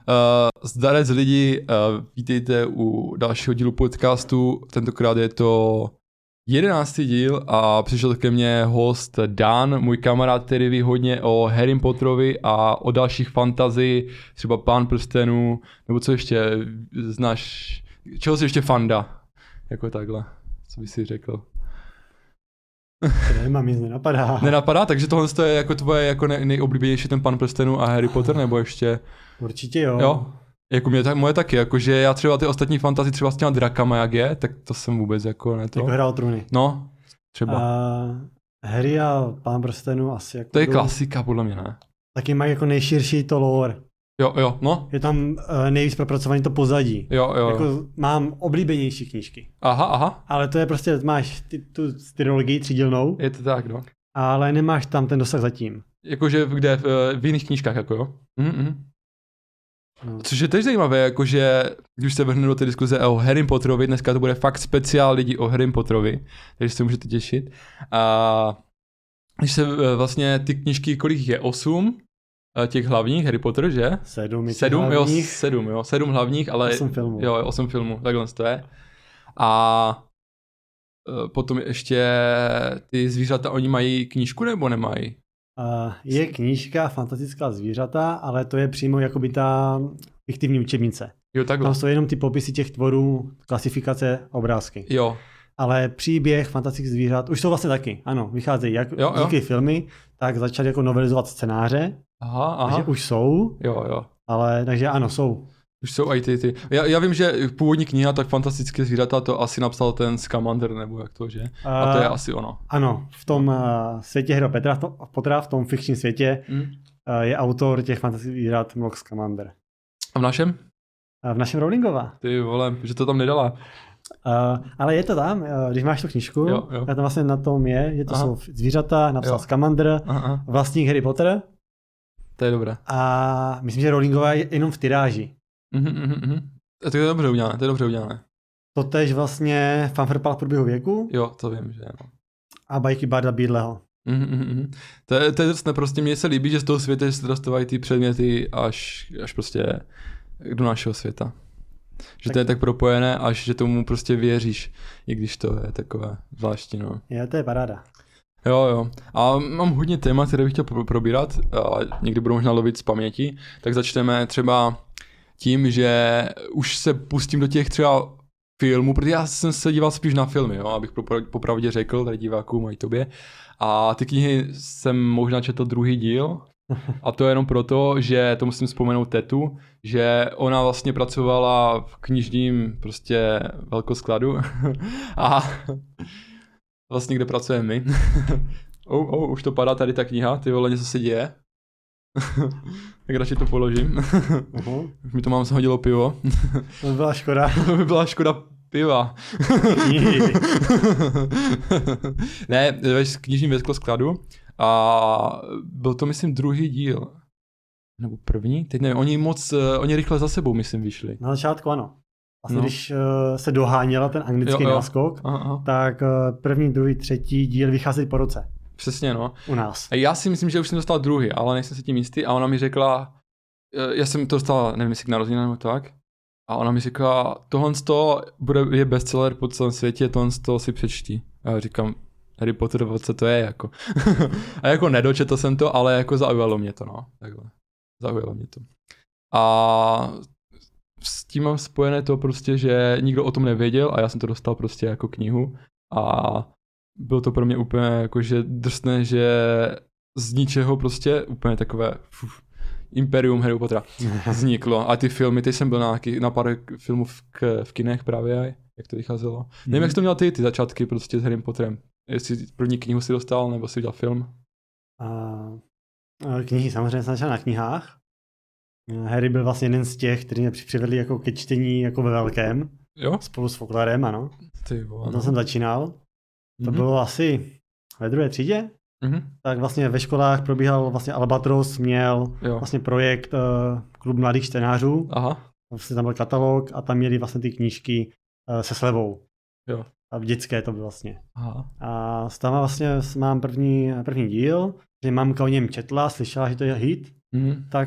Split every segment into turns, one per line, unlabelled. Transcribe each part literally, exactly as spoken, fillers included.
Uh, zdarec lidi, uh, vítejte u dalšího dílu podcastu, tentokrát je to jedenáctý díl a přišel ke mně host Dan, můj kamarád, který ví hodně o Harry Potterovi a o dalších fantazii, třeba Pán prstenů, nebo co ještě znáš, čeho jsi ještě fanda, jako takhle, co bys si řekl?
Nemám, nic nenapadá.
Nenapadá, takže tohle je jako tvoje jako nej, nejoblíbenější ten Pán prstenů a Harry Potter, nebo ještě?
Určitě jo.
Jo? Jako mě, tak, moje taky, jakože já třeba ty ostatní fantasy třeba s těma drakama jak je, tak to jsem vůbec jako ne to.
Jako Hra o trůny.
No, třeba.
A Harry a Pán prstenů asi jako...
To je
jdou,
klasika podle mě, ne?
taky mají jako nejširší to lore.
Jo, jo, no.
Je tam uh, nejvíc propracovaný to pozadí.
Jo, jo.
Jako mám oblíbenější knížky.
Aha, aha.
Ale to je prostě, máš ty, tu trilogii třídílnou,
Je to tak, no.
ale nemáš tam ten dosah zatím.
Jakože kde, v, v jiných knížkách, jako jo? Mhm.
No.
Což je tež zajímavé, jakože když se vrhnu do té diskuze o Harry Potterovi, dneska to bude fakt speciál lidí o Harry Potterovi, takže se můžete těšit. A když se vlastně ty knížky, kolik jich je? Osm? Těch hlavních, Harry Potter, že?
Sedm,
sedm,
hlavních.
jo, sedm, jo, sedm hlavních, ale...
Osm filmů.
Jo, osm filmů, takhle to je. A potom ještě ty zvířata, oni mají knížku nebo nemají?
Uh, je knížka Fantastická zvířata, ale to je přímo jakoby ta fiktivní učebnice.
Jo, takhle.
Tam jsou jenom ty popisy těch tvorů, klasifikace, obrázky.
Jo.
Ale příběh fantastických zvířat, už jsou vlastně taky, ano, vycházejí jak
Jo, jo.
díky filmy, tak začali jako novelizovat scénáře,
Aha, aha.
takže už jsou,
Jo, jo.
ale takže ano, jsou.
Už jsou i ty, ty. Já, já vím, že původní kniha, tak Fantastické zvířata, to asi napsal ten Scamander, nebo jak to, že? A to je
Uh,
asi ono.
Ano, v tom uh, světě Harryho Pottera, v tom, Pottera, v tom fikčním světě,
Hmm.
uh, je autor těch fantastických zvířat Mlock Scamander.
A v našem?
Uh, v našem Rowlingova.
Ty vole, že to tam nedala.
Uh, ale je to tam, uh, když máš tu knížku,
Jo, jo.
a tam vlastně na tom je, že to
Aha.
jsou zvířata, napsal
Jo.
Scamander,
Aha,
vlastník Harry Potter,
to je dobré.
a myslím, že Rowlingová je jenom v tiráži.
Mhm, mhm, mhm. A to je dobře udělané, to je dobře udělané.
Totež vlastně Fanfrpál v průběhu věku
Jo, to vím, že ano.
a bajky Barda Beedleho.
Mm, mm, mm. To je, to je drsné, prostě mně se líbí, že z toho světa se dostávají ty předměty až, až prostě do našeho světa. Že
Tak
to je
to-
tak propojené, až že tomu prostě věříš, i když to je takové zvláštní, no.
Je, to je paráda.
Jo, jo. A mám hodně témat, které bych chtěl pro- probírat a někdy budu možná lovit z paměti, tak začneme třeba tím, že už se pustím do těch třeba filmů, protože já jsem se díval spíš na filmy, jo, abych popra- popravdě řekl, tady divákům a i tobě. A ty knihy jsem možná četl druhý díl, a to jenom proto, že to musím vzpomenout tetu, že ona vlastně pracovala v knižním prostě velkoskladu a vlastně kde pracujeme my. oh, oh, už to padá tady ta kniha, ty vole, něco se děje. Tak radši to položím.
Uh-huh.
Už mi to mám shodilo pivo.
To by byla škoda.
To by byla škoda piva. Ne, ve knižním velkoskladu a byl to myslím druhý díl. Nebo první? Teď nevím, oni moc, oni rychle za sebou myslím vyšli.
Na začátku ano. Vlastně
No.
když uh, se doháněla ten anglický
Jo, jo.
náskok,
Aha, aha.
tak uh, první, druhý, třetí díl vychází po roce
Přesně, no.
u nás.
A já si myslím, že už jsem dostal druhý, ale nejsem si tím jistý a ona mi řekla, eh, já jsem to dostal, nevím jestli k narozeninám nebo tak, a ona mi řekla, tohle to bude, je bestseller po celém světě, tohle to si přečti. A já říkám, Harry Potter, co to je, jako. A jako nedočetl jsem to, ale jako zaujalo mě to, no. Takhle. Zaujalo mě to. A s tím mám spojené to prostě, že nikdo o tom nevěděl a já jsem to dostal prostě jako knihu a bylo to pro mě úplně jakože drsné, že z ničeho prostě úplně takové fuf, imperium Harry Pottera vzniklo. A ty filmy, teď jsem byl na, nějaký, na pár filmů v, k, v kinech právě, jak to vycházelo. Mm. Nevím, jak jsi to měl ty, ty začátky prostě s Harrym Potterem. Jestli první knihu si dostal, nebo si udělal film?
A, a knihy samozřejmě jsem začal na knihách. Harry byl vlastně jeden z těch, kteří mě přivedli jako ke čtení jako ve velkém.
Jo?
Spolu s Foklarem, ano.
Ty vole,
A
no.
to jsem začínal. To
Mhm.
bylo asi ve druhé třídě.
Mhm.
Tak vlastně ve školách probíhal vlastně Albatros, měl
Jo.
vlastně projekt uh, Klub mladých čtenářů.
Aha.
Vlastně tam byl katalog a tam měli vlastně ty knížky uh, se slevou.
Jo.
A dětské to bylo vlastně.
Aha.
A s tam vlastně mám první, první díl, že mamka o něm četla, slyšela, že to je hit,
Mhm.
tak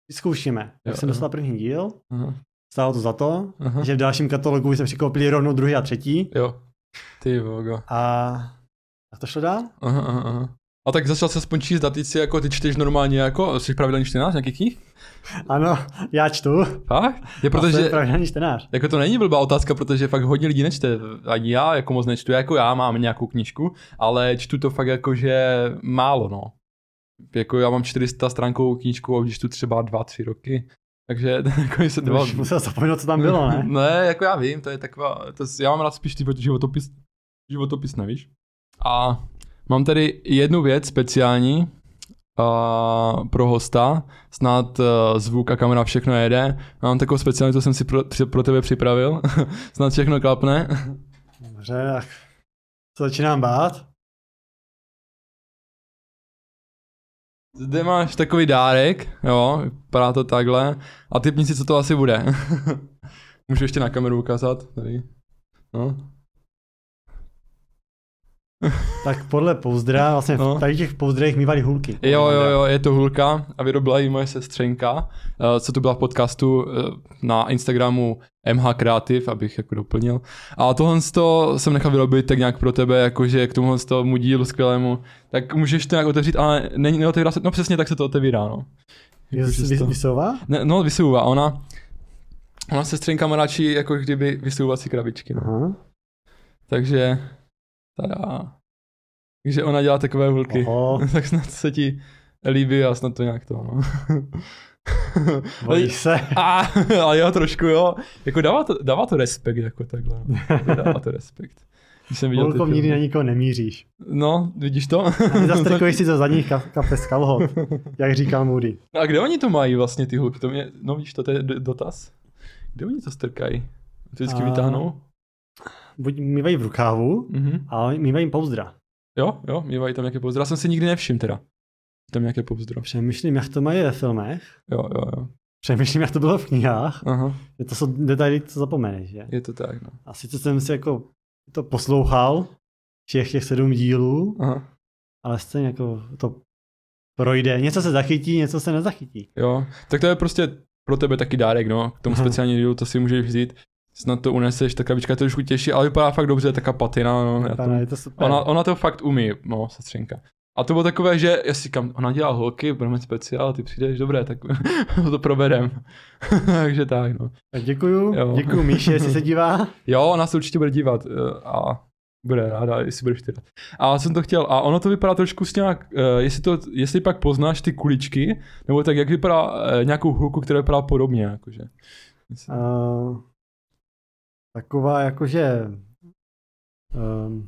vyzkoušíme. Tak jsem dostal první díl,
Aha.
stálo to za to,
Aha.
že v dalším katalogu jsme přikoupili rovnou druhý a třetí.
Jo, ty vogo.
A, a to šlo dál?
Aha, aha, aha. A tak začal se aspoň číst a ty si jako, ty čteš normálně jako, jsi pravidelný čtenář nějaký knih?
Ano, já čtu.
Fakt? Je protože,
jsem pravidelný čtenář.
jako to není blbá otázka, protože fakt hodně lidí nečte, ani já jako moc nečtu, jako já mám nějakou knížku, ale čtu to fakt jako, že málo, no. Jako já mám čtyři sta stránkovou knížku a už čtu třeba dva, tři roky, takže jako se dva...
Už musel zapomenout, co tam bylo, ne?
Ne, jako já vím, to je taková, to, já mám rád spíš ty životopis, životopis, nevíš? A mám tady jednu věc speciální uh, pro hosta, snad uh, zvuk a kamera všechno jede. Mám takovou speciální, co jsem si pro, pro tebe připravil, snad všechno klapne.
Dobře, tak se začínám bát.
Zde máš takový dárek, jo, vypadá to takhle. A typni si, co to asi bude. Můžu ještě na kameru ukázat, tady. No.
Tak podle pouzdra, vlastně
No.
v tady těch pouzdrech mývaly hůlky.
Jo, jo, jo, je to hůlka a vyrobila ji moje sestřenka, co tu byla v podcastu na Instagramu M H Creative, abych jako doplnil. A tohle to jsem nechal vyrobit tak nějak pro tebe, jakože k tomu tomu dílu skvělému, tak můžeš to nějak otevřít, ale ne, neotevírá se, no přesně tak se to otevírá, no.
Vys,
to...
vysouvá?
Ne, no, vysouvá, ona, ona sestřenka má radši jako kdyby vysouvací krabičky, no.
Aha.
Takže, tada. Takže ona dělá takové hůlky. Tak snad se ti líbí a snad to nějak to, no.
Bojíš se?
A, ale jo, trošku jo. Jako dává to, dává to respekt, jako takhle. No. Dává to respekt. Když jsem viděl
Hůlkou nikdy na nikoho nemíříš.
No, vidíš to?
A ty zastrkuješ si do zadních kap, kapes kalhot, jak říkal Moody.
No a kde oni to mají vlastně, ty hůlky? To mě, no víš, to, to je dotaz. Kde oni to strkají? To vždycky a... vytáhnou?
Buď mývají v rukávu,
mm-hmm.
ale mývají pouzdra.
Jo, jo, mývají tam nějaké pouzdro. Já jsem si nikdy nevšiml teda. Tam nějaké pouzdro.
Přemýšlím, jak to mají ve filmech.
Jo, jo, jo.
Přemýšlím, jak to bylo v knihách.
Aha.
To jsou detaily, co zapomeneš, že?
Je to tak, no.
A sice jsem si jako to poslouchal, všech těch sedm dílů,
aha.
ale stejně jako to projde. Něco se zachytí, něco se nezachytí.
Jo, tak to je prostě pro tebe taky dárek, no. K tomu speciální dílu to si můžeš vzít. Snad to uneseš, ta krabička je trošku těžší, ale vypadá fakt dobře, taká patina, no.
Vypadá, je to super.
Ona, ona to fakt umí, no, sestřenka. A to bylo takové, že já si říkám, ona dělá holky, budeme speciál, ty přijdeš, dobré, tak to proberem. Takže tak, no.
Tak děkuju, jo. Děkuju Míši, jestli se dívá.
Jo, ona se určitě bude dívat a bude ráda, jestli budeš ty rád. A jsem to chtěl, a ono to vypadá trošku s nějak, jestli, to, jestli pak poznáš ty kuličky, nebo tak, jak vypadá nějakou hůlku, která vypadá podobně, jakože.
Uh, taková jakože um,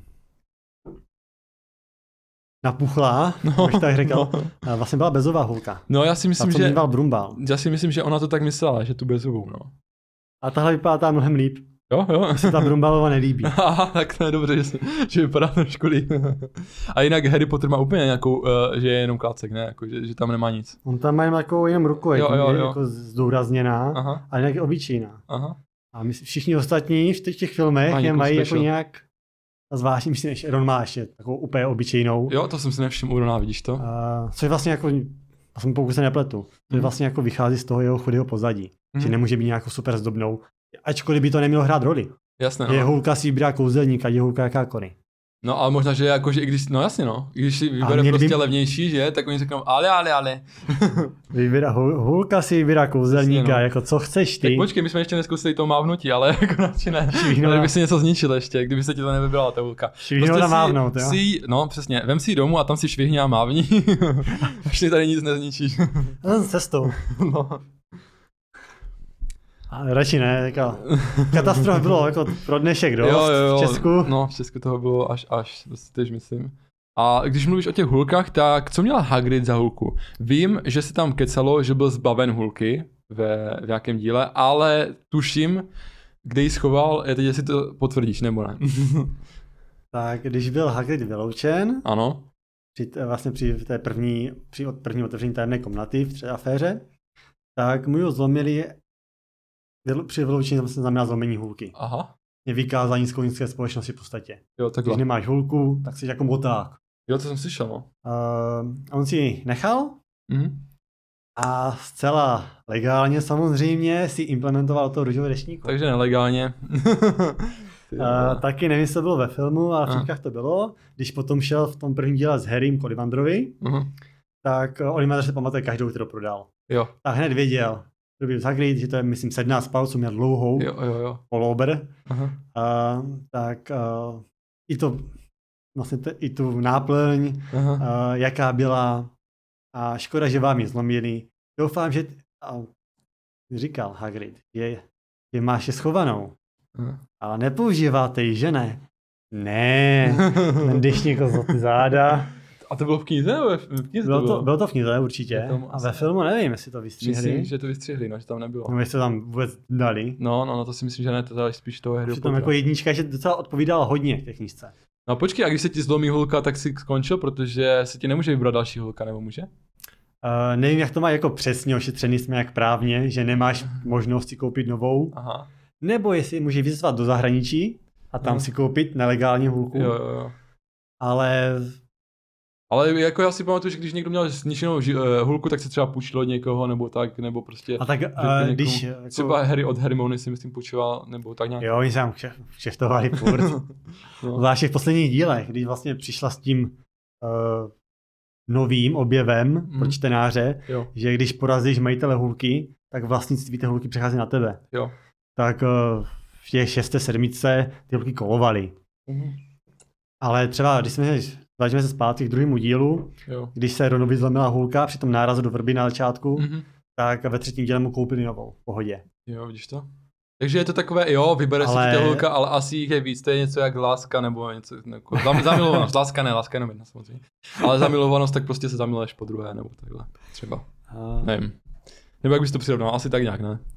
napuchlá, no, bych tak řekl. No. Vlastně byla bezová hůlka.
No já si myslím, že...
Brumbal.
Já si myslím, že ona to tak myslela, že tu bezovou, no.
A tahle vypadá tam mnohem líp.
Jo, jo.
Mně se ta Brumbalova nelíbí.
Aha, tak to je dobře, že, že vypadá trošku líp. A jinak Harry Potter má úplně nějakou, uh, že je jenom klácek, ne? Jako, že, že tam nemá nic.
On tam má jenom takovou jenom ruku, jo, jo, jo. Jako zdůrazněná,
aha.
ale jinak je obyčejná.
Aha.
A my, všichni ostatní v těch, těch filmech je mají special. Jako nějak zvláštní, myslím, že Ron má ještě takovou úplně obyčejnou.
Jo, to jsem si nevšiml u Rona, vidíš to?
Uh, co je vlastně jako, jsem pokud se nepletu, to je vlastně jako vychází z toho jeho chudého pozadí. Mm. Že nemůže být nějakou super zdobnou, ačkoliv by to nemělo hrát roli.
Jasné,
je hůlka si vybírá kouzelníka, je hůlka jakákoliv.
No ale možná, že jako, že i když, no jasně no, i když si vybere prostě by... levnější, že, tak oni řeknou, ale, ale, ale.
Vybírá, hůlka si vybírá kouzelníka, no. Jako co chceš ty.
Tak počkej, my jsme ještě neskusili to mávnutí, ale jako radši ne. Ale by si něco zničil ještě, kdyby se ti to nevybrala ta hůlka.
Švihnout prostě a mávnout, jo?
Si, no přesně, vem si domů a tam si švihni a mávni. Až ti tady nic nezničíš.
Já jsem cestou.
No.
Ale radši ne, jako katastrofa bylo jako pro dnešek dost jo, jo, jo. v Česku.
No, v Česku toho bylo až až, to si tež myslím. A když mluvíš o těch hůlkách, tak co měla Hagrid za hůlku? Vím, že se tam kecalo, že byl zbaven hůlky ve, v nějakém díle, ale tuším, kde ji schoval, je teď, jestli to potvrdíš, nebo ne?
Tak když byl Hagrid vyloučen,
ano.
Při, vlastně při té první, při první otevření tajemné komnaty v té aféře, tak mu ji zlomili. Při vyloučení se znamená zlomení hůlky.
Aha.
Je vykázání z kounické společnosti v podstatě.
Jo, takhle.
Když nemáš hůlku, tak jsi jako moták.
Jo, to jsem slyšel, no.
Uh, a on si ji nechal
mm-hmm.
A zcela legálně samozřejmě si implementoval to růžové deštníku.
Takže nelegálně.
Uh, taky nevím, jestli to bylo ve filmu, ale v četkách to bylo. Když potom šel v tom prvním díle s Harrym k Ollivandrovi, uh-huh. tak Ollivander se pamatuje každou, kterou prodal.
Jo.
Tak hned věděl, kdo byl Hagrid, že to je, myslím, sedmnáct palců, měl dlouhou
jo, jo, jo.
polober. Uh-huh. Uh, tak uh, i to, vlastně te, i tu náplň, uh-huh. uh, jaká byla, a škoda, že vám ji zlomili. Doufám, že, uh, říkal Hagrid, že, že máš je schovanou. Hmm. Ale nepoužíváte ji, že ne? Ne, ten deštník za ty záda.
A to bylo v knize? V knize
bylo,
to bylo?
To, bylo to v knize určitě. A ve filmu nevím, jestli to vystřihli.
Myslím, že to vystřihli, no, že tam nebylo.
No, jestli to tam vůbec dali.
No, no, no, to si myslím, že ne, to dali spíš toho Harryho
Pottera. Tam jako jednička, že docela odpovídala hodně v té knížce.
No počkej, a když se ti zlomí hulka, tak si skončil, protože se ti nemůže vybrat další hulka, nebo může?
Uh, nevím, jak to má jako přesně ošetřený jsme jak právně, že nemáš možnost si koupit novou. Aha. Nebo jestli může vyzvat do zahraničí a tam hmm. si koupit nelegální hulku.
Jo, jo, jo.
Ale...
Ale jako já si pamatuju, že když někdo měl zničenou hulku, tak se třeba půjčil od někoho, nebo tak, nebo prostě...
A tak uh, když... Jako...
Třeba Harry od Hermiony si myslím půjčoval, nebo tak nějak.
Jo, oni se tam kšeftovali furt. no. Zvláště v posledních dílech, když vlastně přišla s tím uh, novým objevem mm. pro čtenáře, jo. že když porazíš majitele hulky, tak vlastnictví té hulky přechází na tebe.
Jo.
Tak v těch šesté sedmičce ty hulky kolovaly. Mm. Ale třeba, když jsme začneme se zpátky k druhému dílu, jo. když se Ronovi zlomila hulka při tom nárazu do vrby na začátku, mm-hmm. tak ve třetím díle mu koupili novou, v pohodě.
Jo, vidíš to? Takže je to takové, jo, vybere ale... si ta hulka, ale asi jich je víc, to je něco jak láska, nebo něco, jako, zamilovanost, láska ne, láska jenom jedna samozřejmě. Ale zamilovanost, tak prostě se zamiluješ po druhé, nebo takhle, třeba, a... nevím. Nebo jak bys to přirovnal, asi tak nějak, ne?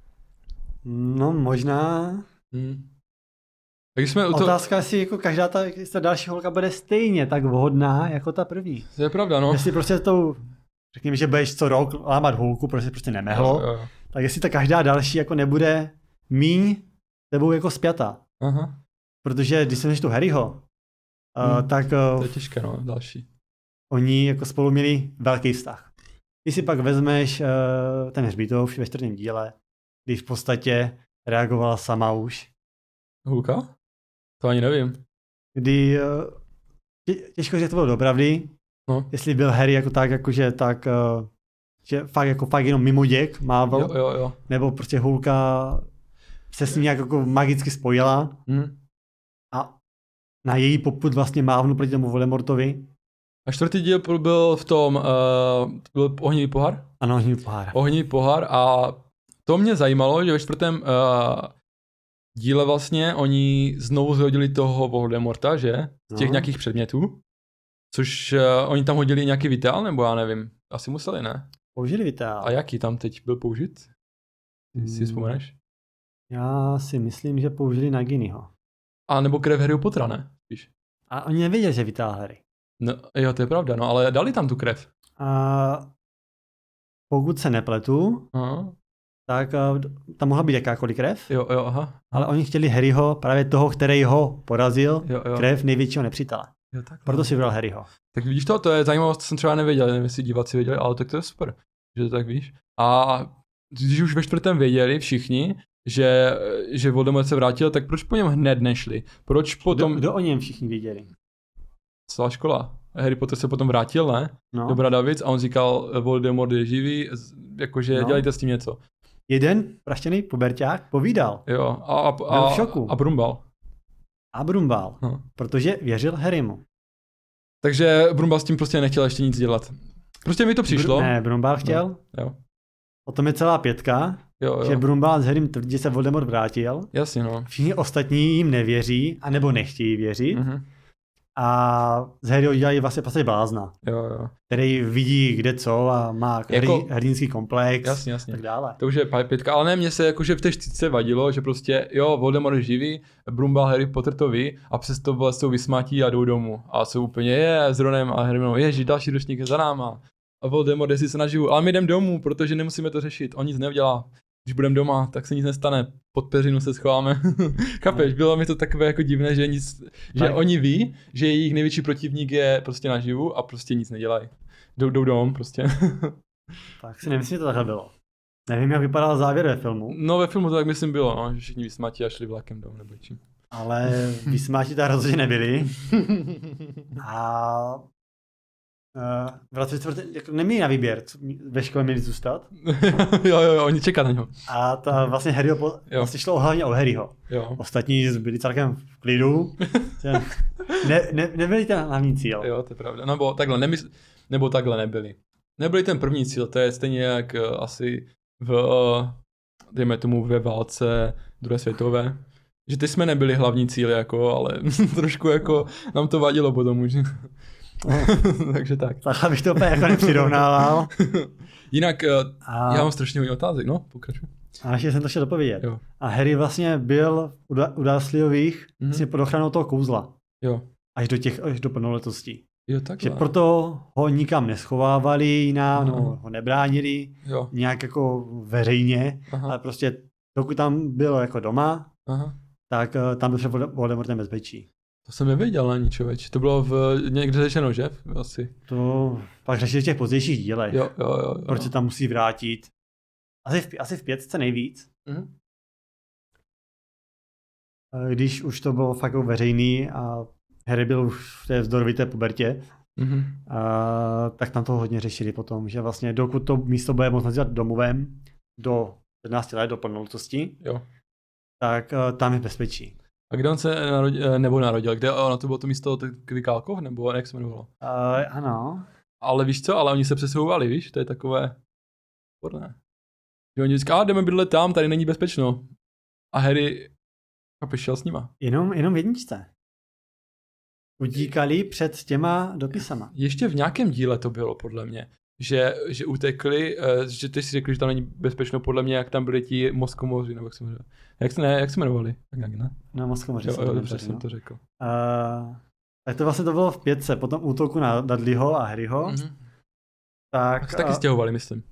No, možná. Hmm.
Tak jsme to...
Otázka, jestli jako každá ta, ta další holka bude stejně tak vhodná jako ta první.
To je pravda, no.
Jestli prostě tou, řekněme, že budeš co rok lámat hulku, protože prostě nemehlo, jo, jo. tak jestli ta každá další jako nebude míň tebou jako spjata. Aha. Protože když jsem tu Harryho, hmm. uh, tak... Uh,
to je těžké, no, další.
Oni jako spolu měli velký vztah. Když si pak vezmeš uh, ten hřbitov ve čtvrtém díle, když v podstatě reagovala sama už.
Hulka? To ani nevím.
Kdy, uh, těžko říct, to bylo dopravdy, no. jestli byl Harry jako tak, jakože tak, uh, že fakt jako fakt jenom mimoděk mával,
jo, jo, jo.
nebo prostě Hulka se s ním nějak jako magicky spojila hmm. a na její popud vlastně mávnu proti tomu Voldemortovi.
A čtvrtý díl byl v tom, uh, byl ohnivý pohár?
Ano, ohnivý pohár.
Ohnivý pohár a to mě zajímalo, že ve čtvrtém uh, díle vlastně oni znovu zhodili toho Voldemorta, že? Z těch no. nějakých předmětů. Což uh, oni tam hodili nějaký vitál, nebo já nevím. Asi museli, ne?
Použili vitál.
A jaký tam teď byl použit? Hmm. Si vzpomeneš?
Já si myslím, že použili Naginiho.
A nebo krev Harryho Pottera, ne? Víš?
A oni nevěděli, že vitál Harry.
No, jo, to je pravda, no, ale dali tam tu krev.
A pokud se nepletu, aha. tak uh, tam mohla být jakákoliv krev,
jo, jo, aha.
ale oni chtěli Harryho, právě toho, který ho porazil,
jo, jo.
krev největšího nepřítele.
Jo, tak,
proto si vybral Harryho.
Tak vidíš to, to je zajímavost, to jsem třeba nevěděl, nevím, jestli diváci věděli, ale tak to je super, že to tak víš. A když už ve čtvrtém věděli všichni, že, že Voldemort se vrátil, tak proč po něm hned nešli? Proč potom...
Kdo, kdo o něm všichni věděli?
Celá škola. Harry Potter se potom vrátil, ne?
No.
Do Bradavic a on říkal, Voldemort je živý, jakože no. dělejte s tím něco.
Jeden praštěný puberťák povídal.
Jo, a, a, a,
Byl v šoku.
a Brumbal.
A Brumbal, no. protože věřil Harrymu.
Takže Brumbal s tím prostě nechtěl ještě nic dělat. Prostě mi to přišlo.
Br- ne, Brumbal chtěl.
No. Jo.
O tom je celá pětka,
jo, jo.
že Brumbal s Harrym tvrdí, že se Voldemort vrátil.
Jasně, no.
Všichni ostatní jim nevěří, anebo nechtějí věřit.
Mm-hmm.
A z Harryho udělají vlastně prostě blázna.
Jo, jo.
Který vidí kde co a má jako, hrdinský komplex
jasně, jasně.
a tak dále.
To už je pětka, ale ne, mně se jakože v té čtyřce vadilo, že prostě jo, Voldemort je živý, Brumbal, Harry Potter to ví a přesto vlastně jsou vysmátí a jdou domů. A jsou úplně je s Ronem a Hermionou, ježi, další ročník je za náma. A Voldemort jestli se naživu, ale my jdem domů, protože nemusíme to řešit, on nic neudělá. Když budeme doma, tak se nic nestane, pod peřinu se schováme. Chápeš, bylo mi to takové jako divné, že, nic, že oni ví, že jejich největší protivník je prostě naživu a prostě nic nedělají. Jdou, jdou dom prostě.
Tak si nemyslím, že to takhle bylo. Nevím, jak vypadal závěr ve filmu.
No ve filmu to tak myslím bylo, no, že všichni vysmátí a šli vlakem domů nebo čím.
Ale vysmátí tak rozhodně nebyli. A uh, v roce čtvrtém jako neměli na výběr, co, ve škole měli zůstat.
jo, jo, jo, oni čekají na něho.
A ta vlastně Harryho, po, vlastně šlo hlavně o Harryho.
Jo.
Ostatní byli celkem v klidu. ne, ne, nebyli ten hlavní cíl.
Jo, to je pravda. Nebo takhle, nemysl... nebo takhle nebyli. Nebyli ten první cíl, to je stejně jak uh, asi v, uh, dejme tomu ve válce druhé světové. Že ty jsme nebyli hlavní cíly, jako, ale trošku jako nám to vadilo potom už. Takže tak.
Tak bych to úplně jako nepřirovnával.
Jinak a... já mám strašně hodně otázek, no, pokračuj.
A ještě jsem to chtěl dopovědět.
Jo.
A Harry vlastně byl u, da- u Dursleyových mm-hmm. vlastně pod ochranou toho kouzla.
Jo. Až
do těch, až do plnoletostí.
Jo, takhle.
Že proto ho nikam neschovávali jinam, no, ho nebránili
jo.
nějak jako veřejně, Aha. ale prostě dokud tam bylo jako doma, Aha. tak uh, tam byl před Voldemortem bezpečí.
To jsem nevěděl ani, člověč. To bylo v někde řečeno, že? Asi.
To pak řešili v těch pozdějších dílech.
Jo, jo, jo. jo.
Proč se tam musí vrátit. Asi v, asi v pětce nejvíc. Mm-hmm. Když už to bylo fakt veřejný a Harry byl už v té vzdorovité pubertě, mm-hmm. a, tak tam to hodně řešili potom, že vlastně dokud to místo bude moct nazývat domovem do sedmnácti let, do plnoletosti,
jo.
tak uh, tam je bezpečí.
A kde on se narodil, nebo narodil? Kde ono to bylo to místo Kvikálkov, nebo jak se jmenovalo?
Uh, ano.
Ale víš co, ale oni se přesouvali, víš, to je takové sporné. Že oni říkají, jdeme bydlet tam, tady není bezpečno. A Harry šel s nima.
Jenom, jenom v jedničce. Utíkali před těma dopisama.
Ještě v nějakém díle to bylo, podle mě. Že, že utekli, že ty si řekli, že tam není bezpečno, podle mě, jak tam byli ti Moskomoři, nebo jak se jmenovali. Jak se, ne, jak se jmenovali? Tak nějak, ne?
No, Moskomoři.
Jo, jo, dobře jsem no. to řekl.
Uh, tak to vlastně to bylo v pětce, potom útoku na Dudleyho a Harryho. Mm-hmm. Tak,
tak se taky stěhovali, myslím.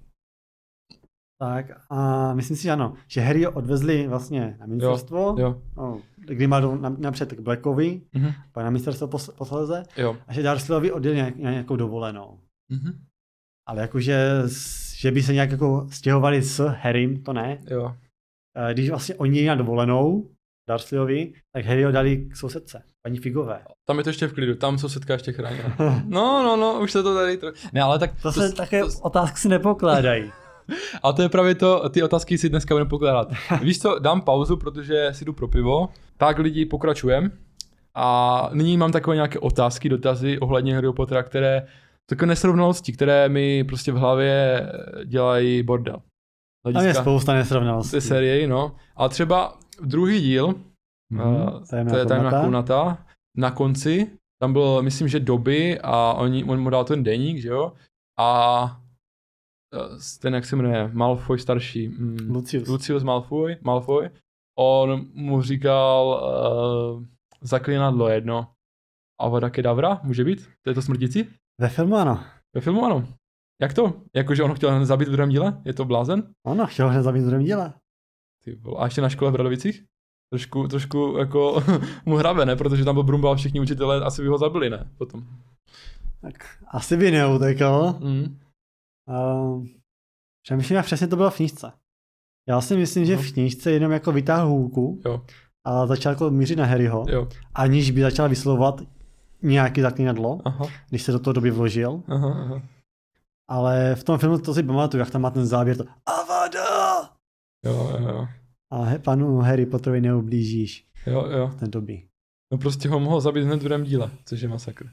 Tak a myslím si, že ano, že Harry odvezli vlastně na ministerstvo,
jo, jo.
No, kdy má napřed k Blackovi, mm-hmm. pak na ministerstvo posléze, a že Dursleyovi odjeli nějak, nějakou dovolenou. Mm-hmm. Ale jakože, že by se nějak jako stěhovali s Harrym, to ne.
Jo.
Když vlastně oni jeli na dovolenou, Dursleyovi, tak Harry ho dali k sousedce, paní Figové.
Tam je to ještě v klidu, tam sousedka ještě chránila. No, no, no, už se to tady... Tro... Ne, ale tak...
To, to se to, také to... otázky si nepokládají.
A to je právě to, ty otázky si dneska budeme pokládat. Víš co, dám pauzu, protože si jdu pro pivo. Tak lidi, pokračujem. A nyní mám takové nějaké otázky, dotazy ohledně Harryho Pottera, které takové nesrovnalosti, které mi prostě v hlavě dělají bordel.
Tam je spousta nesrovnalostí.
Té série, no. A třeba druhý díl, mm-hmm. uh, to je tajemná komnata, na konci, tam bylo, myslím, že doby a oni, on mu dal ten deník, že jo? A ten, jak se jmenuje, Malfoy starší. Mm,
Lucius.
Lucius Malfoy, Malfoy. On mu říkal uh, zaklinadlo jedno. Avada Kedavra, může být? To je to smrtící?
Ve filmu ano.
Ve filmu ano. Jak to? Jakože on chtěl hned zabít v druhém díle? Je to blázen?
Ono chtěl hned zabít v druhém díle.
Ty vole. A ještě na škole v Bradovicích? Trošku, trošku jako mu hrabe, ne? Protože tam byl Brumbal, všichni učitelé asi by ho zabili, ne? Potom.
Tak asi by neutekl.
Mm.
Uh, přemýšlím, jak přesně to bylo v knížce. Já si myslím, že v knížce jenom jako vytáhl hůlku
jo.
a začal jako mířit na Harryho,
jo.
aniž by začal vyslovovat nějaký zaklínadlo, aha. když se do toho doby vložil.
Aha, aha.
Ale v tom filmu to si pamatuju, jak tam má ten závěr, to Avada!
Jo, jo, jo.
A he, panu Harry Potterovi neublížíš.
Jo, jo.
V té době.
No prostě ho mohl zabít hned v druhém díle, což je masakr.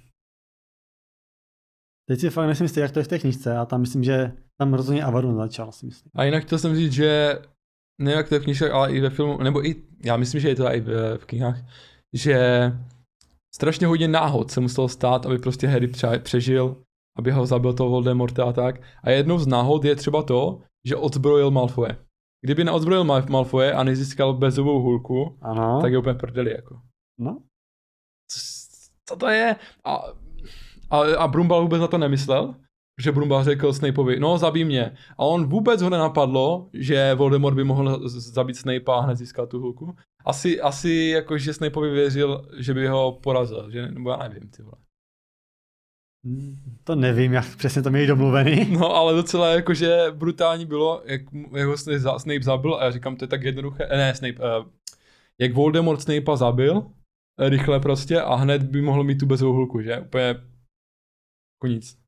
Teď si fakt nesmím, jak to je v té knížce a tam myslím, že tam rozhodně Avadu začal, si myslím.
A jinak chtěl jsem říct, že ne jak to je v knížkách, ale i ve filmu, nebo i, já myslím, že je to i v, v knihách, že strašně hodně náhod se muselo stát, aby prostě Harry přežil, aby ho zabil toho Voldemorta a tak. A jednou z náhod je třeba to, že odzbrojil Malfoje. Kdyby neodzbrojil Malfoje a nezískal bezovou hůlku,
ano.
tak je úplně prdeli jako.
No.
Co to je? A A, a Brumbal vůbec na to nemyslel, že Brumbal řekl Snapeovi, no zabij mě. A on vůbec ho nenapadlo, že Voldemort by mohl zabít Snape a hned získat tu hůlku. Asi, asi jako, že Snapeovi věřil, že by ho porazil, že, nebo já nevím, ty vole.
To nevím, jak přesně to měli domluvený.
No, ale docela jakože brutální bylo, jak, jak ho Snape zabil a já říkám, to je tak jednoduché, ne, Snape, uh, jak Voldemort Snape'a zabil, rychle prostě a hned by mohl mít tu bezovou hulku, že? Úplně jako nic.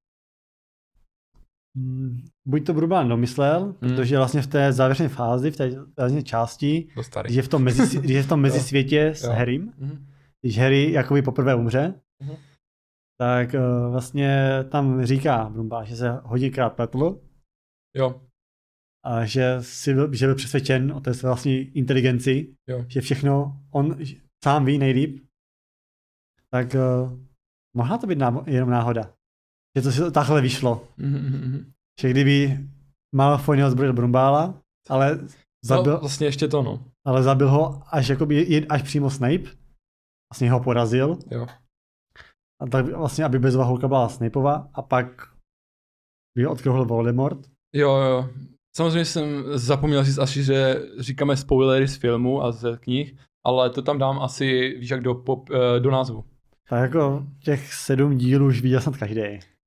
Buď to Brumbál domyslel, hmm. protože vlastně v té závěrečné fázi, v té závěrečné části, když je v tom, mezi, když je v tom mezisvětě s jo. Harrym, hmm. když Harry jakoby poprvé umře, hmm. tak uh, vlastně tam říká Brumbál, že se hodinkrát pletl.
Jo.
A že, si byl, že byl přesvědčen o té své vlastní inteligenci,
jo.
že všechno on sám ví nejlíp. Tak uh, mohla to být náho, jenom náhoda. Že to si takhle vyšlo. Mm-hmm. Že kdyby Malfoy měl zbrojit Brumbála, ale zabil,
no, vlastně ještě to, no.
Ale zabil ho až, jakoby, až přímo Snape. Vlastně ho porazil.
Jo.
A tak vlastně, aby bezová hulka byla Snapeova a pak by ho odkrohl Voldemort.
Jo, jo. Samozřejmě jsem zapomněl říct asi, že říkáme spoilery z filmu a z knih, ale to tam dám asi, víš jak, do, pop, do názvu.
Tak jako těch sedm dílů už viděl snad každý.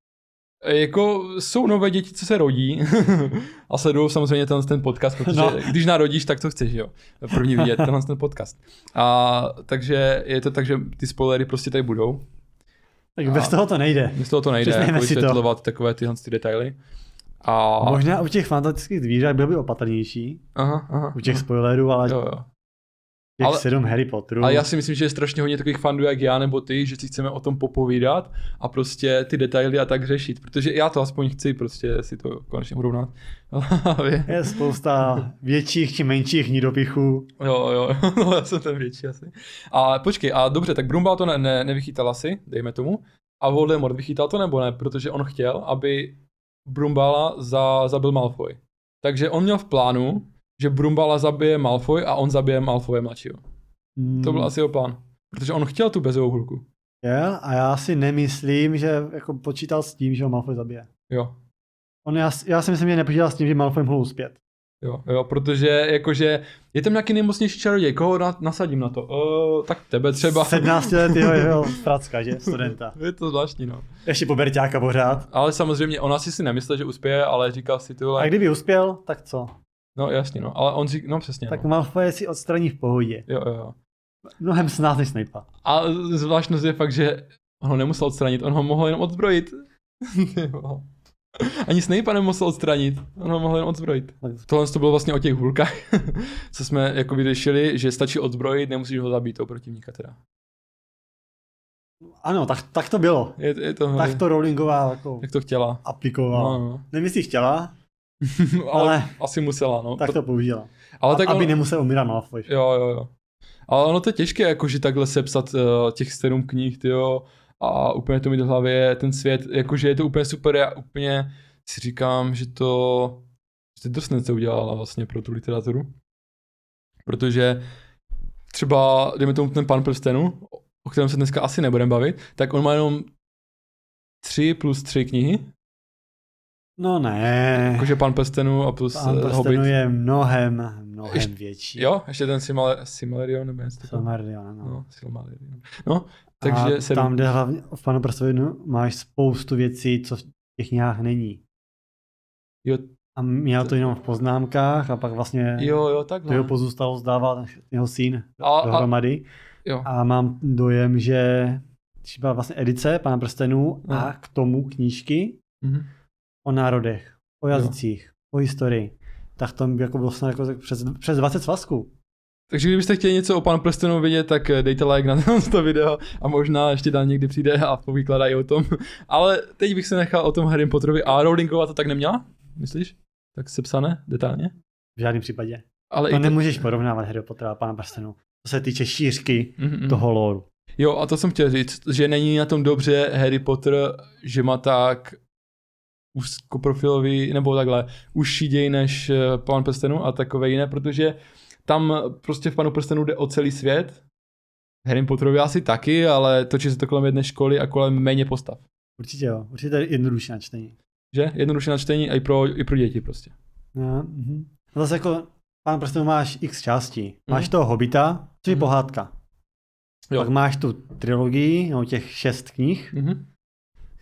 Jako jsou nové děti, co se rodí a sledují samozřejmě ten, ten podcast, protože no. když narodíš, tak to chceš, jo. První vidět tenhle ten podcast. A takže je to tak, že ty spoilery prostě tady budou.
Tak bez toho to nejde.
Bez toho to nejde, jako vysvětlovat takové tyhle ty detaily. A...
Možná u těch fantastických zvířat byl by opatrnější.
Aha, aha,
u těch
aha.
spoilerů, ale
jo, jo.
těch
ale,
sedm Harry Potterů.
Ale já si myslím, že je strašně hodně takových fandů jak já nebo ty, že si chceme o tom popovídat a prostě ty detaily a tak řešit, protože já to aspoň chci prostě si to konečně urovnat.
Je spousta větších či menších hnidopichů.
Jo, jo, no, já jsem ten větší asi. A počkej, a dobře, tak Brumbál to ne, ne, nevychytal asi, dejme tomu, a Voldemort vychytal to nebo ne, protože on chtěl, aby Brumbála za, zabil Malfoy. Takže on měl v plánu, že Brumbála zabije Malfoy a on zabije Malfoye mladšího. Hmm. To byl asi jeho plán. Protože on chtěl tu bezovou hulku.
Je, a já si nemyslím, že jako počítal s tím, že ho Malfoy zabije.
Jo.
On, já, já si myslím, že nepočítal s tím, že Malfoy mohl uspět.
Jo, jo, protože jakože je tam nějaký nejmocnější čaroděj, koho na, nasadím na to? Uh, tak tebe třeba.
sedmnáctiletýho jeho pracka, že? Studenta.
Je to zvláštní, no.
Ještě puberťáka pořád.
Ale samozřejmě, on asi si nemyslel, že uspěje, ale říkal si tyhle.
A kdyby uspěl, tak co?
No jasně, no, ale on říká, no přesně.
Tak
no.
Malfoy si odstraní v pohodě.
Jo, jo, jo.
Mnohem snáz než Snape'a.
A zvláštnost je fakt, že on ho nemusel odstranit, on ho mohl jenom odzbrojit. Ani Snape'a nemusel odstranit, on ho mohl jen odzbrojit. Tohle to bylo vlastně o těch hulkách, co jsme jako vyřešili, že stačí odzbrojit, nemusíš ho zabít toho protivníka teda.
Ano, tak, tak to bylo.
Je, je to,
tak to Rowlingová jako
jak to chtěla.
Aplikovala.
No, no.
Nevím, jestli chtěla,
ale, ale asi musela, no.
Tak to použila.
Ale
A,
tak
aby
on...
nemusel umírat Malfoy.
Jo, jo, jo. Ale ono to je těžké, jakože takhle sepsat uh, těch sedm knih, tyjo, a úplně to mít v hlavě, ten svět, jakože je to úplně super, já úplně si říkám, že to, že to dost něco udělala vlastně pro tu literaturu. Protože třeba, dejme tomu ten Pán prstenů, o kterém se dneska asi nebudeme bavit, tak on má jenom tři plus tři knihy.
No ne.
Jakože Pán prstenů a plus
Pán
Hobbit.
prstenů je mnohem, mnohem Ještě, větší.
Jo, ještě ten Silmar- Silmarillion nebo něco.
Silmarillion, no.
No, Silmarillion. No, takže
a
sedm...
tam, kde hlavně v Pánu prstenů máš spoustu věcí, co v těch knihách není.
Jo.
A měl to jenom v poznámkách a pak vlastně
jo, jo, takhle.
to jeho pozůstalost dával jeho syn
a,
dohromady.
A, jo.
a mám dojem, že byla vlastně edice Pána prstenů no. a k tomu knížky mm-hmm. o národech, o jazycích, jo. o historii. Tak tam jako bylo snad jako přes, přes dvacet svazků.
Takže kdybyste chtěli něco o Pánu prstenů vědět, tak dejte like na to video a možná ještě Dan někdy přijde a povykladají o tom. Ale teď bych se nechal o tom Harry Potterovi a Rowlingová to tak neměla? Myslíš? Tak sepsané detailně?
V žádném případě.
Ale
to
i
nemůžeš porovnávat Harry Pottera a Pána prstenů. To se týče šířky mm-hmm. toho lore.
Jo, a to jsem chtěl říct, že není na tom dobře Harry Potter, že má tak úzkoprofilový, nebo takhle, užší děj než Pán prstenů a takové jiné, protože tam prostě v Pánu prstenů jde o celý svět. Harry Potterovi asi taky, ale točí se to kolem jedné školy a kolem méně postav.
Určitě jo, určitě je jednodušší na čtení.
Že? Jednoduše na čtení i pro, i pro děti prostě.
No, mhm. Zase jako Pán prstenů máš x částí. Máš mm. toho Hobita, což je mm. pohádka. Jo. Pak máš tu trilogii, no těch šest knih. Mm.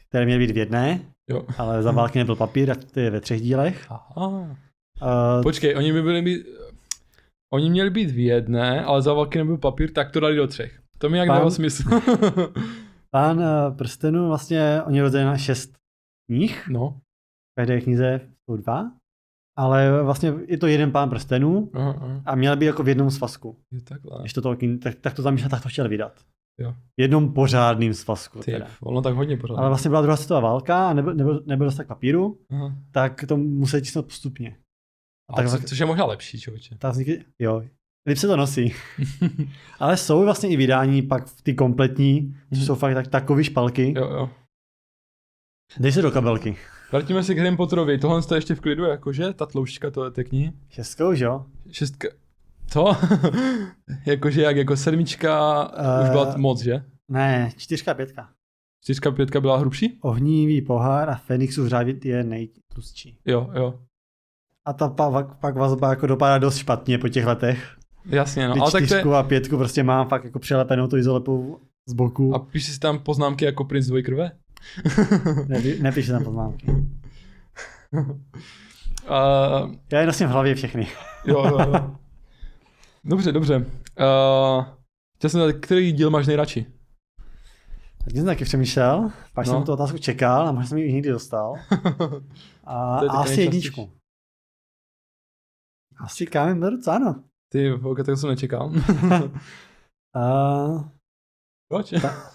které měly být v jedné,
jo.
ale za války nebyl papír a to je ve třech dílech.
Aha.
Uh,
Počkej, oni by byli být... Oni měli být v jedné, ale za války nebyl papír, tak to dali do třech. To mi jak
Pán...
dává smysl.
Pán uh, prstenů vlastně, oni rozdělili na šest knih.
No.
V každé knize jsou dva. Ale vlastně je to jeden Pán prstenů
aha, aha.
a měl být jako v jednom svazku.
Je takhle.
Když to Tolkien, tak, tak to zamýšlel, tak to chtěl vydat.
Jo.
V jednom pořádným svazku.
Ty,
teda.
ono tak hodně pořádný.
Ale vlastně byla druhá světová válka a nebyl, nebyl, nebyl dostatek papíru,
aha.
tak to museli tisknout postupně.
A
tak,
co, což je možná lepší, člověče.
Tak vznikly, jo, líp se to nosí. Ale jsou vlastně i vydání pak ty kompletní, co jsou fakt tak, takový špalky.
Jo, jo.
Dej se do kabelky.
Vrátíme se k Harry Potterovi. Tohle je ještě v klidu, jakože? Ta tloušťka to, té knihy?
Šestkou, že jo?
Šestka. Co? jakože jak, jako sedmička uh, už byla moc, že?
Ne, čtyřka, pětka.
Čtyřka, pětka byla hrubší?
Ohnívý pohár a Fenixův řád je nejtlustší.
Jo, jo.
A ta pak, pak vazba jako dopadá dost špatně po těch letech.
Jasně, no.
Ty
ale tak
čtyřku
to je...
a pětku prostě mám fakt jako přelepenou to izolepou z boku.
A píši si tam poznámky jako princ dvojkrve?
ne, nepíši tam poznámky.
uh,
Já je nosím v hlavě všechny.
jo, jo, jo. Dobře, dobře. Uh, chtěl jsem říct, který díl máš nejradši?
Tak jsem taky přemýšlel, pak
no.
jsem tu otázku čekal a možná jsem ji někdy dostal. A, a asi jedničku. Asi Kámen Brc, ano.
Ty, ok, tak jsem nečekal.
uh,
Proč?
Ta...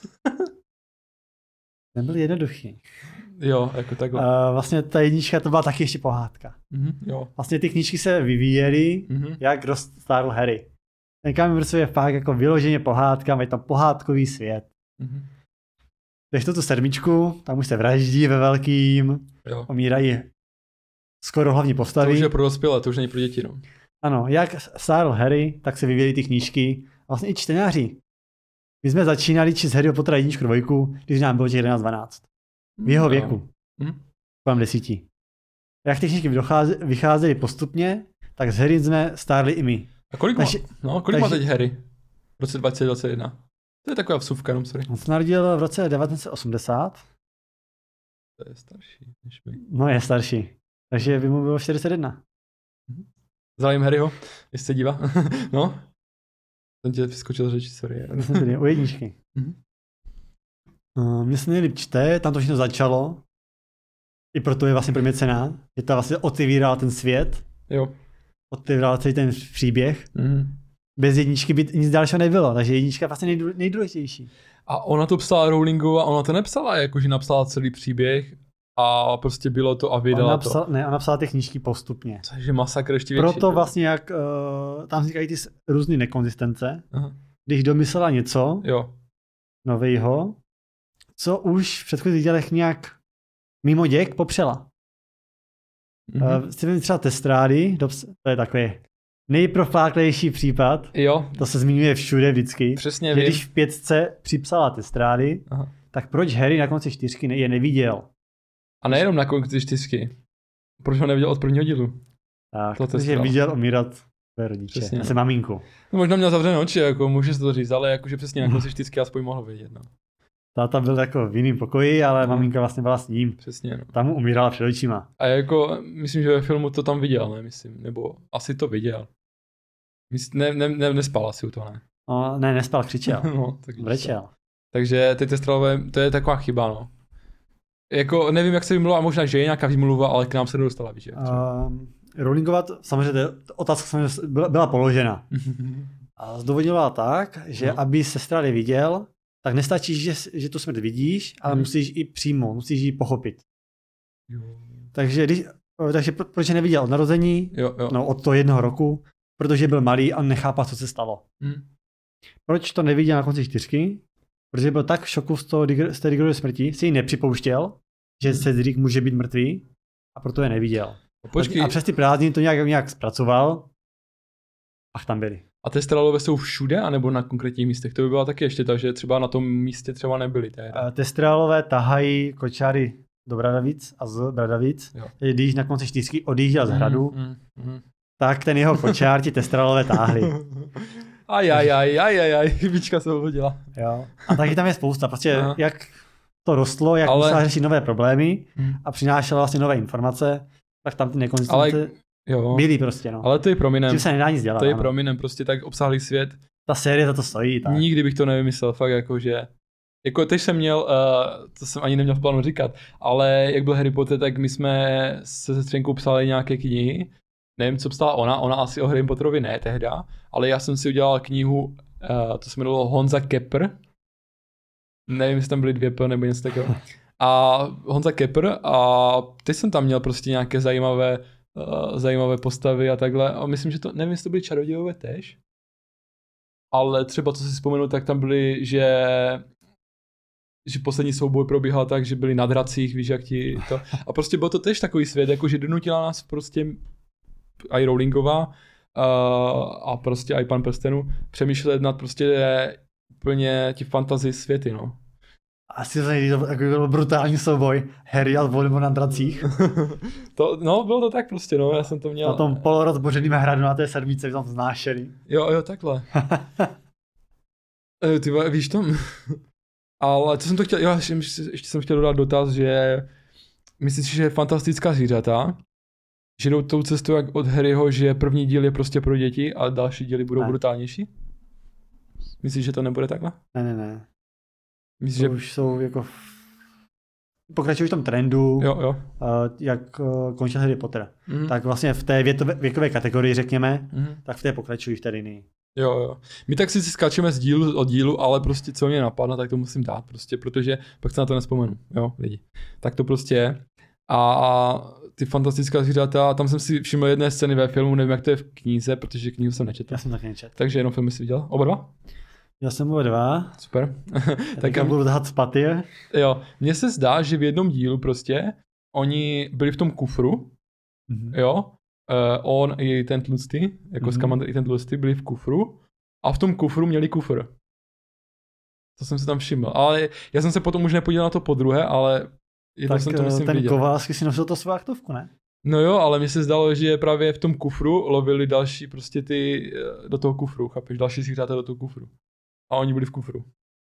Ten byl jednoduchý.
Jo, jako takhle.
Uh, vlastně ta jednička to byla taky ještě pohádka.
Mm-hmm, jo.
Vlastně ty knížky se vyvíjely,
mm-hmm.
jak rozstárl Harry. Ten Kámen Brc je fakt jako vyloženě pohádka, mají tam pohádkový svět.
Mm-hmm.
Když to tu sedmičku, tam už se vraždí ve velkým,
jo.
Umírají skoro hlavní postavy.
To už je pro dospělé, to už není pro děti, no.
Ano, jak stárl Harry, tak se vyvíjely ty knížky. A vlastně i čtenáři. My jsme začínali číst Harryho Pottera jedničku, dvojku, když nám bylo těch jedenáct dvanáct. V jeho věku.
Mm.
Kolem desíti. Jak ty knížky vycházely postupně, tak s Harry jsme stárli i my.
A kolik,
takže,
má, no, kolik takže, má teď Harry? V roce dva tisíce dvacet jedna. To je taková vsuvka, jenom sorry.
On se narodil v roce devatenáct set osmdesát.
To je starší než my.
No je starší. Takže by mu bylo čtyřicet jedna.
Mm. Zalím Harryho, jestli se dívá. no. Jsem tě vyskočil řeči, sorry.
U jedničky.
Mm.
Uh, Mně se nejlíp čte, tam to všechno začalo. I proto je vlastně pro mě cena, že ta vlastně otevírala ten svět.
Jo.
Otevírala celý ten příběh.
Mm.
Bez jedničky by nic dalšího nebylo, takže jednička je vlastně nejdů, nejdůležitější.
A ona to psala Rowlingová, ona to nepsala, jakože napsala celý příběh a prostě bylo to a vydala
ona psala,
to.
Ne, ona psala ty knížky postupně.
Což je masakr ještě větší.
Proto vlastně jak uh, tam vznikají ty různé nekonzistence, aha. Když domyslela něco
jo.
nového, co už v předchozích dílech nějak mimo děk popřela. Mm-hmm. Uh, si třeba Testrády, to je takový nejprofláklejší případ.
Jo.
To se zmiňuje všude vždycky.
Přesně
že
vím.
Když v pětce připsala Testrády, aha. tak proč Harry na konci čtyřky je neviděl?
A nejenom na konci čtyřky. Proč ho neviděl od prvního dílu?
Tak, protože viděl umírat své rodiče.
Přesně,
Asi no. maminku.
No, možná měl zavřené oči, jako může se to říct, ale jakože přesně na konci čtyřky aspoň mohl vědět. No.
Táta byl jako v jiném pokoji, ale maminka vlastně byla s ním.
Přesně, no.
Tam mu umírala před očima.
A jako, myslím, že ve filmu to tam viděl, ne, myslím, nebo asi to viděl. Ne, ne, ne, nespal asi u toho, ne?
No, ne, nespal, křičel.
no, tak
Brečel.
Takže ty Testralové, to je taková chyba, no. Jako, nevím, jak se vymluvá, možná, že je nějaká vymluva, ale k nám se nedostala, víš, jak
um, Rowlingova, samozřejmě, otázka samozřejmě byla, byla položena. A zdůvodnila tak, že no. aby Sestrády viděl, tak nestačí, že, že tu smrt vidíš, ale hmm. musíš ji přijmout, musíš ji pochopit.
Jo.
Takže, když, takže pro, proč neviděl od narození,
jo, jo.
no od toho jednoho roku, protože byl malý a nechápal, co se stalo.
Hmm.
Proč to neviděl na konci čtyřky? Protože byl tak v šoku z, toho, z té Diggorovy smrti, si ji nepřipouštěl, že hmm. Cedric může být mrtvý a proto je neviděl.
Počkej.
A přes ty prázdniny to nějak, nějak zpracoval, pak tam byli.
A Testralové jsou všude, anebo na konkrétních místech? To by byla taky ještě ta, že třeba na tom místě třeba nebyli.
Testralové tahají kočáry do Bradavic a z Bradavic. Jo. Když na konci čtyřky odjížděl z hradu, mm, mm, mm. tak ten jeho kočár ti Testralové táhli.
Aj, aj, aj, aj, aj, aj, chybička se hodila.
Jo. A taky tam je spousta, prostě Aha. jak to rostlo, jak
ale...
musela řešit nové problémy
hmm.
a přinášela vlastně nové informace, tak tam ty nekonzistence
ale...
byly prostě, no.
Ale to je prominem.
Tím se nedá nic dělat.
To je prominem, prostě tak obsáhlý svět.
Ta série za to stojí. Tak.
Nikdy bych to nevymyslel, fakt jako, že... Jako teď jsem měl, uh, to jsem ani neměl v plánu říkat, ale jak byl Harry Potter, tak my jsme se sestřenkou psali nějaké knihy. Nevím, co psala ona, ona asi o Harry Potterovi ne tehda, ale já jsem si udělal knihu, uh, to se jmenovalo Honza Kepper. Nevím, jestli tam byly dvě P nebo něco takového. A Honza Kepper a teď jsem tam měl prostě nějaké zajímavé, uh, zajímavé postavy a takhle. A myslím, že to, nevím, jestli to byly čarodějové též. Ale třeba, co si vzpomenu, tak tam byly, že že poslední souboj probíhal tak, že byli na dracích, víš, jak ti to. A prostě byl to tež takový svět, jako že donutila nás prostě i Rowlingová uh, a prostě i pan prstenů přemýšlet nad prostě úplně ti fantasy světy, no.
Asi to nejde, takový byl brutální souboj. Harry a Voldemort na dracích.
to, no, bylo to tak prostě, no, já jsem to měl.
Na tom polorozbořeným hradu na té sedmice, tam znášeli.
Jo, jo, takhle. Ty víš to? Ale co jsem to chtěl, jo, ještě, ještě jsem chtěl dodat dotaz, že myslím si, že fantastická zvířata, že jdou tou cestou jak od Harryho, že první díl je prostě pro děti a další díly budou ne. brutálnější? Myslíš, že to nebude takhle?
Ne, ne, ne.
Myslíš,
to
že...
už jsou jako... Pokračují v tom trendu,
jo, jo.
jak končil Harry Potter.
Mm.
Tak vlastně v té větové, věkové kategorii, řekněme,
mm.
tak v té pokračují v té linii.
Jo, jo. My tak si skáčeme z dílu od dílu, ale prostě co mě napadne, tak to musím dát prostě, protože pak se na to nespomenu, jo, lidi. Tak to prostě je. A ty fantastická zvířata, tam jsem si všiml jedné scény ve filmu, nevím, jak to je v knize, protože knihu jsem nečetl.
Já jsem taky nečetl.
Takže jenom filmy si viděl? Oba dva?
Já jsem oba dva.
Super.
tak já budu dát spaty.
Jo, mně se zdá, že v jednom dílu prostě oni byli v tom kufru, mm-hmm. jo, Uh, on i ten tlustý, jako mm-hmm. Scamander i ten tlustý byli v kufru a v tom kufru měli kufr. To jsem si tam všiml. Ale já jsem se potom už nepodíval na to podruhé, ale jednou jsem to myslím
ten
viděl.
Kovalský si nosil to svou aktovku, ne?
No jo, ale mi se zdalo, že právě v tom kufru lovili další prostě ty do toho kufru, chápeš, další zvířata do toho kufru. A oni byli v kufru.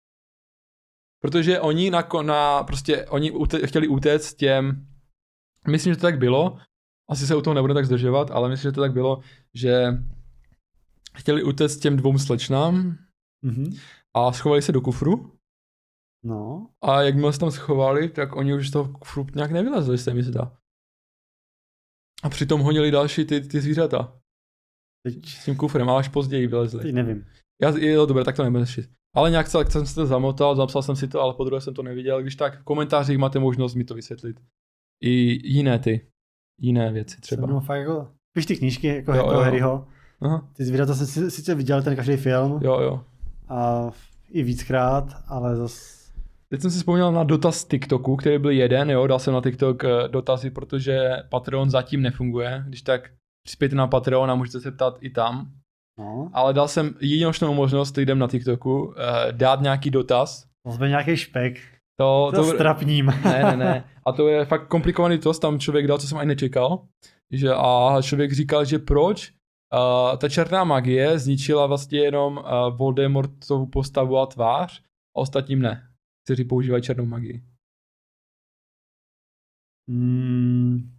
Protože oni na, na prostě, oni ute, chtěli utéct těm, myslím, že to tak bylo, asi se u toho nebude tak zdržovat, ale myslím, že to tak bylo, že chtěli utéct těm dvou slečnám mm-hmm. a schovali se do kufru.
No.
A jakmile se tam schovali, tak oni už z toho kufru nějak nevylezli, se mi zdá. A přitom honili další ty, ty zvířata. Teď... S tím kufrem, ale až později vylezli.
Teď nevím.
Já, jo, dobré, tak to nebudu řešit. Ale nějak celek jsem si to zamotal, zapsal jsem si to, ale podruhé jsem to neviděl. Když tak v komentářích máte možnost mi to vysvětlit. I jiné ty. Jiné věci třeba.
No fakt jako, víš ty knížky, jako
jo,
toho
jo.
Harryho.
Aha.
Ty zvířata jsem sice viděl ten každý film.
Jo, jo.
A i víckrát, ale zas...
Teď jsem si vzpomněl na dotaz z TikToku, který byl jeden, jo, dal jsem na TikTok dotazy, protože Patreon zatím nefunguje. Když tak přispějte na Patreon a můžete se ptát i tam.
No.
Ale dal jsem jedinečnou možnost lidem na TikToku dát nějaký dotaz.
To byl nějaký špek.
To,
to
to
strapním.
Ne, ne, ne. A to je fakt komplikovaný dost, tam člověk dal, co jsem ani nečekal. Že, a člověk říkal, že proč uh, ta černá magie zničila vlastně jenom uh, Voldemortovu postavu a tvář a ostatním ne, kteří používají černou magii.
Hmm.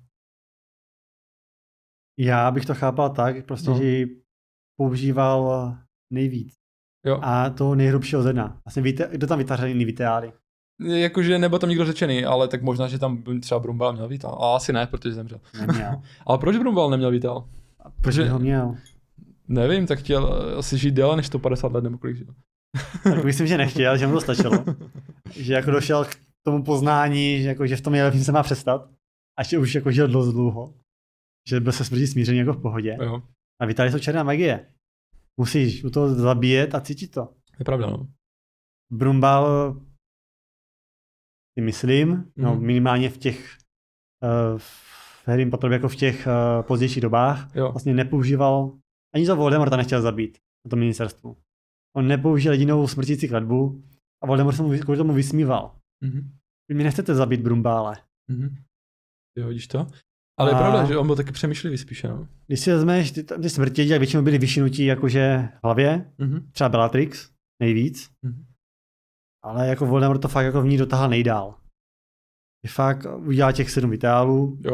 Já bych to chápal tak, prostě, no. že ji používal nejvíc.
Jo.
A to nejhrubšího ze dna. Vlastně víte, kdo tam vytvářel jiný viteáry?
Jakože nebyl tam nikdo řečený, ale tak možná, že tam třeba Brumbal měl Vital. A asi ne, protože zemřel.
Neměl.
Ale proč Brumbal neměl Vital?
A proč by ho měl?
Nevím, tak chtěl asi žít déle než sto padesát let nebo kolik žil.
Tak myslím, že nechtěl, že mu to stačilo. Že jako došel k tomu poznání, že, jako, že v tom nejlepším se má přestat. A že už jako žil dost dlouho. Že byl se smrtí smířený jako v pohodě.
Jo.
A Vitali jsou černá magie. Musíš u toho zabíjet a cítit to.
Je pravda, no.
Brumbal si myslím, mm. no minimálně v těch uh, v Harry Potterovi jako v těch uh, pozdějších dobách
jo.
vlastně nepoužíval, ani za Voldemorta nechtěl zabít na tom ministerstvu. On nepoužil jedinou smrtící kletbu a Voldemort se mu kvůli tomu vysmíval.
Mm-hmm.
Vy mě nechcete zabít, Brumbále.
Mm-hmm. Jo, vidíš to? Ale a... je pravda, že on byl taky přemýšlivý spíše, no.
Když si vezmeš, ty, ty smrtěti, jak většinou byli vyšinutí jakože v hlavě, mm-hmm. třeba Bellatrix nejvíc, mm-hmm. Ale jako Voldemort to fakt jako v ní dotáhl nejdál. Je fakt udělal těch sedm vitálů,
Jo.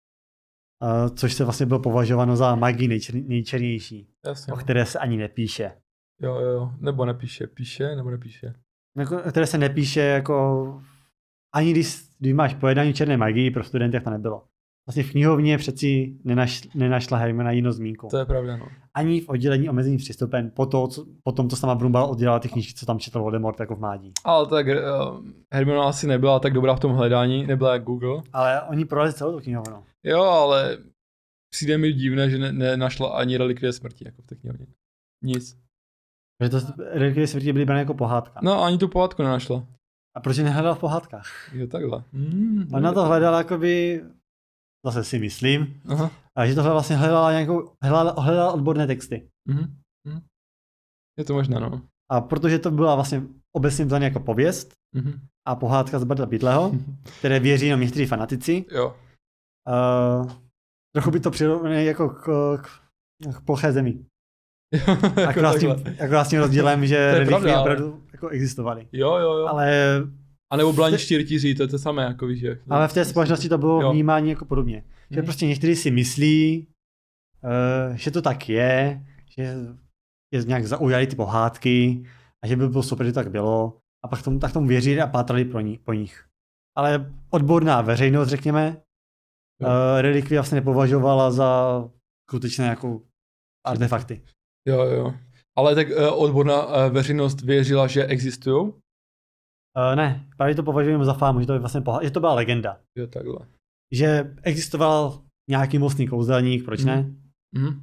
Uh, což se vlastně bylo považováno za magii nejčer, nejčernější,
Jasně.
o které se ani nepíše.
Jo, jo, jo. Nebo nepíše. Píše, nebo nepíše.
Jako, o které se nepíše jako... Ani když, když máš pojednání černé magii, pro studenty, jak to nebylo. Vlastně v knihovně přeci nenaš, nenašla Hermiona jinou zmínku.
To je pravda, no.
Ani v oddělení omezení přístupen, po, to, co, po tom, co sama Brumbal oddělala ty knížky, co tam četl Voldemort jako v mládí.
Ale tak uh, Hermiona asi nebyla tak dobrá v tom hledání, nebyla jak Google.
Ale oni prolezli celou tu knihovnu.
Jo, ale přijde mi divné, že ne, nenašla ani relikvie smrti jako v té knihovně. Nic.
Protože to relikvie smrti byly brány jako pohádka.
No ani tu pohádku nenašla.
A proč je nehledal v pohádkách?
Jo, takhle. Mm,
Ona to hledala jakoby, zase si myslím,
Aha.
a že tohle vlastně hledala nějakou, hledala, hledala odborné texty.
Mhm. Mhm. Je to možné, no.
A protože to byla vlastně obecně vzané jako pověst
Mhm.
a pohádka z Barda Bydleho, které věří jenom někteří fanatici,
Jo.
uh, trochu by to přirovnané jako k, k, k ploché zemi.
Jako
Akorát s tím,
takhle.
akorát s tím rozdílem, že
pravda,
relikvie
ale-
opravdu jako existovaly.
Jo, jo, jo.
Ale,
A nebo blaničtí rytíři, to je to samé, jako víš, jak.
ale v té společnosti to bylo
Jo.
vnímání jako podobně. Že
Mhm.
prostě někteří si myslí, uh, že to tak je, že je nějak zaujali ty pohádky a že by bylo super, že tak bylo. A pak tomu, tak tomu věřili a pátrali pro ní, po nich. Ale odborná veřejnost, řekněme,
Jo.
uh, relikvie vlastně nepovažovala za skutečné jako artefakty.
Jo, jo. Ale tak uh, odborná uh, veřejnost věřila, že existují?
Uh, ne, právě to považujeme za fámu, že to, je vlastně pohá- že to byla legenda.
Jo, takhle.
Že existoval nějaký mocný kouzelník, proč ne?
Mhm.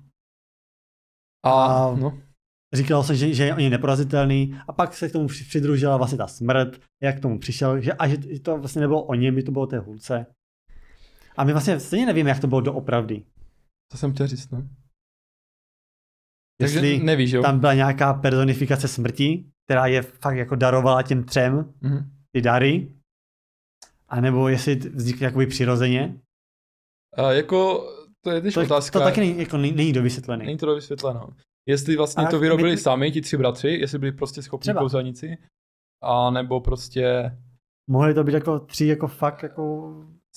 A,
A-
no.
Říkal se, že, že on je neporazitelný a pak se k tomu při- přidružila vlastně ta smrt, jak k tomu přišel, že, a že to vlastně nebylo o něm, že to bylo o té hulce. A my vlastně stejně nevíme, jak to bylo doopravdy.
To jsem chtěl říct, no. Takže
Jestli
nevíš, jo?
tam byla nějaká personifikace smrti, která je fakt jako darovala těm třem
Mhm.
ty dary, anebo jestli vznikly jakoby přirozeně.
A jako, to je tež
To,
otázka.
to taky není, jako, není, není dovysvětlený.
Není to vysvětleno. Jestli vlastně
A
to vyrobili
my-
sami, ti tři bratři, jestli byli prostě schopní
Třeba.
kouzelníci, a nebo prostě...
Mohly to být jako tři jako fakt jako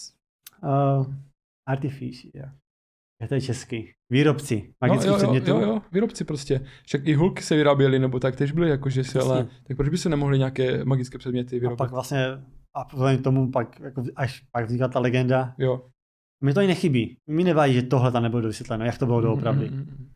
uh, artifici, yeah. To je český. Výrobci magických
no, jo,
předmětů.
jo, jo, výrobci prostě. Však i hulky se vyráběly, nebo tak tež byly jakože si, ale
Jasně.
tak proč by se nemohly nějaké magické předměty
A
vyrobit?
pak vlastně, a vzhledem k tomu pak, jako, až pak vznikla ta legenda.
Jo.
Mi to ani nechybí. Mi nevadí, že tohle tam nebylo dovysvětleno, jak to bylo doopravdy.
Mm, mm, mm.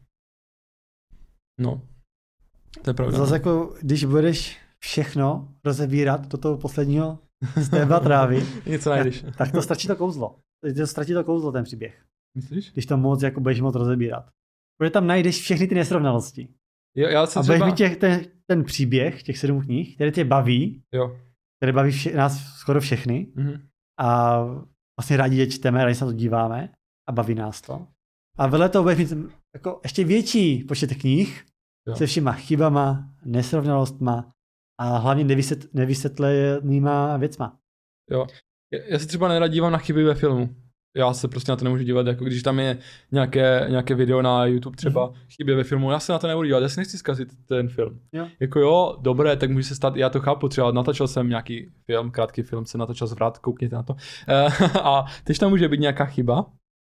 No, to je pravda.
Zase jako, když budeš všechno rozebírat do toho posledního stébla trávy,
Něco najdeš.
tak to ztratí to kouzlo. To ztratí to kouzlo ten příběh.
Myslíš?
Když to moc jako budeš moc rozebírat. Protože tam najdeš všechny ty nesrovnalosti.
Jo, já se
A budeš
třeba...
mít těch, ten, ten příběh, těch sedm knih, které tě baví,
Jo.
které baví vše, nás skoro všechny
Mhm.
a vlastně rádi je čteme, rádi se na to díváme a baví nás to. A vedle toho budeš mít jako ještě větší počet knih
Jo.
se všema chybama, nesrovnalostma a hlavně nevysvět, nevysvětlenýma věcma.
Jo. Já, já se třeba nerad dívám na chyby ve filmu. Já se prostě na to nemůžu dívat, jako když tam je nějaké, nějaké video na YouTube třeba mm. chyby ve filmu, já se na to nebudu dívat, já si nechci zkazit ten film.
Jo.
Jako jo, dobré, tak může se stát, já to chápu, třeba natočil jsem nějaký film, krátký film, se natočil zvrat, koukněte na to. A teď tam může být nějaká chyba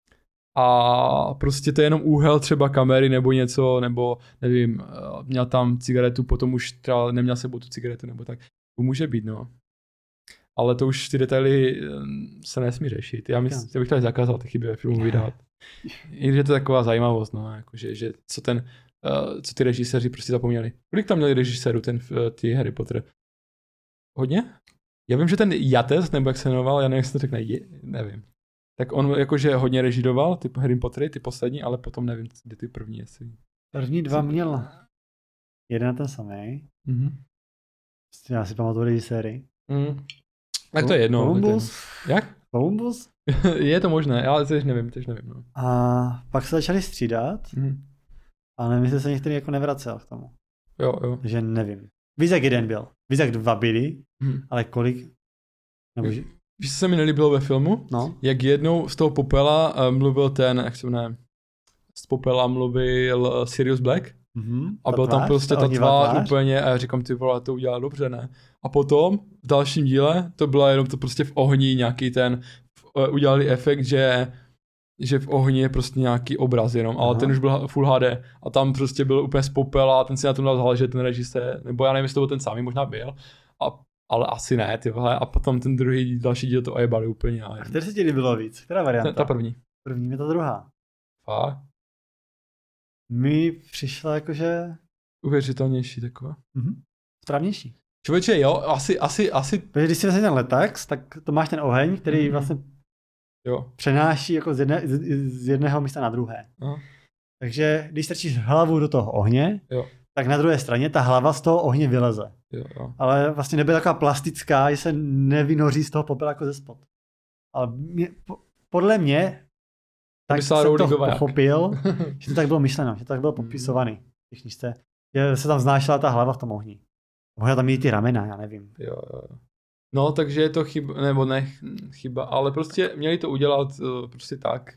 a prostě to je jenom úhel třeba kamery nebo něco, nebo nevím, měl tam cigaretu, potom už třeba neměl sebou tu cigaretu nebo tak. To může být, no. Ale to už ty detaily se nesmí řešit. Já, mysl, já bych tady zakázal ty chyby ve filmu vydávat. I když je to taková zajímavost, no, jakože, že co ten, uh, co ty režiséři prostě zapomněli. Kolik tam měli režisérů ten, uh, ty Harry Potter? Hodně? Já vím, že ten Yates, nebo jak se jmenoval, já nevím, jak se to řekne, je, nevím. Tak on jakože hodně režidoval, ty Harry Pottery, ty poslední, ale potom nevím, kde ty první, jestli...
První dva měl jeden a ten samý.
Mm-hmm.
Já si pamatuju režiséry.
Mm. Tak to je jedno.
Columbus?
Jak?
Columbus?
Je to možné, ale teď nevím, teď nevím. No.
A pak se začali střídat,
Mm.
ale nevím, jestli se některý jako nevracel k tomu.
Jo, jo.
Takže nevím. Víš, jak jeden byl. Víš, jak dva byli,
Mm.
ale kolik? Nebo, že...
Víš, co se mi nelíbilo ve filmu?
No.
Jak jednou z toho popela uh, mluvil ten, jak se jmenuje, z popela mluvil Sirius Black.
Mm-hmm.
A byl
tvář,
tam prostě ta, ta tvář, tvář úplně a já říkám, ty vole, to udělal dobře, ne? A potom v dalším díle to byla jenom to prostě v ohni nějaký ten, udělali efekt, že že v ohni je prostě nějaký obraz jenom, ale Aha. ten už byl full H D a tam prostě byl úplně z popela a ten si na tom dal záležet, ten režisér, nebo já nevím, jestli to byl ten samý, možná byl, a, ale asi ne, ty vole, a potom ten druhý, další díl to ojebali úplně.
A který se ti líbilo víc? Která varianta?
Ta, ta první.
První je ta druhá.
Fakt?
Mi přišla jakože...
Uvěřitelnější taková.
Mhm. Správnější.
Člověče, jo, asi, asi, asi...
Protože když si vezme ten letax, tak to máš ten oheň, který mm. vlastně
jo.
přenáší jako z, jedne, z, z jedného místa na druhé.
Aha.
Takže když strčíš hlavu do toho ohně,
jo.
tak na druhé straně ta hlava z toho ohně vyleze.
Jo, jo.
Ale vlastně nebyla taková plastická, že se nevynoří z toho popela jako ze spod. Ale mě, po, podle mě tak jsem to pochopil, že to tak bylo myšleno, že to tak bylo popisovaný v té knižce, že se tam znášela ta hlava v tom ohni. Možná tam i ty ramena, já nevím.
Jo, jo. No, takže je to chyba, nebo ne chyba, ale prostě měli to udělat uh, prostě tak,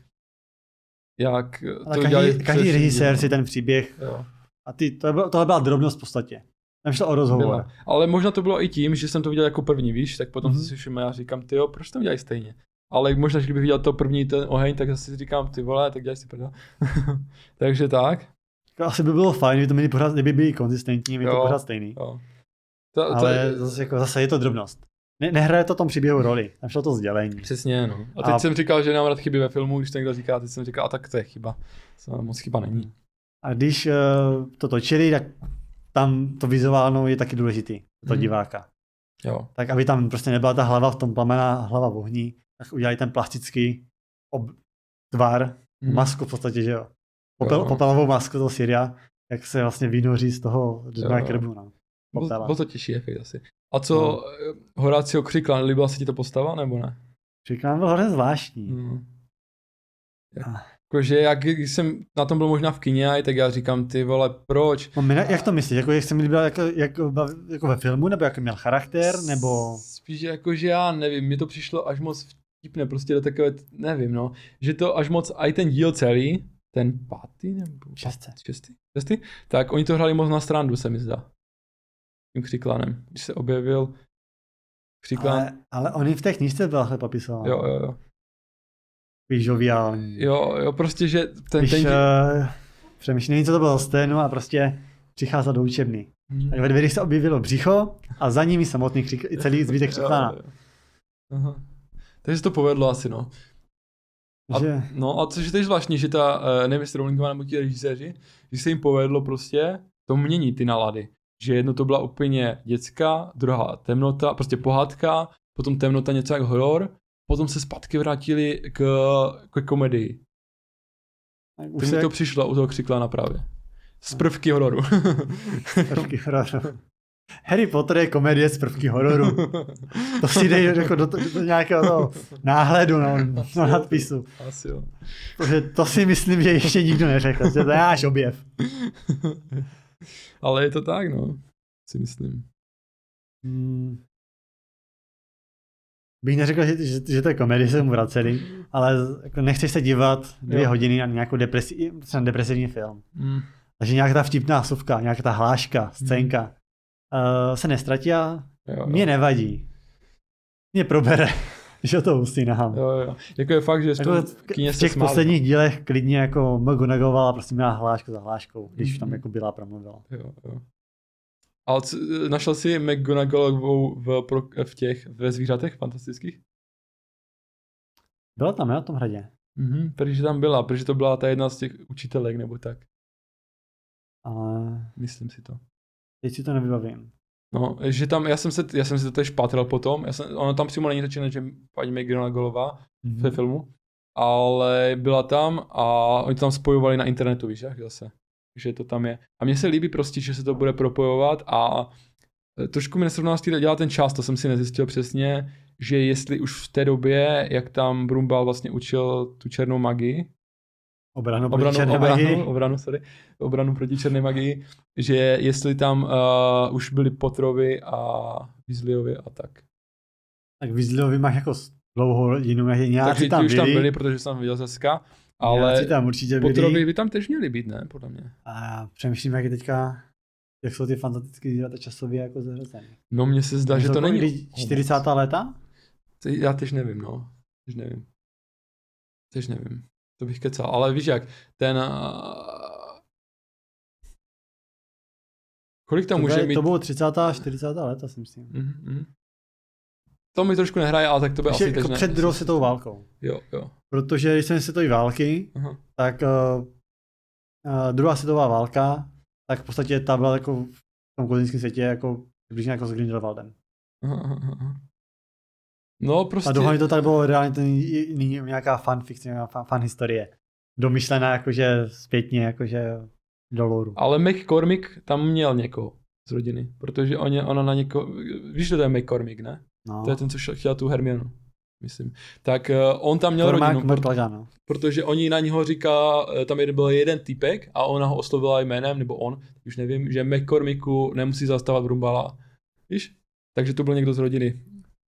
jak to
každý,
udělali.
Každý režisér si ten příběh,
jo.
a ty, to byla, tohle byla drobnost v podstatě. Tam šlo o rozhovor. Byla.
Ale možná to bylo i tím, že jsem to viděl jako první, víš, tak potom mm-hmm. si všiml a říkám, ty jo, proč to udělají stejně? Ale možná, že kdybych viděl to první ten oheň, tak zase si říkám, ty vole, tak dělaj si prdel. Takže tak.
Asi by bylo fajn, kdyby to měli pořád, kdyby byli konzistentní, měli to pořád stejný.
Jo. To, to,
ale zase, jako, zase je to drobnost. Ne, nehraje to tom příběhu roli, tam šlo to sdělení.
Přesně, no. A teď a... jsem říkal, že nemám rád chyby ve filmu, když to někdo říká, teď jsem říkal, a tak to je chyba. To moc chyba není.
A když uh, to točili, tak tam to vizuálno je taky důležitý, to hmm. diváka.
Jo.
Tak aby tam prostě nebyla ta hlava v tom plamená hlava v ohni, tak udělali ten plastický ob... tvar, hmm. masku v podstatě, že jo. Popel, jo. Popelovou masku toho Syria, jak se vlastně vynoří z toho dna krbu. No.
Byl to těžší efekt asi. A co no. Horácio Křiklan, líbila se ti to postava, nebo ne?
Křiklan byl hodně zvláštní.
Hmm. Jakože jak když jsem na tom byl možná v kině, tak já říkám, ty vole, proč?
No, ne, jak to myslíš? Jako, jak se mi líbil jako, jako, jako ve filmu, nebo jak měl charakter, nebo...
Spíš jakože já nevím, mně to přišlo až moc vtipné, prostě do takové, nevím no, že to až moc, i ten díl celý, ten pátý nebo...
Šestý.
Šestý? Šestý? Tak oni to hrali moc na strandu, se mi zdá. Tím Křiklanem, když se objevil Křiklan.
Ale, ale oni v té knižce byl popisován.
Jo, jo, jo.
Víš, žoviální.
Jo, jo, prostě, že ten...
Víš,
ten...
Uh, přemýšlím, co to bylo scénu a prostě přicházel do učebny. Hmm. Tak ve dverích se objevilo břicho a za nimi samotný křik, celý zbytek Křiklana. Jo, jo.
Aha. Takže se to povedlo asi, no. A,
že...
No a což je teď zvláštní, že ta, nevím, jestli Rowlingová nebo ti režiséři, že se jim povedlo prostě to mění ty nálady. Že jedno to byla úplně dětská, druhá temnota, prostě pohádka, potom temnota něco jak horor, potom se zpátky vrátili k, k komedii. Už mi to přišlo u toho Křiklana právě. Z prvky hororu.
Prvky hororu. Harry Potter je komedie z prvky hororu. To si jde jako do, do, do nějakého toho náhledu na, na nadpisu.
Asi jo.
Protože to si myslím, že ještě nikdo neřekl. To je náš objev.
Ale je to tak, no. Si myslím.
Hmm. Bych neřekl, že, že, že to je komedie, se mu vraceli, ale jako nechceš se dívat dvě jo. hodiny na nějakou depresi, depresivní film. Mm. Takže nějaká ta vtipná suvka, nějaká ta hláška, scénka mm. uh, se nestratí a jo, mě jo. nevadí. Mě probere, že to usínám.
Jo, jo. Jako je fakt, že
jako v, v těch smáli. Posledních dílech klidně jako McGonagallová prostě měla hlášku za hláškou, když mm. tam jako byla promluvila.
Jo, jo. Ale c- našel jsi McGonagallovou v, v těch, ve zvířatech fantastických?
Byla tam, na tom hradě.
Mhm, protože tam byla, protože to byla ta jedna z těch učitelek, nebo tak.
Ale...
Myslím si to.
Teď si to nevybavím.
No, že tam, já jsem se, já jsem si to tež pátral potom, já jsem, ono tam přímo není řečeno, že paní McGonagallová mm-hmm. ve filmu, ale byla tam a oni to tam spojovali na internetu, víš jak zase. Že to tam je. A mně se líbí prostě, že se to bude propojovat a trošku mi nesrovnalosti dělá ten čas, to jsem si nezjistil přesně, že jestli už v té době, jak tam Brumbal vlastně učil tu černou magii,
obranu,
obranu,
černé
obranu,
magii.
obranu, sorry, obranu proti černé magii, že jestli tam uh, už byli Potterovi a Weasleyovi a tak.
Tak Weasleyovi máš jako dlouhou rodinu, nějaký
Takže
tam
ty už
byli.
tam byli, protože jsem viděl Zeska. Ale
tam určitě byli.
Potterovi by tam tež měli být, ne? Podle mě.
A přemýšlím, jak je teďka, jak jsou ty fantastické zvířata časově jako zařazeny.
No mně se zdá, že to není.
čtyřicátá léta?
Já tež nevím, no. Tež nevím. Tež nevím. To bych kecal. Ale víš jak, ten... Kolik tam
to
může
bude,
mít?
To bylo třicátá čtyřicátá léta, si myslím.
Mm-hmm. To mi trošku nehraje, ale tak to by
Ještě
asi
jako
tež
před
ne.
druhou světovou válkou.
Jo, jo.
Protože když jsem světové války,
Aha.
tak uh, uh, druhá světová válka, tak v podstatě ta byla jako v tom kozmickém světě jako blížně jako s Grindelwaldem.
Aha, aha. No prostě...
A dohodně to tak bylo reálně to není nějaká fanfikce, nějaká fan, fan historie. Domyšlená jakože zpětně, jakože do lore.
Ale McCormick tam měl někoho z rodiny, protože on je, ona na někoho... Víš, že to je McCormick, ne?
No.
To je ten, co chtěl tu Hermionu, myslím. Tak uh, on tam měl
Cormac
rodinu,
McLaggan, no.
Protože oni na něho říká, tam byl jeden týpek a ona ho oslovila jménem, nebo on, už nevím, že McCormicku nemusí zastávat Brumbala. Víš? Takže to byl někdo z rodiny.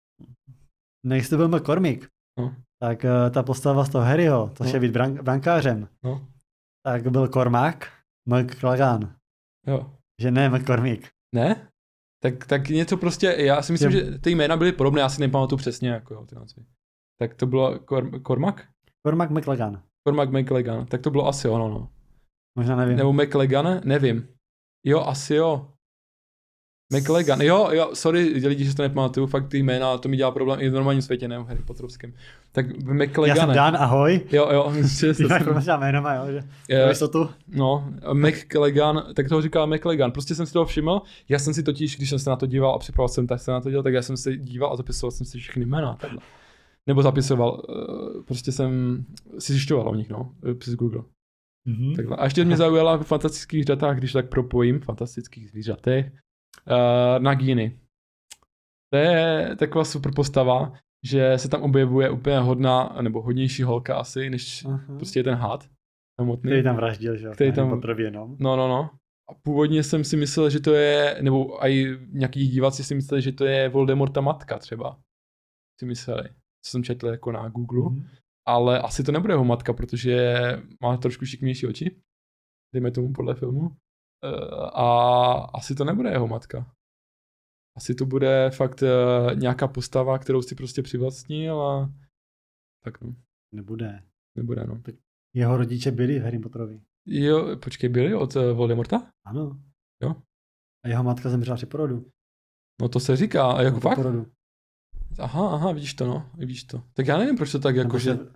Než to byl McCormick,
no.
tak uh, ta postava z toho Harryho, to
no.
šel být brank- brankářem,
no.
tak byl Cormac McLaggan.
Jo.
Že ne McCormick.
Ne? Tak, tak něco prostě, já si myslím, je... že ty jména byly podobné, já si nepamatuju přesně, jako jo, ty názvy. Tak to bylo Cor- Cormac?
Cormac McLaggan.
Cormac McLaggan, tak to bylo asi ono, no.
Možná nevím.
Nebo McLaggan, nevím. Jo, asi jo. McLaggan, jo, jo, sorry lidi, že to nepamatuju, fakt ty jména, to mi dělá problém i v normálním světě, ne v Harry Potterovském. Tak McLaggan.
Já jsem Dan, ahoj.
Jo, jo.
Ty máš problém jménama, jo, že
je,
to tu.
No, McLaggan, tak toho říká McLaggan, prostě jsem si toho všiml, já jsem si totiž, když jsem se na to díval a připravoval jsem, tak se na to dělal, tak já jsem se díval a zapisoval jsem si všechny jména, takhle. Nebo zapisoval, prostě jsem si zjišťoval o nich, no, přes Google.
Mm-hmm.
Takhle. A ještě mě zaujala v fantastických zvířatách, když tak propojím, fantastických zvířatech, Uh, Nagini. To je taková super postava, že se tam objevuje úplně hodná, nebo hodnější holka asi, než uh-huh. prostě je ten had. Samotný,
který tam vraždil, že?
Který tam...
No.
no, no, no. A původně jsem si myslel, že to je, nebo i nějaký diváci si mysleli, že to je Voldemorta matka třeba. Si mysleli. Co jsem četl jako na Google. Uh-huh. Ale asi to nebude jeho matka, protože má trošku šikmější oči. Dejme tomu podle filmu. A asi to nebude jeho matka. Asi to bude fakt uh, nějaká postava, kterou si prostě přivlastnil a tak no.
Nebude.
Nebude, no.
Tak jeho rodiče byli v Harry Potterovi.
Jo, počkej, byli od uh, Voldemorta?
Ano.
Jo.
A jeho matka zemřela při porodu.
No to se říká, a jako
no,
fakt?
Porodu.
Aha, aha, vidíš to, no, vidíš to. Tak já nevím, proč to tak
nebo
jako,
se...
že...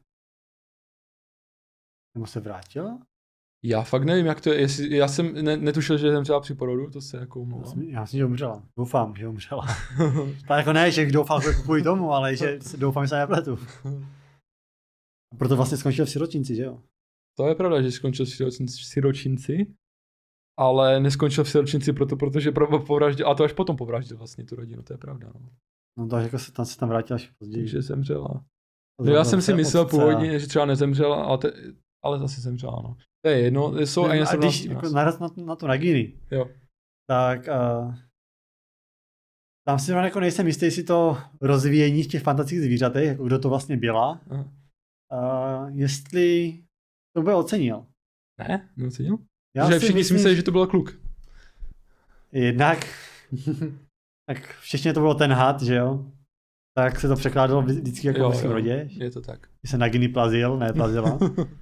Nebo se vrátila?
Já fakt nevím, jak to je, jestli, já jsem ne, netušil, že zemřela při porodu, to se jako umlouvám.
Já myslím, že umřela. Doufám, že umřela. Tak jako ne, že doufám kvůli tomu, ale že doufám, že se nepletu. Proto vlastně skončil v siročinci, že jo?
To je pravda, že skončil v siročinci, ale neskončil v siročinci proto, protože povraždil, a to až potom povraždil vlastně tu rodinu, to je pravda. No,
no to jako se tam se tam vrátil až později.
Takže zemřela. No, já jsem si myslel původně, že třeba nezemřela, ale, te, ale zase zemřela, no. To je jedno, jsou
ne,
ani
a když jako naraz na, na to Nagini,
jo.
tak uh, tam si jako nejsem jistý, jestli to rozvíjení v těch fantastických zvířatech, jako kdo to vlastně byla, uh, jestli to by ocenil.
Ne? Neocenil?
Já
že všichni
myslím,
mysleli, že to bylo kluk.
Jednak, tak v češtině to bylo ten had, že jo? Tak se to překládalo vždycky jako v svém rodě.
Je to tak.
Když se Nagini plazil, ne plazila.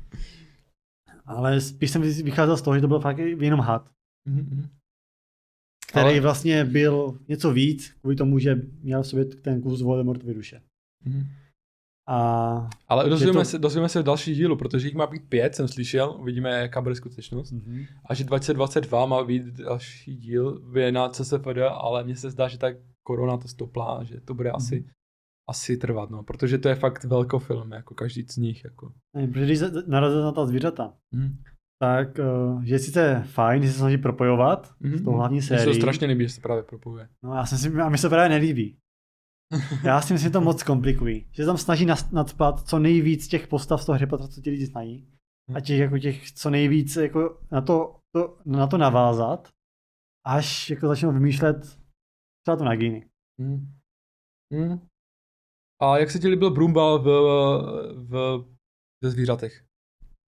Ale spíš jsem vycházel z toho, že to byl fakt jenom had.
Mm-hmm.
Který
ale...
vlastně byl něco víc, kvůli tomu, že měl v sobě ten kus Voldemortovy duše.
Mm-hmm.
A...
Ale dozvíme,
to...
se, dozvíme se v další dílu, protože jich má být pět, jsem slyšel, uvidíme, jaká bude skutečnost. Mm-hmm. A že dvacet dvacet dva má být další díl, je na C S F D, ale mně se zdá, že ta korona to stopla, že to bude mm-hmm. asi, asi trvat, no, protože to je fakt velkofilm, jako každý z nich. Jako.
Ne, protože když narazil na ta zvířata, mm-hmm. tak uh, že je sice fajn, že se snaží propojovat mm-hmm. s tou hlavní sérií.
Mně se to strašně líbí, že se právě propojuje.
No já jsem si, a mi se právě nelíbí. Já si myslím, že to moc komplikují. Že se tam snaží nadspat co nejvíc těch postav z toho Harry Pottera, co ti lidi znají. A těch, jako těch co nejvíc jako na, to, to, na to navázat, až jako začnou vymýšlet třeba to Nagini.
Hmm. Hmm. A jak se ti líbil Brumbal v, v, ve zvířatech?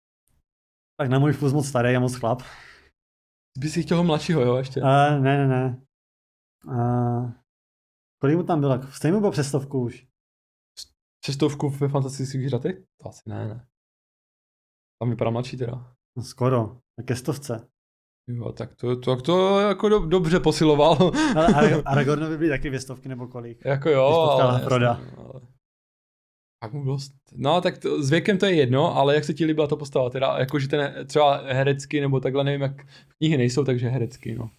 Tak na můj vkus moc starý a moc chlap.
Ty bys si chtěl mladšího, jo, ještě?
Uh, ne, ne, ne. Uh, kolik mu tam bylo? Stejně mu bylo přes stovku už.
Přes stovku ve fantastických zvířatech? To asi ne, ne. Tam vypadá mladší teda.
No skoro, ke stovce.
Jo, tak to, to, to jako do, dobře posiloval.
Ale Aragornovi byly taky dvě stovky nebo kolik.
Jako jo, ale, jasný, ale... Tak mu bylo... No tak to, s věkem to je jedno, ale jak se ti líbila ta postava, teda jakože ten třeba herecky nebo takhle, nevím jak knihy nejsou, takže herecky, no.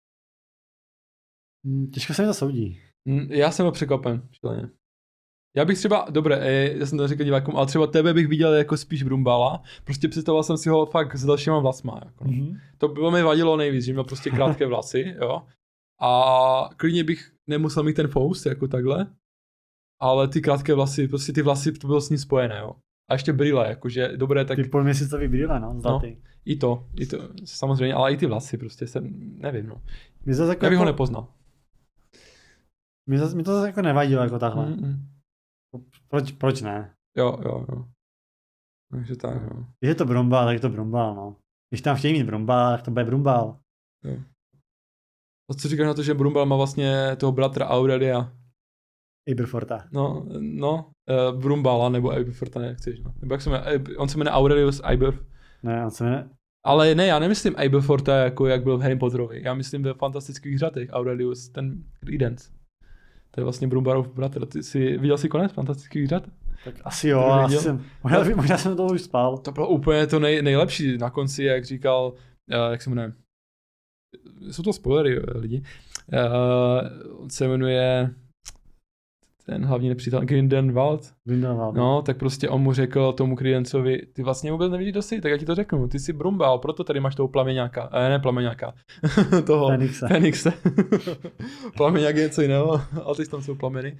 Těžko se mi to soudí.
Já jsem byl překvapen, štěleně. Já bych třeba, dobré, já jsem to řekl divákům, ale třeba tebe bych viděl jako spíš Brumbála, prostě představoval jsem si ho fakt s dalšíma vlasma, jako. Mm-hmm. To bylo mi vadilo nejvíc, že měl prostě krátké vlasy, jo. A klidně bych nemusel mít ten fous, jako takhle, ale ty krátké vlasy, prostě ty vlasy, to bylo s ním spojené, jo. A ještě brýle, jakože dobré, tak...
Ty půlměsícový brýle, no, zlatý.
No, i to, i to, samozřejmě, ale i ty vlasy, prostě jsem, nevím, no.
My zase jako
já bych
jako...
ho nepoznal.
Mi, zase, mi to zase jako nevadilo, jako takhle. Mm-mm. Proč, proč ne?
Jo, jo, jo. Takže tak, jo.
Když je to Brumbál, tak je to Brumbál, no. Když tam chtějí mít Brumbál, tak to bude Brumbál.
Jo. A co říkáš na to, že Brumbál má vlastně toho bratra Aurelia?
Aberforta.
No, no, uh, Brumbála nebo Aberforta, ne, jak chceš, no. Nebo jak se jmenuje, on se jmenuje Aurelius Aber.
Ne, on se jmenuje...
Ale ne, já nemyslím Aberforta, jako jak byl v Harry Potterovi. Já myslím ve fantastických řadech Aurelius, ten Credence. To je vlastně Brumbálův bratr. Ty jsi, viděl jsi konec fantastických řad?
Tak asi jo, asi jsem, možná, možná jsem to už spal.
To bylo úplně to nej, nejlepší na konci, jak říkal, uh, jak se jmenuje, jsou to spoilery, lidi, uh, on se jmenuje ten hlavní nepřítel Grindelwald.
Grindelwald.
No, tak prostě on mu řekl tomu Credencovi, ty vlastně vůbec nevidíš, kdo jsi, tak já ti to řeknu, ty jsi Brumbál, proto tady máš toho plaměňáka, eh, ne plaměňáka, toho
Fenixe.
Fenixe. Plaměňák je něco jiného, ale ty tam jsou plameny.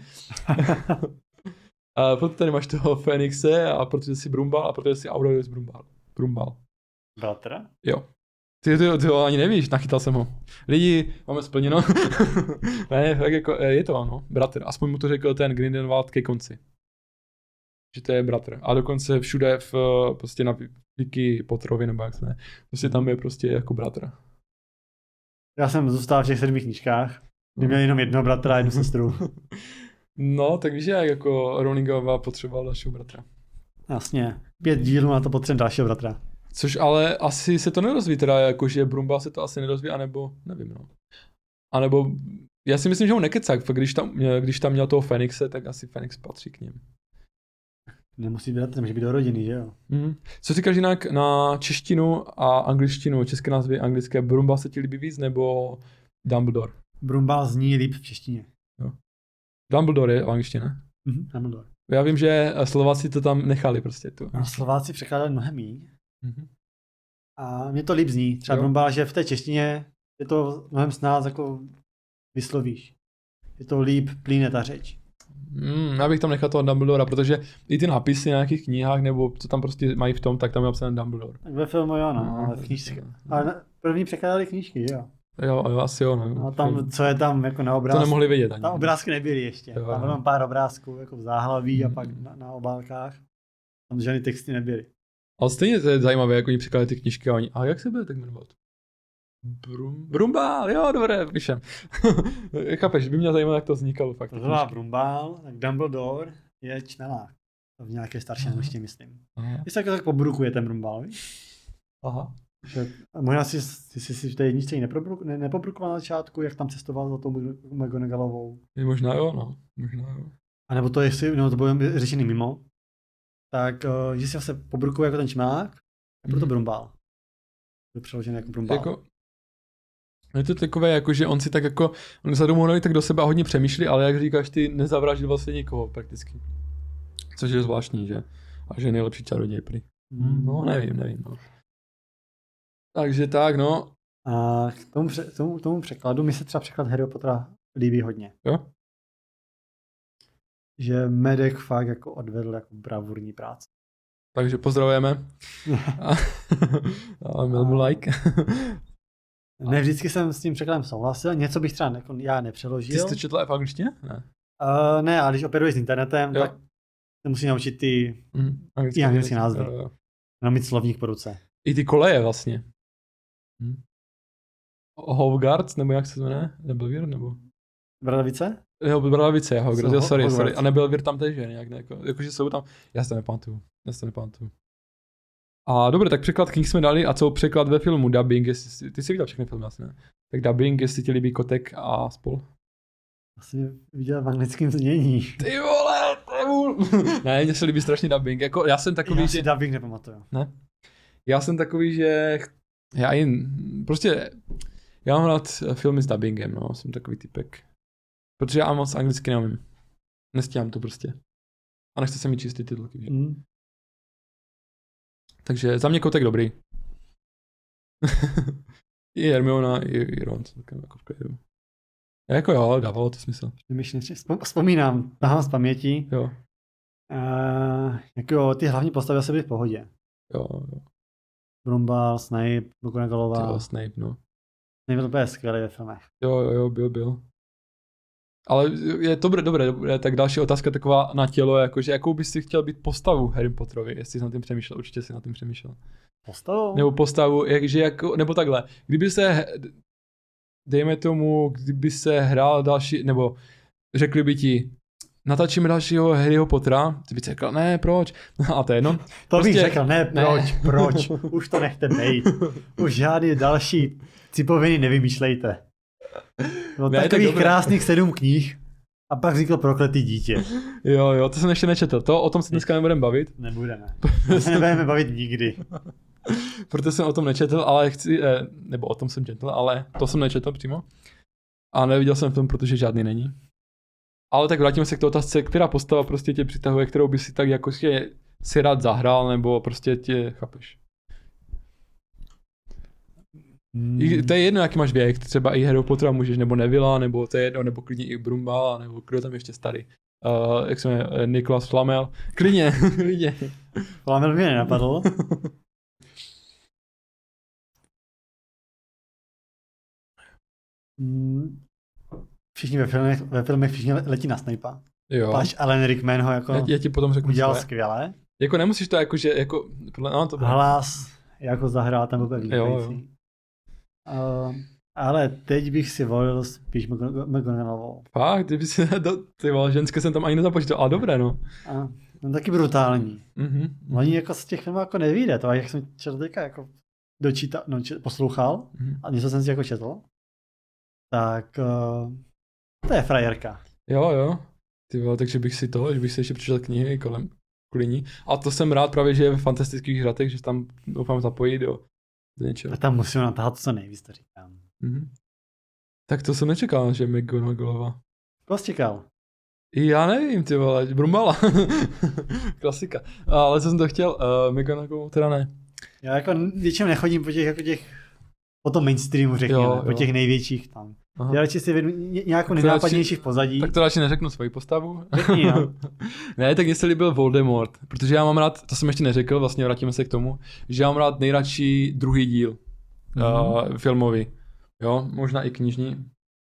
A proto tady máš toho Fenixe a protože jsi Brumbál a protože jsi Aurelius Brumbál. Brumbál.
Bratra?
Jo. Ty, ty, ty ho ani nevíš, nachytal jsem ho. Lidi, máme splněno. Ne, tak jako, je to ano, bratr. Aspoň mu to řekl ten Grindelwald ke konci. Že to je bratr. A dokonce všude v, prostě na Wiki Potterovi, nebo jak se ne, prostě tam je prostě jako bratr.
Já jsem zůstal v těch sedmi knížkách, kdy měl jenom jednoho bratra a jednu sestru.
No, tak víš, jak jako Rowlingová potřeboval dalšího bratra.
Jasně, pět dílů na to potřebuje dalšího bratra.
Což ale asi se to nerozví, teda jakože Brumbál se to asi nerozví, anebo nevím, no. A nebo, já si myslím, že ho nekecá, když tam, když tam měl toho Fenixe, tak asi Fenix patří k ním.
Nemusí být bratr, může být do rodiny, že jo?
Mm. Co říkáš jinak na češtinu a angličtinu, české názvy anglické, Brumbál se ti líbí víc, nebo Dumbledore?
Brumbál zní líp v češtině.
Jo. Dumbledore je v angličtině, ne?
Mhm, Dumbledore.
Já vím, že Slováci to tam nechali prostě. Tu.
A Slováci překládali mnohem míň.
Mm-hmm.
A mě to líp zní. Třeba Brumbál, že v té češtině je to mnohem snáz jako vyslovíš. Je to líp, plíne ta řeč.
Mm, já bych tam nechal toho Dumbledora, protože i ty nápisy na nějakých knihách, nebo co tam prostě mají v tom, tak tam je napsaný Dumbledore.
Tak ve filmu jo, no, no ale v knížce. Ale první překládali knížky, jo.
Jo, jo, asi jo, no.
A tam, co je tam jako na obrázku.
To nemohli vědět ani.
Tam obrázky nebyly ještě.
Jo,
tam bylo pár obrázků jako v záhlaví mm. a pak na, na obálkách. Tam žádný texty nebyly.
Ale stejně to je zajímavé, jak oni překládali ty knížky a oni, a jak se bude tak jmenovat? Brum, Brumbál, jo, dobré, píšem. Chápeš, by mě zajímalo, jak to vznikalo fakt.
To znamená Brumbál, tak Dumbledore je čmelák. To v nějaké starší angličtině myslím. Jestli tak, tak pobrukuje ten Brumbál, víš?
Aha.
Že, možná si, si, si, si v té jedničce ne, nepobrukoval na začátku, jak tam cestoval za tou McGonagallovou.
Je možná jo, no. Možná jo.
A nebo to, jestli, no to bylo řešený mimo, tak uh, že si vlastně pobrukuje jako ten čmelák, a proto mm. Brumbál. To je přeložené jako Brumbál. Jako,
je to takové, jako, že on si tak jako, on za domů tak do sebe hodně přemýšlí, ale jak říkáš, ty nezavraždil vlastně nikoho prakticky. Což je zvláštní, že? A že je nejlepší čaroděj prý. Mm. No, nevím, nevím, no. Takže tak, no.
A k tomu, tomu, tomu překladu, mi se třeba překlad Harryho Pottera líbí hodně.
Jo?
Že Medek fakt jako odvedl jako bravurní práci.
Takže pozdravujeme. A měl mu like.
Ne vždycky jsem s tím překladem souhlasil, něco bych třeba ne, já nepřeložil.
Ty jsi to četla v angličtině? Ne.
Uh, ne, ale když operuješ s internetem, jo. Tak se musí naučit ty mm, anglické, anglické názvy. Jo, jo. No mít slovník po ruce.
I ty koleje vlastně. Hm. Hogwarts, nebo jak se to jmenuje? Nebelvír, nebo?
Bradavice?
Jo, Bradavice, Hogwarts, jo, sorry,
Hogwarts.
sorry. A Nebelvír tam tež je nějak, jako, jakože jsou tam, já si to nepamatuju, já si to nepamatuju. A dobře, tak překlad knih jsme dali, a co překlad ve filmu, dubbing, jestli, ty jsi viděl všechny filmy, asi ne? Tak dubbing, jestli ti líbí Kotek a spol.
Asi viděl v anglickém znění.
Ty vole, ty vole. Ne, mně se líbí strašně dubbing, jako já jsem takový,
Já
že...
si dubbing nepamatuju.
Ne? Já jsem takový, že já jen, prostě, já mám rád filmy s dubbingem, no, jsem takový typek. Protože já moc anglicky neumím. Nestíhám to prostě. A nechce se mi číst ty titulky.
Mm.
Takže za mě Kotek dobrý. I Hermiona, i, i Ron, celkem jako v klidu. Jako jo, dávalo to smysl.
Vzpomínám, tahám z paměti.
Jo.
Uh, jako ty hlavní postavy asi byly v pohodě.
Jo, jo.
Brumbal, Snape, McGonagallová.
Jo, Snape, no.
Snape byl úplně skvělý ve filmech.
Jo, jo, jo, byl, byl. Ale je dobré, dobré, dobré, tak další otázka taková na tělo, jakože jakou bys si chtěl být postavu Harry Potterovi, jestli jsi na tím přemýšlel, určitě si na tím přemýšlel.
Postavu?
Nebo postavu, jakže jako, nebo takhle, kdyby se, dejme tomu, kdyby se hrál další, nebo řekli by ti, natáčíme dalšího Harryho Pottera, ty by si řekl, ne, proč? A to je jedno.
To
prostě,
bych řekl, ne, proč, ne. proč, už to nechte bejt. Už žádný další cipoviny nevymýšlejte. No ne, takových tak krásných sedm knih a pak vzniklo Prokletý dítě.
Jo, jo, to jsem ještě nečetl, to o tom se dneska nebudeme bavit.
Nebudeme, se nebudeme bavit nikdy.
Protože jsem o tom nečetl, ale chci, nebo o tom jsem četl, ale to jsem nečetl přímo. A neviděl jsem film, protože žádný není. Ale tak vrátíme se k té otázce, která postava prostě tě přitahuje, kterou by si tak jako si, si rád zahrál, nebo prostě tě, chápeš. Hmm. I, to je jedno, jaký máš věk, třeba i Harry Pottera můžeš, nebo Nevilla, nebo to je jedno, nebo klidně i Brumbala, nebo kdo tam ještě starý. Uh, jak se jmenuje, Niklas Flamel. Klidně, klidně.
Flamel mě nenapadl. Hmm. Všichni ve filmech, ve filmech všichni letí na Snape'a.
Jo.
Pač Alan Rickman ho jako
já, já ti potom řeknu
udělal
své.
skvěle.
Jako nemusíš to jako, že jako... No, to
hlas jako zahrál tam byl vynikající. Uh, ale teď bych si volil spíš McGonagallovou.
Fakt, ty by si, do, ty vole, ženské jsem tam ani nezapočítal, ale dobré, no.
A, no taky brutální.
Mm-hmm.
Oni jako z těch filmů jako nevíde, to jak jsem četl teďka jako dočítal, no, čet, poslouchal mm-hmm. a něco jsem si jako četl, tak uh, to je frajerka.
Jo, jo. Ty vole, takže bych si to, že bych si ještě přečetl knihy kolem Kuliní. A to jsem rád právě, že je ve fantastických hratech, že tam doufám zapojit do, do něčeho.
A tam musím natáhat co nejvíc, to říkám.
Mm-hmm. Tak to jsem nečekal, že McGonagallova.
Koho jsi čekal?
Já nevím, ty vole, Brumbala. Klasika. Ale co jsem to chtěl, uh, McGonagallovou teda ne.
Já jako většinou nechodím po těch, jako těch, po tom mainstreamu řekněme, jo, jo. po těch největších tam. Aha. Já radši si vědu nějakou nejnápadnější v pozadí.
Tak to radši neřeknu svoji postavu.
Řekni, no.
Ne, tak mně se líbil Voldemort, protože já mám rád, to jsem ještě neřekl, vlastně vrátíme se k tomu, že já mám rád nejradši druhý díl mm-hmm. uh, filmový, jo, možná i knižní.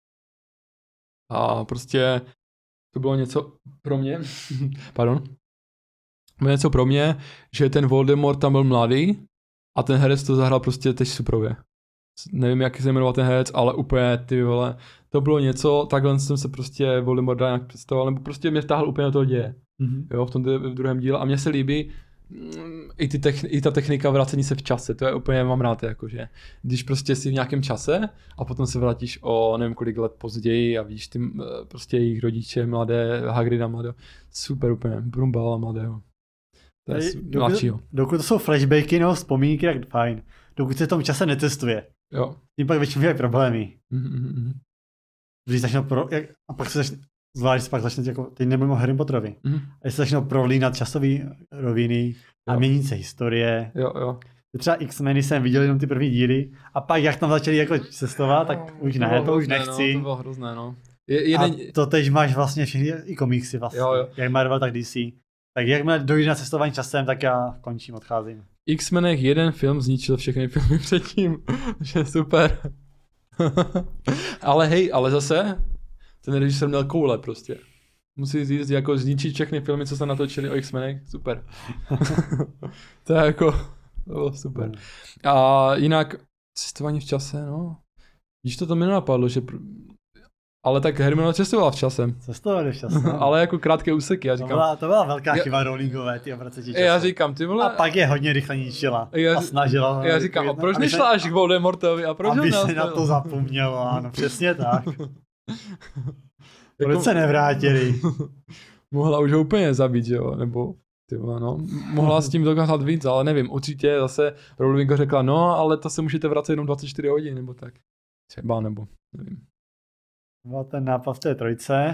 A prostě to bylo něco pro mě, pardon, bylo něco pro mě, že ten Voldemort tam byl mladý a ten herec to zahrál prostě teď suprově. Nevím, jak se jmenoval ten herec, ale úplně, ty vole, to bylo něco, takhle jsem se prostě Voldemorta nějak představoval, nebo prostě mě vtáhl úplně do toho děje, mm-hmm. jo, v tom v druhém díle a mně se líbí mm, i, ty techn- i ta technika vracení se v čase, to je úplně, mám rád, jakože, když prostě jsi v nějakém čase a potom se vrátíš o nevím kolik let později a víš ty prostě jejich rodiče mladé, Hagrida mladého, super úplně, Brumbala mladého, to je mladšího.
Dokud to jsou flashbacky, no, vzpomínky, tak fajn, dokud se v tom čase netestuje.
Jo.
Tím pak většinou dělají problémy.
Mm-hmm.
Když začnou pro... Jak, a pak se začne... Zvlášť pak začne, jako... Teď nebudeme o Harry Potterovi. Mm-hmm. A se začnou prolínat časové roviny a jo. měnit se historie.
Jo, jo.
Třeba X-meny jsem viděl jenom ty první díly a pak jak tam začali jako cestovat, tak no, už ne, to, to už
hrozné,
nechci.
No, to bylo hrozné, no. Je, jeden...
A to teď máš vlastně všechny i komiksy vlastně. Jo, jo. Jak Marvel, tak D C. Tak jakmile dojde na cestování časem, tak já končím, odcházím.
X-menech jeden film zničil všechny filmy předtím, že super. Ale hej, ale zase, ten režisér měl koule prostě. Musí říct, jako zničit všechny filmy, co se natočili o X-menech, super. To je jako, To bylo super. A jinak cestování v čase, no. Když to to mi nenapadlo, že... Ale tak Hermiona cestovala v čase.
Cestovala v čase. No.
Ale jako krátké úseky, já říkám.
To byla, to byla velká chyba Rowlingové, ty obracetí času.
Já říkám, ty vole.
A pak je hodně rychle ničila. Já, a snažila.
Já říkám, a proč nešla až k Voldemortovi? A proč
aby se na to zapomnělo, ano, přesně tak. Proč se nevrátili?
Mohla už ho úplně zabít, jo, nebo ty vole, no. Mohla s tím dokázat víc, ale nevím, určitě zase Rowling řekla, no, ale to se můžete vracet jenom dvacet čtyři hodin, nebo tak. Třeba, nebo nevím.
Byl ten nápad v té trojce,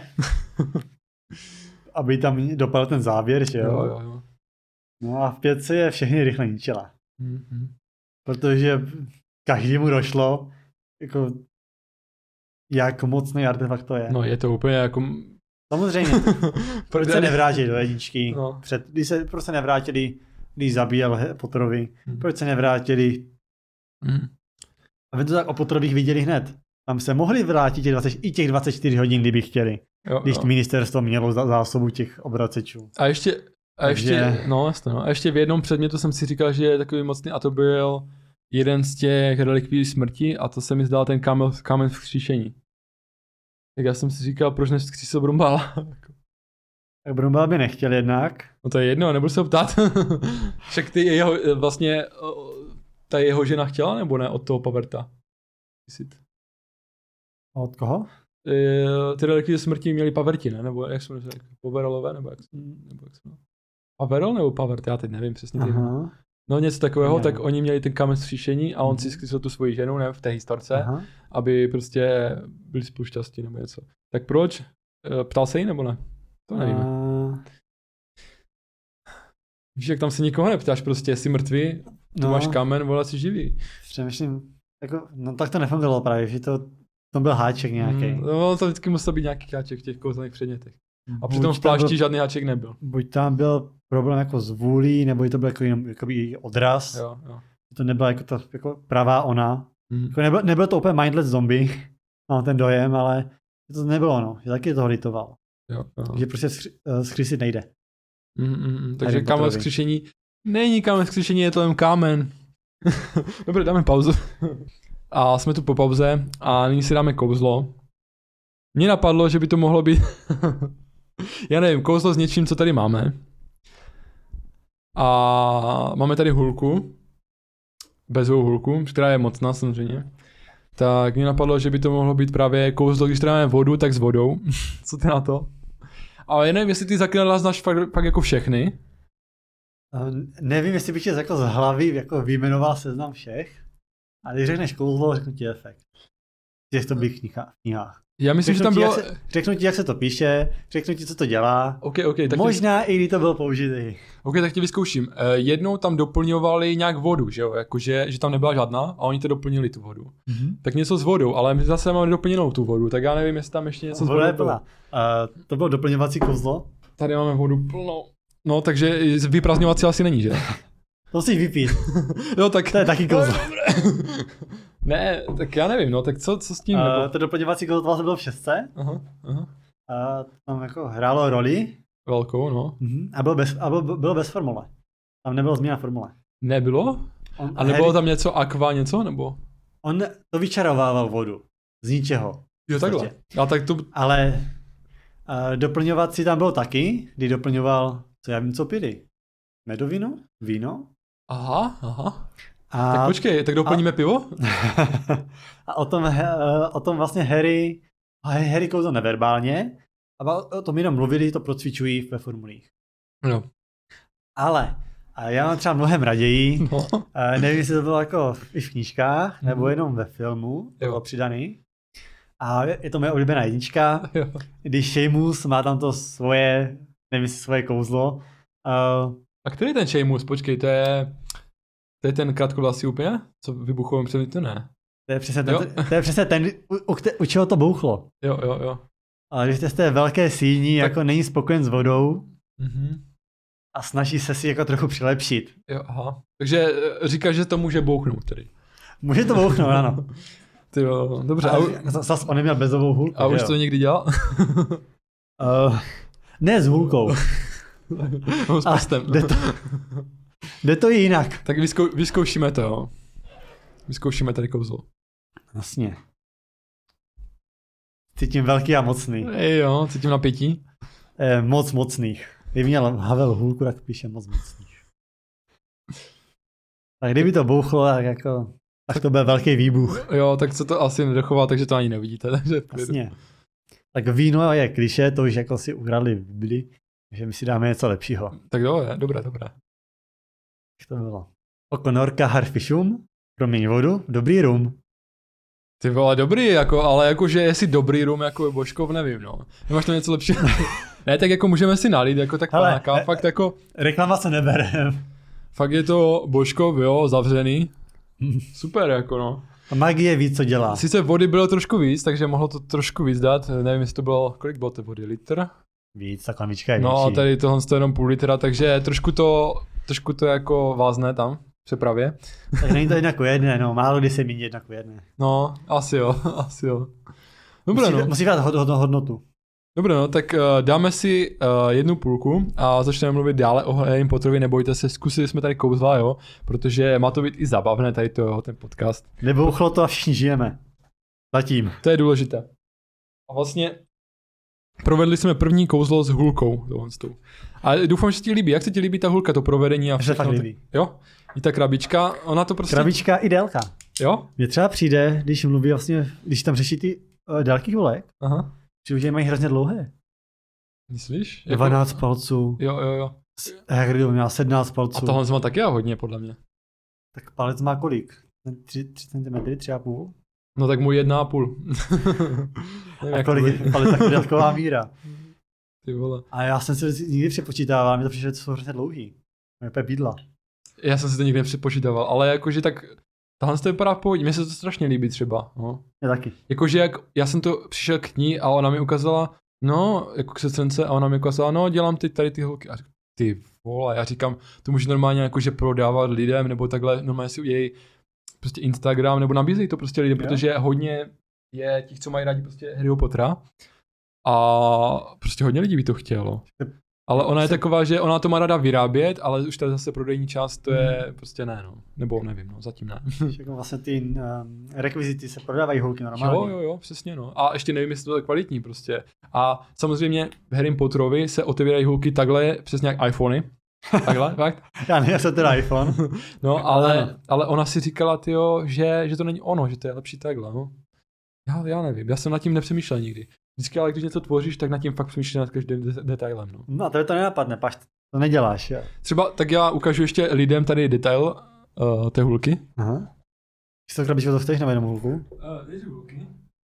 aby tam dopadl ten závěr, že jo?
Jo, jo, jo.
No a v pětce je všechny rychle ničila.
Mm-hmm.
Protože každému došlo, jako, jak mocný artefakt to je.
No je to úplně jako...
Samozřejmě. Proč se nevrátili do jedničky?
No.
Před, když se prostě nevrátili, když zabíjel Potterovi. Mm. Proč se nevrátili?
Mm.
A vy to tak o Potterových viděli hned. Tam se mohli vrátit těch dvacet, i těch dvacet čtyři hodin, kdyby chtěli. Jo, když jo. Ministerstvo mělo zásobu těch obracečů.
A ještě, a ještě, Takže... no jasně, no. A ještě v jednom předmětu jsem si říkal, že je takový mocný a to byl jeden z těch relikví smrti a to se mi zdal ten kámen, kámen vzkříšení. Tak já jsem si říkal, proč nevzkřísil Brumbála.
Tak Brumbál by nechtěl jednak.
No to je jedno, nebudu se ho ptát. Však ty jeho, vlastně, ta jeho žena chtěla nebo ne od toho Paverta?
Od koho?
Ty relikvie smrti měli Paverti, ne? Nebo jak jsme řekli? Poverolové? Nebo jak, nebo jak jsme... Paverol nebo Pavert? Já teď nevím přesně. No něco takového, tak oni měli ten kámen vzkříšení a on mm-hmm. si zkřísil tu svoji ženu, ne? V té historce, Aha. aby prostě byli spolu šťastní nebo něco. Tak proč? Ptal se jí nebo ne? To nevíme. Uh... Víš, jak tam se nikoho neptáš, prostě jsi mrtvý, tu no. máš kámen, vole, jsi živý.
Přemýšlím, jako, no tak to nefungovalo právě, že to tam byl háček nějaký.
Mm, no to vždycky musel být nějaký háček v těch kouzelných předmětech. A přitom v plášti byl, žádný háček nebyl.
Buď tam byl problém jako s vůlí, nebo to byl jako jenom jakoby odraz.
Jo, jo. To
nebyla jako, to, jako pravá ona. Mm. Jako nebyl, nebyl to úplně mindless zombie, mám ten dojem, ale to nebylo ono, že taky to litoval.
Jo, jo.
Že prostě zkřísit nejde.
Mm, mm, takže kámen vzkříšení není kámen vzkříšení, je to jen kámen. Dobře, dáme pauzu. A jsme tu po pauze a nyní si dáme kouzlo. Mně napadlo, že by to mohlo být, já nevím, kouzlo s něčím, co tady máme. A máme tady hulku, bezovou hulku, která je mocná samozřejmě. Tak mně napadlo, že by to mohlo být právě kouzlo, když tady máme vodu, tak s vodou. Co ty na to? Ale nevím, jestli ty zaklinadla znáš fakt, fakt jako všechny.
Uh, nevím, jestli bych tě jako z hlavy jako vyjmenoval seznam všech. A když řekneš kouzlo, řeknu ti efekt. V to bych knihách.
Já myslím,
řeknu
že tam bylo...
Se, řeknu ti, jak se to píše, řeknu ti, co to dělá.
Okay, okay, tak
možná
tě...
i kdy to byl použitý.
Ok, tak ti vyzkouším. Uh, jednou tam doplňovali nějak vodu, že jo? Jakože, že tam nebyla žádná a oni to doplnili tu vodu. Mm-hmm. Tak něco s vodou, ale my zase máme doplněnou tu vodu, tak já nevím, jestli tam ještě něco
voda
s vodou bylo.
Uh, to bylo doplňovací kouzlo.
Tady máme vodu plnou. No, takže vyprazňovací asi není, že?
To si vypít.
No, tak...
To je taky kouzlo.
Ne, tak já nevím, no, tak co, co s tím? Uh,
nebo... To doplňovací kouzlo vlastně bylo v šestce.
Aha, aha.
Uh, tam jako hrálo roli.
Velkou, no.
Uh-huh. A, byl bez, a byl, byl bez formule. Tam nebylo změna formule.
Nebylo? On, a nebylo Harry... tam něco aqua, něco, nebo?
On to vyčarovával vodu. Z ničeho.
Jo, takhle. A tak to...
Ale uh, doplňovací tam bylo taky, kdy doplňoval, co já vím, co pili. Medovinu? Víno?
Aha, aha.
A,
tak počkej, tak doplníme a, pivo?
A o tom, o tom vlastně Harry, Harry kouzlo neverbálně, a o tom jenom mluvili, to procvičují ve formulích.
No.
Ale a já mám třeba mnohem raději, no. Nevím, jestli to bylo jako i v knížkách, mm. nebo jenom ve filmu, to bylo přidaný. A je to moje oblíbená jednička, jo. Když Seamus má tam to svoje, nevím, jestli svoje kouzlo. Uh,
a který je ten Seamus? Počkej, to je... To je ten krátkovlasý úplně? Co vybuchovým předmětu, ne?
To je přesně ten, to je přesně ten u, u, u čeho to bouchlo.
Jo, jo, jo.
Ale když jste z té velké síni, tak... jako není spokojen s vodou
mm-hmm. a
snaží se si jako trochu přilepšit.
Jo, aha. Takže říkáš, že to může bouchnout tedy.
Může to bouchnout, ano.
Ty jo, dobře.
A, a zase on neměl bezovou hulku.
A už jo. To někdy dělal?
uh, ne s hulkou.
No, s prstem.
Jde to, Jde to jinak.
Tak vyzkou, vyzkoušíme to, jo. Vyzkoušíme tady kouzlo.
Jasně. Cítím velký a mocný.
Ej jo, cítím napětí.
Eh, moc mocných. Kdyby měl Havel hůlku, tak píše moc mocných. A kdyby to bouchlo, tak jako... Tak to byl velký výbuch.
Jo, tak se to asi nedochová, takže to ani nevidíte. Takže
Jasně. Tak víno je klišé, to už jako si ukradli v Bibli, že my si dáme něco lepšího.
Tak jo, je, dobré, dobré.
Jak to bylo? Oko norka harfy šum, promiň vodu, dobrý rum.
Ty vole, dobrý, jako, ale jakože jestli dobrý rum jako Božkov, nevím, no. Nemáš to něco lepšího? Ne, tak jako můžeme si nalít, jako tak páka, e, fakt jako...
Reklama se neberem.
Fakt je to Božkov, jo, zavřený. Super, jako no.
A magie ví, co dělá.
Sice vody bylo trošku víc, takže mohlo to trošku víc dát. Nevím, jestli to bylo, kolik bylo to vody, litr?
Víc, ta klamička je
No,
větší.
tady tohle je jenom půl litra, takže trošku to, trošku to jako vázne tam v přepravě.
Tak není to jednako jedné, no, málo kdy se míní jednako jedné.
No, asi jo, asi jo. Dobré,
musí,
no.
Musí dát hod, hod, hodnotu.
Dobré, no, tak uh, dáme si uh, jednu půlku a začneme mluvit dále o Harrym Potterovi, nebojte se, zkusili jsme tady kouzla, jo, protože má to být i zabavné tady to, jo, ten podcast.
Nebouchlo to a všichni žijeme. Zatím.
To je důležité. A vlastně provedli jsme první kouzlo s hulkou. A doufám, že se ti líbí. Jak se ti líbí ta hulka, to provedení a všechno?
Se fakt líbí.
Jo? I ta krabička, ona to prostě...
Krabička i délka.
Jo?
Mně třeba přijde, když mluví vlastně, když tam řeší ty uh, délky hulek,
Aha.
že už je mají hrozně dlouhé.
Myslíš?
dvanáct jako... palců.
Jo, jo, jo.
Hagrid měl sedmnáct palců.
A tohle má taky hodně, podle mě.
Tak palec má kolik? tři centimetry, tři a půl?
No tak můj jedna a půl.
A kolik je palec, tak délková míra.
Ty vole.
A já jsem si nikdy přepočítával, mi to přišlo, že to jsou hrozně dlouhý. Mě úplně bídla.
Já jsem si to nikdy nepřepočítával, ale jakože tak tahle to vypadá v pohodě, mně se to strašně líbí třeba. No.
Já taky.
Jakože jak já jsem to přišel k ní a ona mi ukázala, no, jako k sestrence a ona mi ukázala, no, dělám teď tady ty holky. A říkám, ty vole, já říkám, to může normálně jakože prodávat lidem, nebo takhle, normálně si udějí prostě Instagram, nebo nabízejí to prostě lidem, jo. Protože hodně je těch, co mají rádi prostě Harryho Pottera a prostě hodně lidí by to chtělo. Ale ona je taková, že ona to má ráda vyrábět, ale už tady zase prodejní část, to je hmm. prostě ne, no. Nebo nevím, no, zatím ne.
Jako vlastně ty um, rekvizity se prodávají holky normálně.
Jo, jo, jo, přesně, no. A ještě nevím, jestli to je kvalitní prostě. A samozřejmě v Harrym Potterovi se otevírají hulky takhle, přesně jak iPhony. Takhle, fakt?
Já ne, já jsem teda iPhone.
No, ale, ale ona si říkala, tyjo, že, že to není ono, že to je lepší takhle, no. Já, já nevím, já jsem nad tím nepřemýšlel nikdy. Vždycky, ale když něco tvoříš, tak nad tím fakt přemýšlíš nad každým detailem, no.
No, to je to nenapadne, paš, to neděláš, jo.
Třeba, tak já ukážu ještě lidem tady detail uh, té hulky.
Aha. Když to krabičku to chceš, nebo jenom hulku?
Uh, Ježi hulky.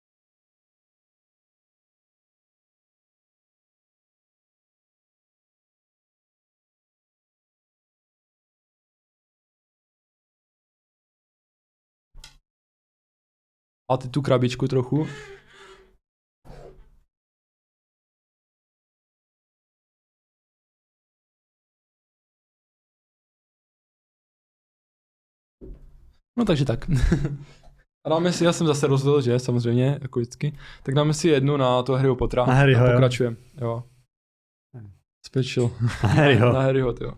A ty tu krabičku trochu. No takže tak. A dáme si, já jsem zase rozdělil, že samozřejmě, jako vždycky. Tak dáme si jednu na toho Harryho Pottera.
Na Harryho,
a pokračujeme. Jo. Special.
Na Harryho.
Na Harryho, jo.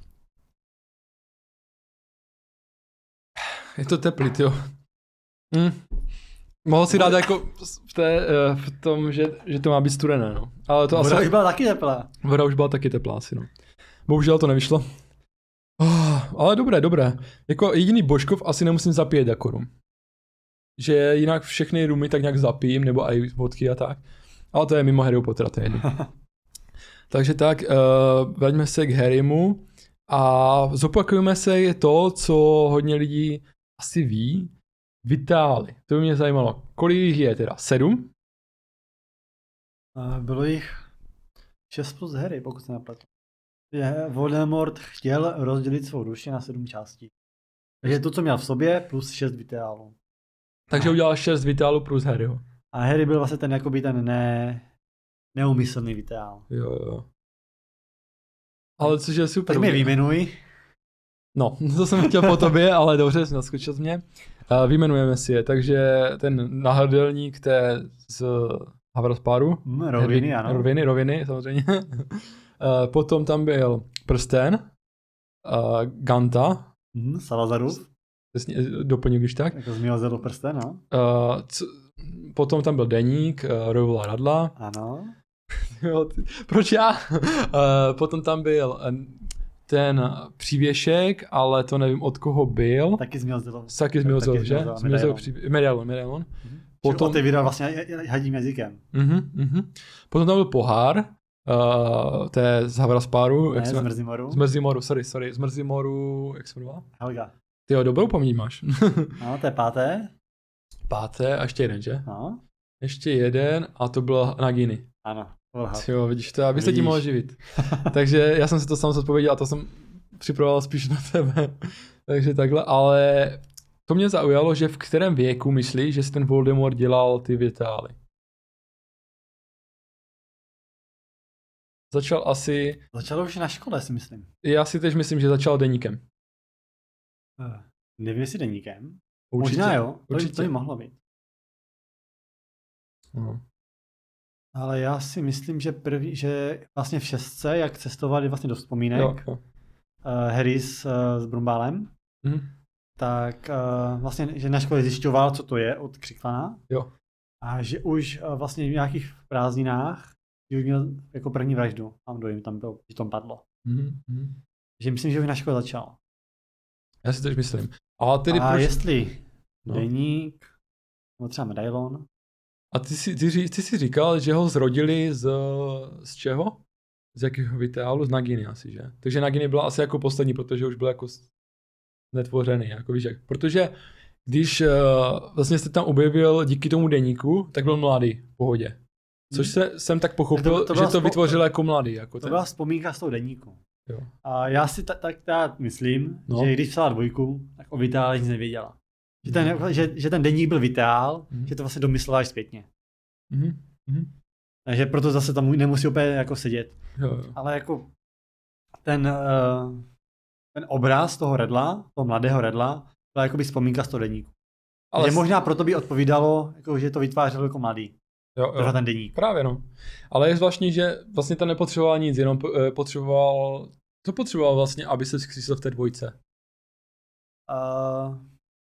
Je to teplý, jo. Hm. Mohl si dát jako v, té, v tom, že, že to má být studené, no. Ale to
voda
asi...
už byla taky teplá.
Voda už byla taky teplá asi, no. Bohužel to nevyšlo. Oh, ale dobré, dobré. Jako jediný Božkov asi nemusím zapíjet jako rum. Že jinak všechny rumy tak nějak zapijím, nebo i vodky a tak. Ale to je mimo Harryho Pottera, to je jedno. Takže tak, uh, vraťme se k Harrymu a zopakujeme se to, co hodně lidí asi ví. Vitály. To by mě zajímalo. Kolik jich je teda? Sedm?
Uh, bylo jich šest plus Harry, pokud se nepletu. Voldemort chtěl rozdělit svou duši na sedm částí. Takže to, co měl v sobě, plus šest vitálů.
Takže udělal šest vitálů plus Harryho.
A Harry byl vlastně ten jakoby ten ne, neumyslný vitál.
Jo, jo. Ale což je super.
Tak mě vyjmenuj.
No, to jsem chtěl po tobě, ale dobře, jsi naskočil z mě. Uh, vyjmenujeme si je, takže ten náhrdelník té z Havraspáru.
Mm, roviny, ano.
Roviny, roviny, samozřejmě. Uh, potom tam byl prsten, uh, Ganta.
Hmm, Salazarův.
Přesně, doplním, když tak.
Jako zmínil Zelda prsten, no.
Uh, co, potom tam byl deník, uh, Rojovala radla.
Ano.
Jo, ty, proč já? Uh, potom tam byl uh, ten přívěšek, ale to nevím od koho byl.
Taky zmínil Zelda.
Taky zmínil Zelda, že? Zmínil Medailon, Medailon.
Mm-hmm. Potom ty vydal vlastně hadím jazykem.
Uh-huh, uh-huh. Potom tam byl pohár, uh, to je z Havraspáru.
Ne, z Mrzimoru.
Z Mrzimoru, sorry, sorry, z Mrzimoru, jak se jmenoval?
Helga.
Ty jo, dobrou paměť máš.
No, to je páté.
Páté a ještě jeden, že?
No.
Ještě jeden a to bylo Nagini.
Ano.
Jo, vidíš to, aby se tím mohl živit. Takže já jsem si to sám odpověděl a to jsem připravoval spíš na tebe. Takže takhle, ale to mě zaujalo, že v kterém věku myslíš, že si ten Voldemort dělal ty vitály? Začal asi...
Začal už na škole, si myslím.
Já si teď myslím, že začal deníkem.
Uh, nevím, jestli deníkem.
Určitě.
Možná jo, to,
Určitě.
to by mohlo být.
Uh-huh.
Ale já si myslím, že první, že vlastně v šestce, jak cestovali vlastně do vzpomínek,
jo, jo.
Uh, Harry s, uh, s Brumbálem,
uh-huh.
tak uh, vlastně, že na škole zjišťoval, co to je od Křikvana.
Jo.
A že už uh, vlastně v nějakých prázdninách že už měl jako první vraždu. Tam dojím, tam bylo, že tam padlo.
Uh-huh.
Že myslím, že už na škole začal.
Já si teď myslím. A, tedy
a
proč...
jestli
no.
deník, nebo třeba medailon.
A ty si, ty, ty si říkal, že ho zrodili z, z čeho? Z jakého vitálu? Z Naginy asi, že? Takže Naginy byla asi jako poslední, protože už byl jako netvořený, jako víš jak. Protože když uh, vlastně jste tam objevil díky tomu deníku, tak byl mladý, v pohodě. Což se, jsem tak pochopil, to, to že to spo... vytvořil jako mladý. Jako
to
ten.
byla vzpomínka z toho deníku.
Jo.
A já si tak ta, ta myslím,
no.
že když psala dvojku, tak o vitále nic nevěděla. Že ten, mm. že, že ten deník byl vitál, mm. že to vlastně domyslela až zpětně.
Mm. Mm.
Takže proto zase tam nemusí úplně jako sedět.
Jo, jo.
Ale jako ten, uh, ten obraz toho Redla, toho mladého Redla, byla jakoby vzpomínka z toho deníku. Ale že možná proto by odpovídalo, jako, že to vytvářel jako mladý.
Jo, jo.
Ten deník.
Právě no. Ale je zvláštní, že vlastně ten nepotřeboval nic, jenom potřeboval, to potřeboval vlastně, aby se vzkřísil v té dvojce.
Uh,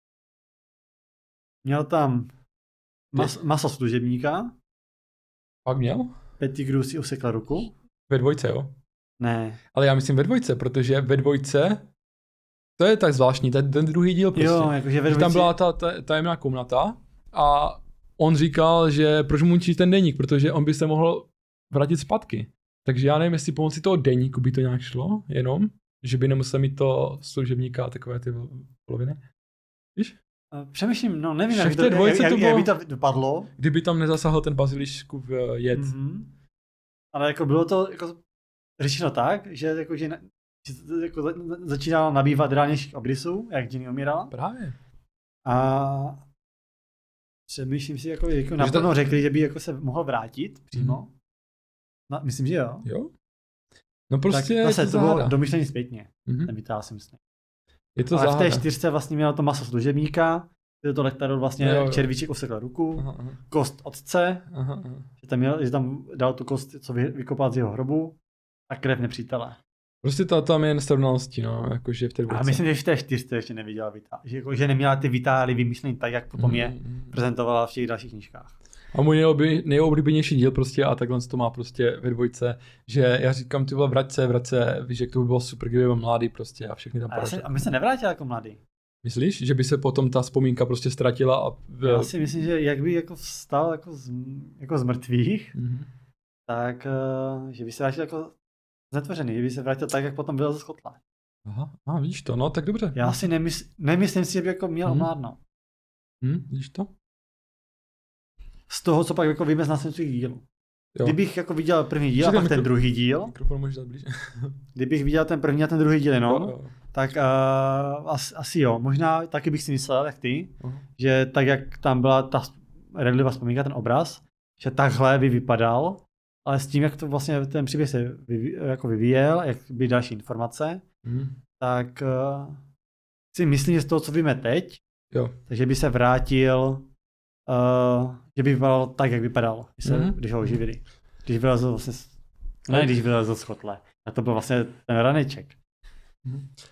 měl tam mas, maso služebníka.
Pak měl?
Pettigrew si usekla ruku.
Ve dvojce, jo?
Ne.
Ale já myslím ve dvojce, protože ve dvojce to je tak zvláštní, ten, ten druhý díl prostě.
Jo, jakože ve dvojce...
Tam byla ta, ta tajemná komnata a on říkal, že proč mu číst ten deník, protože on by se mohl vrátit zpátky. Takže já nevím, jestli pomocí toho deníku by to nějak šlo, jenom, že by nemusel mít to služebníka a takové ty poloviny. Víš?
Přemýšlím, no nevím, jak by,
to,
jak,
to,
jak,
bylo,
jak by to dopadlo.
Kdyby tam nezasahl ten baziliškův jed.
Mm-hmm. Ale jako bylo to jako řešeno tak, že, jako, že, že jako začínala nabývat reálnějších obrysů, jak Ginny umírala.
Právě.
A přemýšlím si, jako, jako naplno ta... řekli, že by jako se mohl vrátit přímo. Mm. No, myslím, že jo.
Jo? No prostě
tak zase
je to,
to bylo domyšlení zpětně.
Mm-hmm.
Nevítál si myslím.
Je to
ale
záhada.
v té čtyřce vlastně mělo to maso služebníka, kde to lektarol vlastně jo, jo. červíček usekl ruku, aha, aha. kost otce, aha, aha. Že, tam měl, že tam dal tu kost, co vy, vykopal z jeho hrobu a krev nepřítele.
Prostě to tam je nesrovnalosti, no, jakože v té dvojce.
A myslím, že v té čtyřce ještě neviděla Vitál, že, jako, že neměla ty Vitály vymyšlený tak, jak potom mm, je mm. prezentovala v těch dalších knížkách.
A můj nejoblíbenější díl prostě a takhle to má prostě ve dvojce, že já říkám, ty vole, vrať se, vrať se, víš, jak to by bylo super, kdyby byl mladý prostě a všechny tam
poražil. A my se nevrátila jako mladý.
Myslíš, že by se potom ta vzpomínka prostě ztratila? A...
Já si myslím, že jak by jako vstal jako z, jako z mrtvých, mm-hmm. tak že by se vrátil jako znetvořený, že by se vrátil tak, jak potom byl ze Skotla.
Aha, a víš to, no tak dobře.
Já si nemysl, nemyslím si, že by jako měl mm-hmm. omládnout.
Mm, víš to?
Z toho, co pak jako víme z následujících dílů. Jo. Kdybych jako viděl první díl a pak mikro... ten druhý díl,
mikrofon můžeš dát blíže. Kdybych
viděl ten první a ten druhý díl jenom, jo, jo. tak uh, asi, asi jo. Možná taky bych si myslel, jak ty, uh-huh. že tak, jak tam byla ta Redlova vzpomínka, ten obraz, že takhle by vypadal, ale s tím, jak to vlastně ten příběh se vyví, jako vyvíjel, jak by další informace, uh-huh. tak uh, si myslím, že z toho, co víme teď,
jo.
takže by se vrátil Uh, že by vypadal tak, jak vypadal, když, se, mm-hmm. když ho oživili. Když vylezl vlastně, ne když vylezl z kotle, a to byl vlastně ten raneček.
Mm-hmm.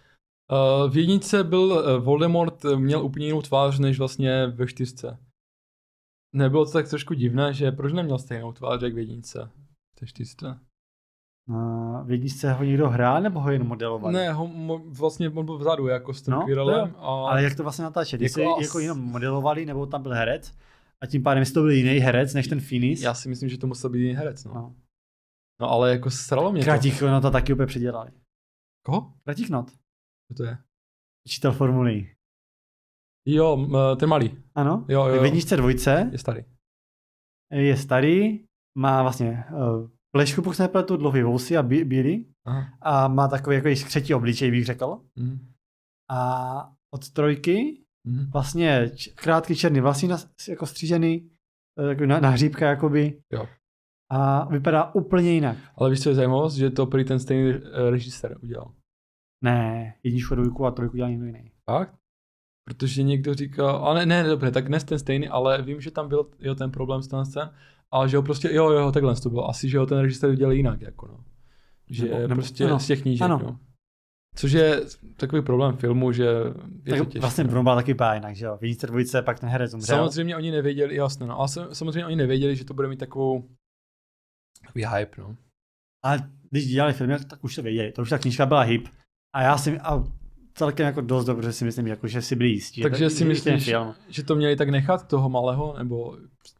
Uh, v jedničce byl uh, Voldemort, měl úplně jinou tvář, než vlastně ve čtyřce. Nebylo to tak trošku divné, že proč neměl stejnou tvář, jak v jedničce? Ve čtyřce.
Uh, v jedničce ho někdo hrál, nebo ho jen modelovali?
Ne, ho, mo, vlastně on byl vzadu, jako s tím
no,
Quirrellem. A...
Ale jak to vlastně natáčet? Jestli
jako,
as... jako jenom modelovali, nebo tam byl herec? A tím pádem, jestli to byl jiný herec, než ten Finis?
Já si myslím, že to musel být jiný herec, no.
No,
no ale jako sralo mě
Kratík, to. No to taky úplně předělali.
Koho?
Kratíknot.
Co to je?
Učitel formulí.
Jo, ten malý.
Ano,
jo, jo.
v jedničce dvojce.
Je starý.
Je starý, má vlastně uh, plešku, pokud se nepletu, dlouhý vousy a bí- bílý. Aha. A má takový jako skřetí obličej, bych řekl. Mm. A od trojky mm. vlastně č- krátký černý vlasy na, jako střížený, jako na, na hříbka jakoby.
Jo.
A vypadá úplně jinak.
Ale víš, co je zajímavost, že to prý ten stejný režisér udělal.
Ne, jedničku, dvojku a trojku dělal někdo jiný.
Fakt? Protože někdo říkal, ale ne, ne, dobře, tak dnes ten stejný, ale vím, že tam byl jo, ten problém s ten scén, ale že ho prostě, jo, jo, takhle to bylo, asi, že ho ten režisér udělal jinak, jako no. Že nebo, nebo, prostě ano, z těch knížek, ano. No. Což je takový problém filmu, že je
tak
to těžké.
Vlastně Brum byl taky pár jinak, že jo, v jedničce, dvojce, pak ten herec umřel.
Samozřejmě oni nevěděli, jasně, no, ale samozřejmě oni nevěděli, že to bude mít takovou, takový hype, no.
Ale když dělali filmy, tak už to věděli, to už ta knížka byla hip. A já si, a celkem jako dost dobře si myslím, jako, že si byli jistí.
Takže tak, si myslíš, film. Že to měli tak nechat toho malého, nebo...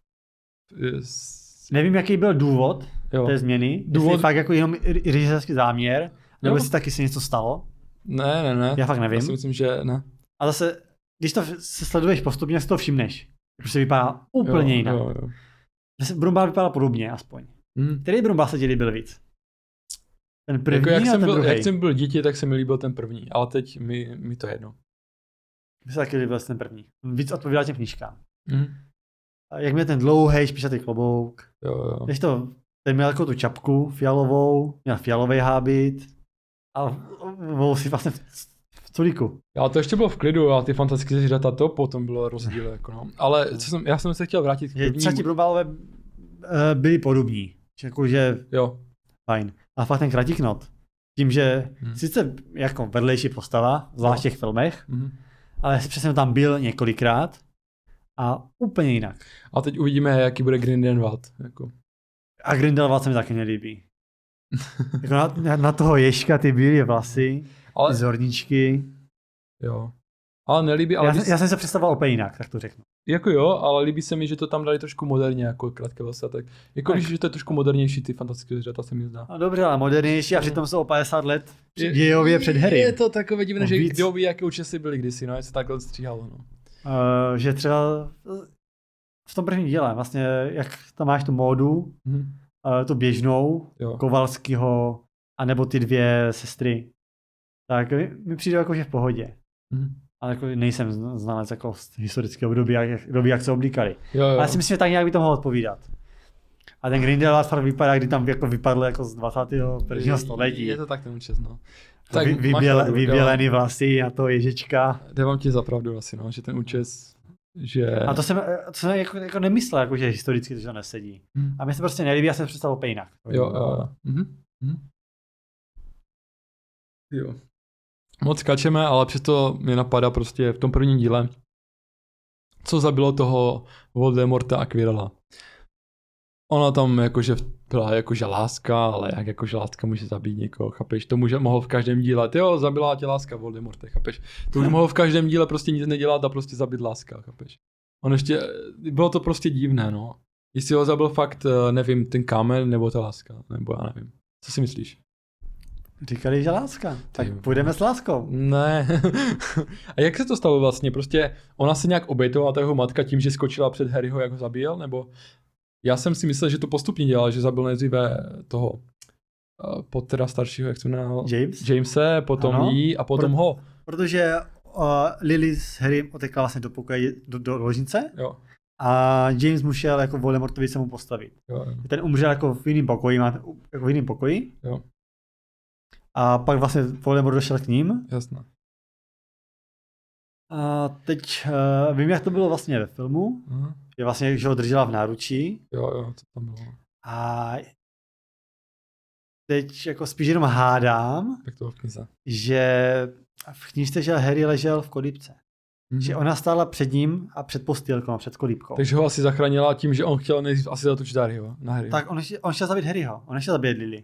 Nevím, jaký byl důvod jo. té změny. Důvod... Jestli fakt jako jenom režisérský záměr, nebo jestli taky si něco stalo.
Ne, ne, ne.
Já fakt nevím.
Já si myslím, že ne.
A zase, když to se sleduješ postupně, si to všimneš. Protože vypadá úplně
jo,
jinak.
Jo, jo.
Brumbál vypadá podobně aspoň. Hmm. Který Brumbál se ti líbil víc? Ten první
jako jak,
a
jsem
ten
byl,
druhý.
jak jsem byl dítě, tak se mi líbil ten první, ale teď mi, mi to jedno.
Mně se taky líbil ten první. Víc odpovídal těm knížkám.
Mm.
Jak měl ten dlouhej, špičatý klobouk.
Jo, jo.
Když to, ten měl takovou tu čapku fialovou, měl fialový hábit a vousy vlastně v, v culíku.
Ale to ještě bylo v klidu a ty fantastické zvířata, to potom bylo rozdíl. Jako no. Ale co jsem, já jsem se chtěl vrátit k prvnímu.
Třeba ti Brumbálové uh, byli podobní. Jakože
jo.
Fajn. A fakt ten Kratíknot. Tím, že hmm. sice jako vedlejší postava, zvlášť v těch filmech, hmm. ale přesně tam byl několikrát a úplně jinak.
A teď uvidíme, jaký bude Grindelwald. Jako.
A Grindelwald se mi taky nelíbí. jako na, na toho ježka ty bílé vlasy, ale... ty zorničky.
Jo. Ale nelíbí, ale...
Já, jsem, já jsem se představoval úplně jinak, tak to řeknu.
Jako jo, ale líbí se mi, že to tam dali trošku moderně, jako krátké vlasy. Tak jako když, že to je trošku modernější, ty fantastické zvířata se mi zdá.
No dobře, ale modernější a přitom jsou o padesát let dějově před Harry.
Je to takové divné, no, že kdo ví, jaké účesy byly kdysi, no, se takhle stříhalo, no.
Uh, že třeba v tom prvním díle, vlastně, jak tam máš tu módu, mm-hmm. uh, tu běžnou, jo. Kovalskýho, anebo ty dvě sestry, tak mi, mi přijde jako, že v pohodě. Mm-hmm. Ale jako nejsem znalec jako z historického doby, jak, doby, jak se oblíkali. Jo, jo. Ale já si myslím, že tak nějak by to mohlo odpovídat. A ten Grindelwald fakt vypadá, kdy tam jako vypadl jako z dvacátého prvního století.
Je to tak ten účes, no.
Tak Vy, vyběle, pravdu, vybělený dávám, vlasy a to ježička.
Dávám ti za pravdu asi, no, že ten účes, že...
A to jsem, to jsem jako, jako nemyslel, jako, že historicky to nesedí. Hmm. A mě se prostě nelíbí, já jsem představil úplně jinak.
Jo, jo, jo. Mhm. Mhm. Jo. Moc skačeme, ale přesto mě napadá prostě v tom prvním díle, co zabilo toho Voldemorta a Quirrella. Ona tam jakože byla jakože láska, ale jak jakože láska může zabít někoho, chápeš? To může, mohl v každém díle, jo, zabila tě láska Voldemorte, chápeš? To už mohl v každém díle prostě nic nedělat a prostě zabít láska, chápeš? On ještě, bylo to prostě divné, no. Jestli ho zabil fakt, nevím, ten kámen nebo ta láska, nebo já nevím. Co si myslíš?
Říkali, že láska. Tak Ty, půjdeme s láskou.
Ne. A jak se to stalo vlastně? Prostě ona se nějak obětovala, ta jeho matka, tím, že skočila před Harryho, jak ho zabíjel? Nebo já jsem si myslel, že to postupně dělal, že zabil nejdříve toho uh, Pottera staršího, jak se jmenuje?
James.
Jamese, potom ano, jí a potom Pro, ho.
Protože uh, Lily s Harrym otekla vlastně do pokoje, do, do ložnice.
Jo.
A James mu šel jako Voldemortovi se mu postavit.
Jo, jo.
Ten umřel jako v jiném pokoji, jako v jiném pokoji.
Jo.
A pak vlastně Voldemort došel k ním.
Jasně.
A teď uh, vím, jak to bylo vlastně ve filmu. Uh-huh. Že vlastně, že ho držela v náručí.
Jo, jo, co tam bylo.
A teď jako spíš jenom hádám,
tak to v knize.
Že v knížce, že Harry ležel v kolíbce.
Mm-hmm.
Že ona stála před ním a před postýlkou, před kolíbkou.
Takže ho asi zachránila tím, že on chtěl nejdřív asi zatočit Harryho, na Harryho.
Tak on, on chtěl zabít Harryho, on chtěl zabít Lily.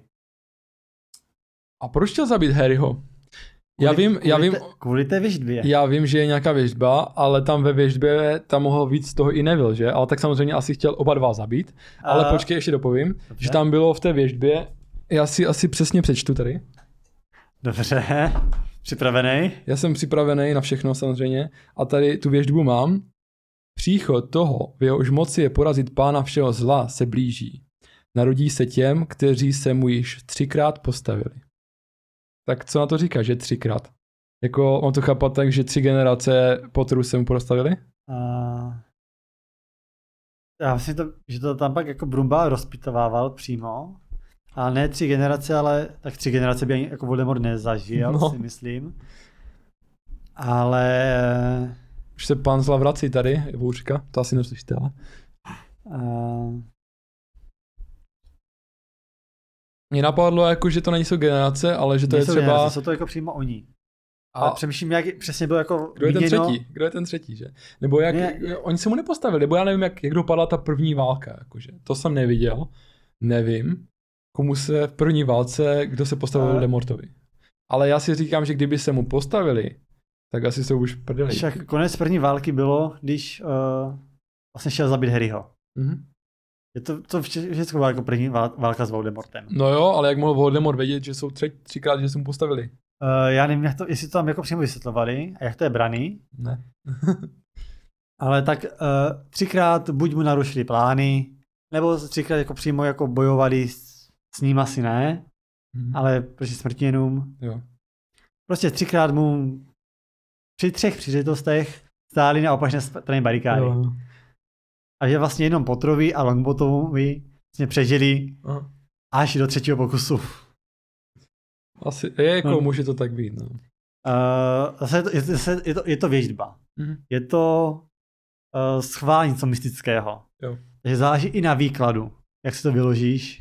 A proč chtěl zabít Harryho? Já
Kvůli,
vím,
kvůli
já vím,
te, kvůli té věštbě.
Já vím, že je nějaká věštba, ale tam ve věštbě tam mohl víc z toho i Neville, že? Ale tak samozřejmě asi chtěl oba dva zabít. Ale uh, počkej, ještě dopovím, dobře. Že tam bylo v té věštbě, já si asi přesně přečtu tady.
Dobře, připravený?
Já jsem připravený na všechno samozřejmě a tady tu věštbu mám. Příchod toho, v jehož moci je porazit pána všeho zla, se blíží. Narodí se těm, kteří se mu již třikrát postavili. Tak co na to říká, že třikrát? Jako on to chápat tak, že tři generace Potterů se mu postavili?
Uh, já myslím, to, že to tam pak jako Brumbál rozpitovával přímo. A ne tři generace, ale tak tři generace by ani jako Voldemort nezažil, no. Si myslím. Ale...
Už se pán zla vrací tady, Vouřka, to asi neslyšíte, ale... Uh... Mně napadlo, jako, že to není jsou generace, ale že to
Nejsou
je třeba...
Generace, jsou to jako přímo oni. A... Ale přemýšlím, jak přesně bylo jako...
Kdo je ten
míněno...
třetí? Kdo je ten třetí, že? Nebo jak... Ne... Oni se mu nepostavili, nebo já nevím, jak, jak dopadla ta první válka, jakože. To jsem neviděl, nevím, komu se v první válce, kdo se postavil Voldemortovi. Ale já si říkám, že kdyby se mu postavili, tak asi jsou už prdeli.
Však konec první války bylo, když uh, vlastně šel zabít Harryho. Mm-hmm. Je to, to všechno byla jako první válka s Voldemortem.
No jo, ale jak mohl Voldemort vědět, že jsou tři, třikrát, že se mu postavili?
Uh, já nevím, jak to, jestli to tam jako přímo vysvětlovali a jak to je braný.
Ne.
Ale tak uh, třikrát buď mu narušili plány, nebo třikrát jako přímo jako bojovali s, s ním asi ne, hmm. ale proti smrtěnům.
Jo.
Prostě třikrát mu při třech příležitostech stáli na opačné straně barikády. Jo. A že vlastně jenom Potterovi a Longbottomovi vlastně přežili Aha. až do třetího pokusu.
Asi, je, jako no. Může to tak být, no.
Uh, zase je to, je, je to, je to věštba. Mm-hmm. Je to uh, schválení něco mystického.
Jo.
Takže záleží i na výkladu, jak si to vyložíš.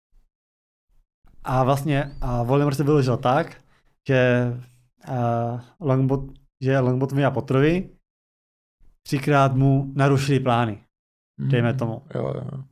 A vlastně uh, Voldemort se vyložil tak, že uh, Longbot, že Longbottovi a Potterovi třikrát mu narušili plány. Dejme tomu.
Jo, jo.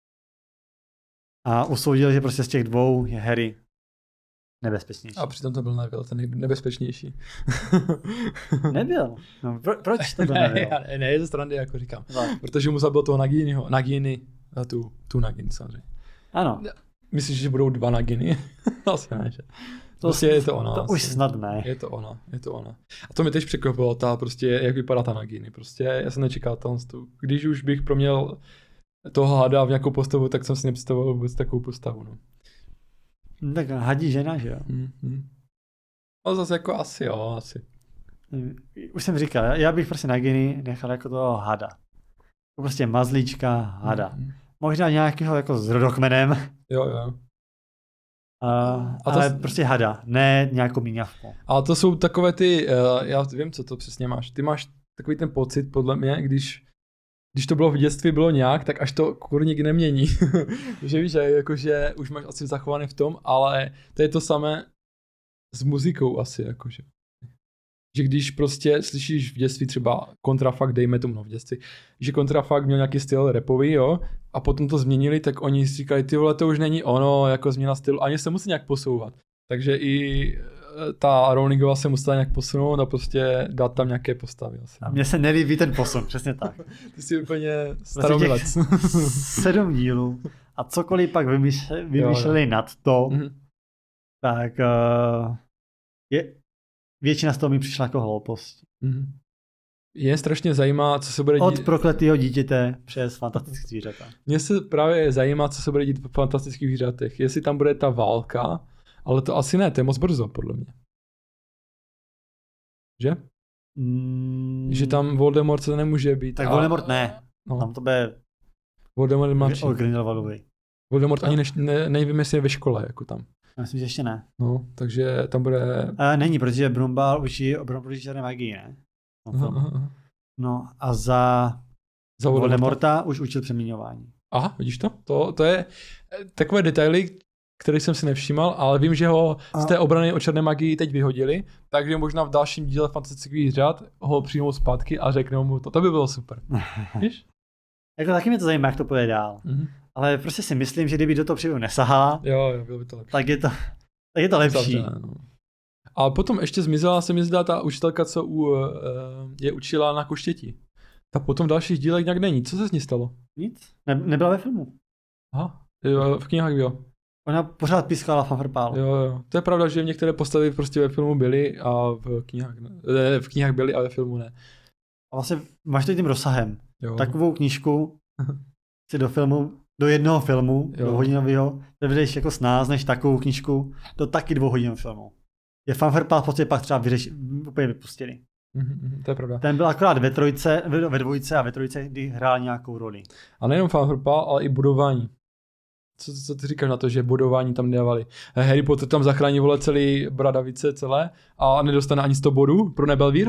A usoudil, že prostě z těch dvou je Harry nebezpečnější.
A přitom to byl Neville, ten nebezpečnější.
Nebyl. No, pro, proč to byl nebyl?
Ne, ne, je ze strany, jako říkám. Tak. Protože mu zabil toho Naginiho, Nagini, a tu, tu Nagini samozřejmě.
Ano.
Myslíš, že budou dva Nagini? Asi ne, že?
To, prostě je to ona. To asi. Už snad ne.
Je to ona, je to ona. A to mě teď překvapilo, ta prostě, jak vypadá ta Nagini. Prostě já jsem nečekal tohle. Když už bych proměl toho hada v nějakou postavu, tak jsem si nepředstavoval vůbec takovou postavu, no.
Tak hadí žena, že jo?
Mm-hmm. Ale zase jako asi jo, asi.
Už jsem říkal, já bych prostě Nagini nechal jako toho hada. Prostě mazlíčka hada. Mm-hmm. Možná nějakého jako s rodokmenem.
Jo, jo.
Uh, a to ale s... prostě hada, ne nějakou míňavku.
Ale to jsou takové ty, uh, já vím, co to přesně máš. Ty máš takový ten pocit, podle mě, když, když to bylo v dětství, bylo nějak, tak až to kurník nemění. že víš, že, jakože už máš asi zachovaný v tom, ale to je to samé s muzikou asi, jakože. Že když prostě slyšíš v dětství třeba kontrafakt, dejme tomu no v dětství, že kontrafakt měl nějaký styl rapový, jo, a potom to změnili, tak oni si říkali, ty vole, to už není ono, jako změna stylu, ani se musí nějak posouvat. Takže i ta Rowlingová se musela nějak posunout a prostě dát tam nějaké postavy. Asi.
A mně se nelíbí ten posun, přesně tak.
Ty jsi úplně staromilec.
Sedm dílů a cokoliv pak vymýšleli, vymýšleli jo, jo. nad to, mm-hmm. tak uh, je... Většina z toho mi přišla jako hloupost.
Mm-hmm. Je strašně zajímá, co se bude dít...
Od prokletého dítěte přes fantastické zvířata.
Mně se právě zajímá, co se bude dít v fantastických zvířatech. Jestli tam bude ta válka, ale to asi ne, to je moc brzo, podle mě. Že? Mm. Že tam Voldemort se nemůže být.
Tak a... Voldemort ne. No. Tam to bude...
Voldemort je mladší. Voldemort
a...
ani ne, ne, nevím, jestli je ve škole, jako tam.
Já myslím, že ještě ne.
No, takže tam bude...
A není, protože Brumbál učí proti černé magii, ne?
Aha, aha.
No a za, za Voldemorta už učil přeměňování.
Aha, vidíš to? To, to je takové detaily, který jsem si nevšímal, ale vím, že ho z té obrany o černé magii teď vyhodili, takže možná v dalším díle fantastických řád ho přijmou zpátky a řeknou mu to. To by bylo super. Víš?
Jako taky mě to zajímá, jak to půjde dál.
Mm-hmm.
Ale prostě si myslím, že kdyby do toho příběhu nesahala,
jo, jo, bylo by to lepší.
Tak je to, tak je to lepší.
Zavřené, no. A potom ještě zmizela se mi zdá ta učitelka, co u, uh, je učila na koštěti. Ta potom v dalších dílech nějak není. Co se s ní stalo?
Nic. Ne, nebyla ve filmu.
Aha, jo, v knihách jo.
Ona pořád pískala fanfarpál.
Jo, jo. To je pravda, že některé postavy prostě ve filmu byly a v knihách ne. ne v knihách byly a ve filmu ne.
A vlastně máš to tím rozsahem.
Jo.
Takovou knížku si do filmu, do jednoho filmu, jo. do hodinového, vyvedeš jako s nás, než takovou knížku do taky dvouhodinového filmu. Je fanfarpál v podstatě pak třeba vyřeš, úplně vypustili.
Mm-hmm, to je pravda.
Ten byl akorát ve trojce, ve dvojce a ve trojce, kdy hrál nějakou roli.
A nejenom fanfarpál, ale i budování. Co, co ty říkáš na to, že budování tam nedávali? Harry Potter tam zachrání vole celý Bradavice celé a nedostane ani sto bodů pro Nebelvír?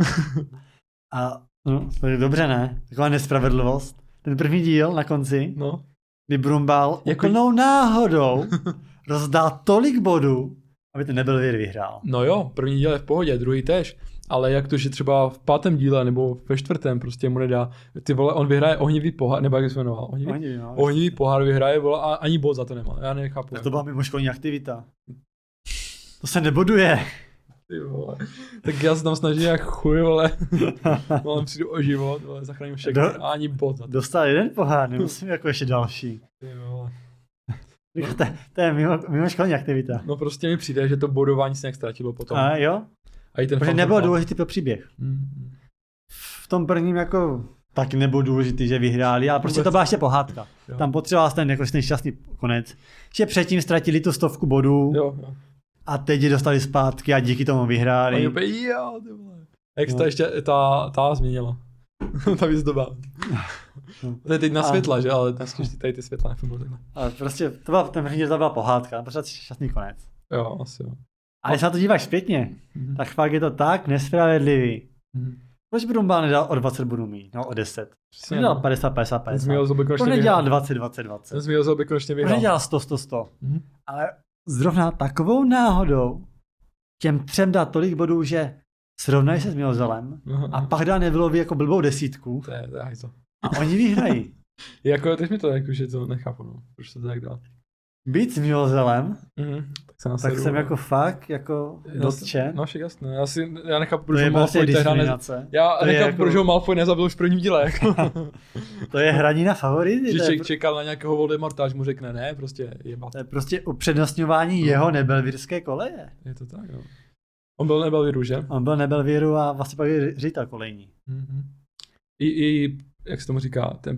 A no, to je dobře, ne? Taková nespravedlivost. Ten první díl na konci,
no.
kdy Brumbál jako... úplnou náhodou rozdá tolik bodů, aby ten Nebelvír vyhrál.
No jo, první díl je v pohodě, druhý též. Ale jak to, že třeba v pátém díle nebo ve čtvrtém prostě mu nedá, ty vole, on vyhraje ohnivý pohár, nebo jak se jmenoval, ohnivý,
ohnivý, no,
ohnivý pohár vyhraje, vole, a ani bod za to nemá, já nechápu.
To byla mimoškolní aktivita. To se neboduje.
Ty vole, tak já se tam snažím jak chuj, vole, mám přijdu o život, vole, zachráním všechno Do, a ani bod za to.
Dostal jeden pohár, nemusím jako ještě další.
Ty vole.
To, to je mimo, mimoškolní aktivita.
No prostě mi přijde, že to bodování se nějak ztratilo potom.
A jo?
A i ten
protože nebylo důležitý pro příběh.
Mm.
V tom prvním jako taky nebylo důležitý, že vyhráli, ale prostě to byla ještě pohádka. Jo. Tam potřeboval ten jako ten šťastný konec. Že předtím ztratili tu stovku bodů
jo, jo. a
teď je dostali zpátky a díky tomu vyhráli.
A opět, jo, ty vole. Jak se to ještě ta, ta změnila. Ta výzdoba. To je teď na světla, a... že? Ale dneska ještě tady ty světla nefungují takhle.
Ale prostě to byla, ten první to byla pohádka, pořád šťastný konec.
Jo, asi jo.
A když se na to díváš zpětně, mm-hmm. tak fakt je to tak nespravedlivý. Mm-hmm. Proč Brumbál nedal o dvacet bodů mít, no o deset? Proč nedal padesát, padesát, padesát? Proč nedělal dvacet, dvacet, dvacet?
Ten zmíl by konečně vyhrál.
Proč nedělal sto, sto, sto? Mm-hmm. Ale zrovna takovou náhodou těm třem dá tolik bodů, že srovnají se s Milzelem a pak dá Nevillovi jako blbou desítku.
To je, to je hajzo.
A oni vyhrají.
Jako, teď mi to jako, že to nechápu, no. Proč to tak dá?
Být s Milzelem,
mm, tak,
tak jsem jako fakt jako dotčen.
No však jasné, já, si, já nechápu, proč
ho
Malfoy tehdy ne... Já nechápu,
jako...
proč ho Malfoy nezabil už v prvním díle.
To je hraní na favority.
Že ček, čekal na nějakého Voldemorta, až mu řekne ne, prostě jebat.
To je prostě upřednostňování no. jeho nebelvírské koleje.
Je to tak, jo. On byl Nebelvíru, že?
On byl Nebelvíru a vlastně pak je ředitel kolejní.
Mm-hmm. I, I, jak se tomu říká, ten...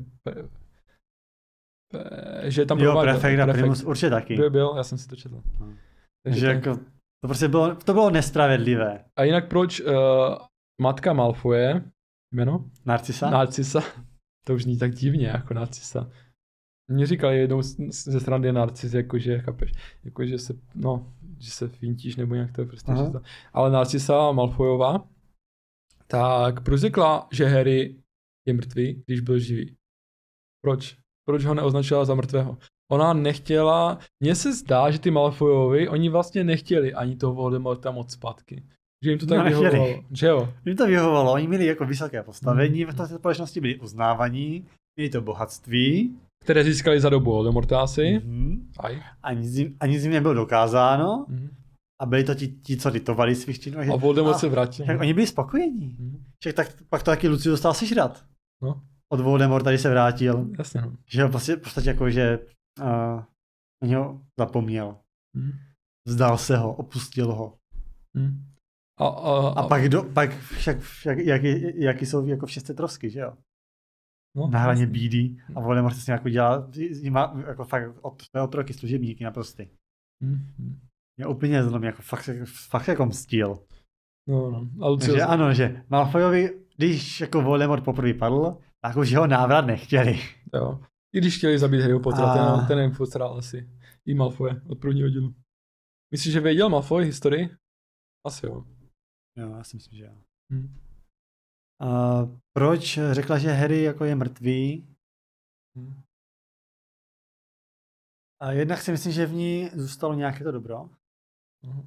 že tam
jo, prefekt a primus určitě taky.
Byl, byl, já jsem si to četl.
No. Takže ten... jako, to prostě bylo, to bylo nespravedlivé.
A jinak proč uh, matka Malfoje, jméno?
Narcisa?
Narcisa. To už ní tak divně, jako Narcisa. Mně říkali jednou ze strany Narcis, jakože, chápeš, jakože se, no, že se fintíš nebo nějak to je prostě. To. Ale Narcisa Malfoyová, tak proč řekla, že Harry je mrtvý, když byl živý? Proč? Proč ho neoznačila za mrtvého? Ona nechtěla, mně se zdá, že ty Malfoyovi, oni vlastně nechtěli ani toho Voldemorta moc zpátky. Že jim to tak no, vyhovovalo. Že jo?
Jim to vyhovovalo, oni měli jako vysoké postavení, mm. v té společnosti byli uznávaní, měli to bohatství.
Které získali za dobu Voldemorta asi.
Mm-hmm. A nic jim, ani jim nebylo dokázáno. Mm. A byli to ti, ti co litovali svých činů.
A Voldemort se vrátil.
Oni byli spokojení. Mm. Však tak, pak to taky Lucius dostal sežrat.
No.
Od Voldemorta, když se vrátil.
Jasně, no.
Že ho prostě, prostě jako, že uh, na něho zapomněl. Mm. Vzdal se ho, opustil ho.
Mm. A, a, a,
a pak, do, pak však, však jaký, jaký jsou jako všechny trosky, že jo?
No,
na hraně bídy a Voldemort se s ním jako dělá, s ním má jako fakt od své otroky služebníky naprosty.
Mm.
Mě úplně zlom, jako fakt, fakt jako mstil.
No, no. Ale
že ano, že Malfoyovi, když jako Voldemort poprvé padl, tak už jeho návrat nechtěli.
Jo. I když chtěli zabít Harryho Pottera, a... ten, ten jim posral asi. I Malfoye od prvního dílu. Myslíš, že věděl Malfoy historii? Asi jo.
Jo, já si myslím, že jo.
Hmm.
A proč řekla, že Harry jako je mrtvý?
Hmm.
A jednak si myslím, že v ní zůstalo nějaké to dobro.
Uh-huh.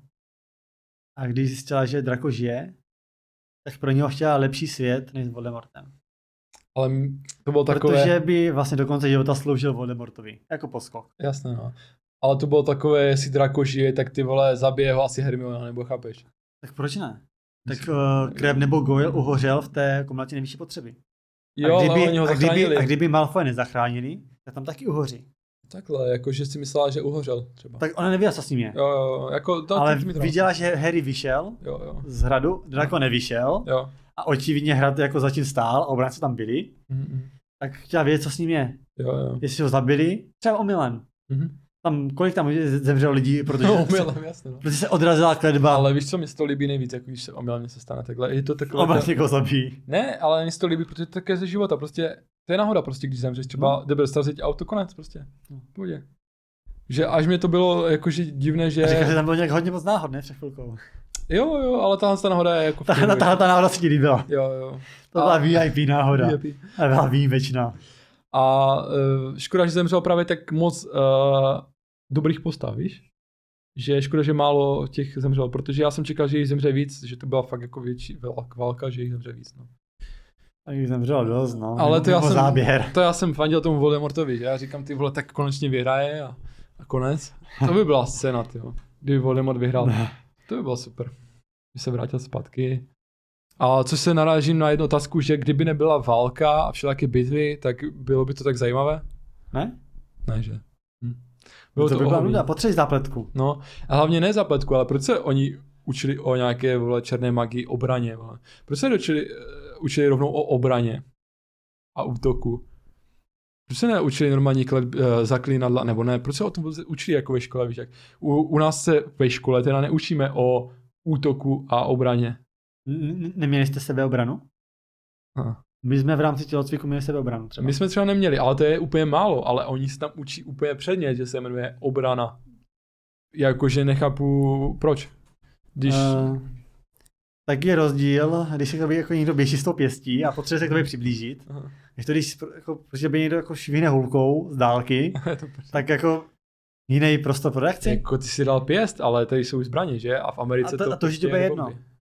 A když zjistila, že Draco žije, tak pro něho chtěla lepší svět než s Voldemortem.
Ale to bylo takové...
Protože by vlastně do konce života sloužil Voldemortovi, jako poskok.
Jasné, no. Ale to bylo takové, jestli Draco žije, tak ty vole, zabije ho asi Hermiona, nebo chápeš?
Tak proč ne? Tak uh, Crabbe nebo Goyle uhořel v té komnatě nejvyšší potřeby.
Jo,
a kdyby,
ale oni ho
a kdyby,
zachránili.
a kdyby Malfoy nezachránili, tak tam taky uhoří.
Takhle, jakože si myslela, že uhořel třeba.
Tak ona nevěděla, co s ním je.
Jo, jo, jako... To,
ale
to
viděla, že Harry vyšel
jo, jo.
z hradu, Draco nevyšel
Jo.
a očividně hrad jako zatím stál a obránci tam byli,
Mm-hmm.
tak chtěla vědět, co s ním je.
Jo, jo.
Jestli ho zabili, třeba omylem.
Mm-hmm.
Tam, kolik tam zemřelo lidí, protože,
No, omylem, jasně, no.
protože se odrazila kletba.
Ale víš, co mi se to líbí nejvíc, jako když se omylem se stane takhle. Je to takhle...
Oba někoho zabíjí.
Ne, ale mi se to líbí, protože to je také ze života, prostě to je náhoda, prostě když zemřeš, třeba
No.
jde bez auto, konec, prostě.
No.
Půjde. Že až mě to bylo jakože divné, že...
A říkáš, že tam bylo nějak hodně moc náhod, ne? Před chvilkou.
Jo, jo, ale tahle ta náhoda je jako...
Tahle ta, ta náhoda se ti líbila.
Jo, jo.
To byla V I P náhoda.
V I P.
A byla výjimečná.
A uh, škoda, že zemřel právě tak moc uh, dobrých postav, víš? Že je škoda, že málo těch zemřelo, protože já jsem čekal, že jich zemře víc, že to byla fakt jako větší válka, že jich zemře víc, no.
A jich zemřelo dost, no.
Ale to já, jsem,
záběr.
to já jsem fandil tomu Voldemortovi, že já říkám, ty vole, tak konečně vyhraje a, a konec. To by byla scéna, tyjo, kdyby Voldemort vyhrál. To by bylo super. By se vrátil zpátky. A co se narážím na jednu otázku, že kdyby nebyla válka a všelaké bitvy, tak bylo by to tak zajímavé?
Ne?
Ne, že? Hm. Bylo
to,
to
by byla
ohovný.
nuda, potřebuješ zápletku.
No, a hlavně ne zápletku, ale proč se oni učili o nějaké, vole, černé magii, obraně, vole? Proč se učili, učili rovnou o obraně a útoku? Proč se neučili normální klad, uh, zaklínadla, nebo ne? Proč se o tom učili jako ve škole, víš jak? U, u nás se ve škole teda neučíme o útoku a obraně.
N- neměli jste sebeobranu?
Aha.
My jsme v rámci tělocviku měli sebeobranu třeba.
My jsme třeba neměli, ale to je úplně málo, ale oni se tam učí úplně předmět, že se jmenuje obrana. Jakože nechápu, proč. Když...
Uh, tak je rozdíl, když se k tobě jako někdo běží s tou pěstí a potřebuje se k tobě přiblížit.
Aha.
Když to když jako, protože by někdo jako švihne hulkou z dálky,
to
tak jako jiný prostor pro reakci.
Jako ty si dal pěst, ale tady jsou zbraně, že? A v Americe
a to,
to,
a to
prostě
že to je jedno.
bomby.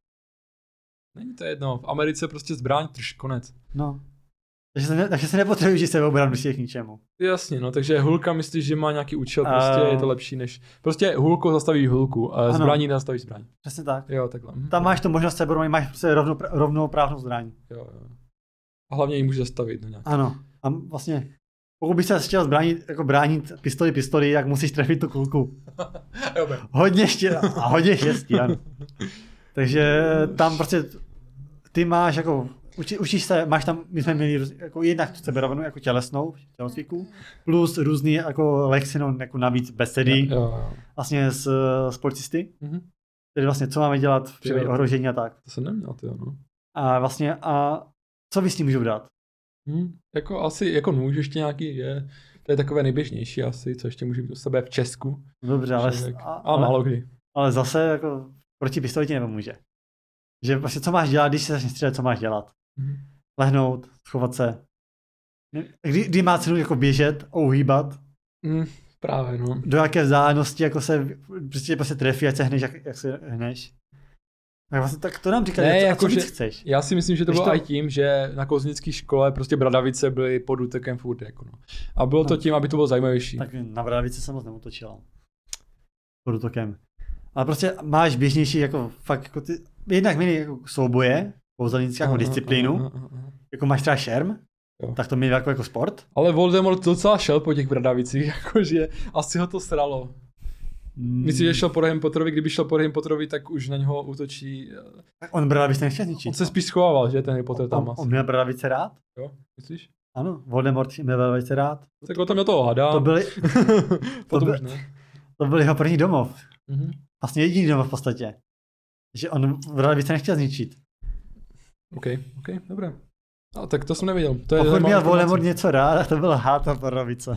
Není to jedno, v Americe prostě zbraň, trž, konec.
No. Takže se, ne, takže se nepotřebuješ sebeobranu, když je k ničemu.
Jasně, no, takže hulka myslíš, že má nějaký účel, prostě
uh,
je to lepší než... Prostě hulkou zastaví hulku, a zbraní nezastaví zbraň.
Přesně tak.
Jo, takhle.
Tam máš tu možnost sebeobrany, máš prostě rovnou, rovnou právnou zbraň.
Jo, jo. A hlavně ji můžeš zastavit, no nějak.
Ano. A vlastně, pokud bys se chtěl zbránit, jako bránit pistoli pistoli, tak musíš trefit tu kulku. Hodně štěstí, a hodně štěstí, ano. Takže tam prostě ty máš jako, uči, učíš se, máš tam, my jsme měli jako jednak sebeobranu jako tělesnou, tělocviku, plus různý jako lekce, no, jako navíc besedy,
jo, jo.
vlastně s, s policisty,
Mhm.
tedy vlastně co máme dělat v případě ohrožení a tak.
To jsem neměl, ty jo, no.
A vlastně, a co vy s tím můžou dát?
Hmm, jako asi, jako nůž ještě nějaký je, to je takové nejběžnější asi, co ještě může být u sebe v Česku.
Dobře, ale,
Člověk.
a,
ale málo kdy.
ale zase jako proti pistoli ti nepomůže. Že vlastně co máš dělat, když se začne střílet, co máš dělat?
Mhm.
Lehnout, schovat se. Kdy, kdy má cenu jako běžet, ohýbat?
Hmm, právě, no.
Do jaké vzdálenosti jako se prostě, prostě trefí, ať se hneš, jak, jak se hneš? Tak, vlastně, tak to nám říká,
Ne,
co,
jako,
co víc
že,
chceš?
Já si myslím, že to
Když
bylo
to-
i tím, že na koznické škole prostě bradavice byly pod útekem furt, jako no. A bylo to
No.
tím, aby to bylo zajímavější.
Tak na bradavice jsem moc neutočil. Pod útokem. Ale prostě máš běžnější jako fakt jako ty, jednak měli jako souboje, kouzelnické jako
Aha,
disciplínu,
aha, aha, aha.
jako máš třeba šerm,
Jo.
tak to měli jako, jako sport.
Ale Voldemort docela šel po těch bradavicích, jakože asi ho to sralo. Myslím, že šel po Harry Potterovi, kdyby šel po Harry Potterovi, tak už na něho útočí.
On bradavice nechtěl zničit.
On se spíš schovával, že ten Harry Potter tam
on,
asi.
on měl bradavice rád?
Jo, myslíš?
Ano, Voldemort měl bradavice rád.
Tak o tom já toho hádám.
To byly,
Potom
to
už
by-
ne.
to byl jeho první domov.
Mhm.
Vlastně jediný domov v podstatě. Že on bradavice nechtěl zničit.
OK, OK, dobré. A tak to jsem nevěděl. To je
Pokud
zajímavá
měl
informace.
Voldemort něco rád, tak to byla háta bradavice.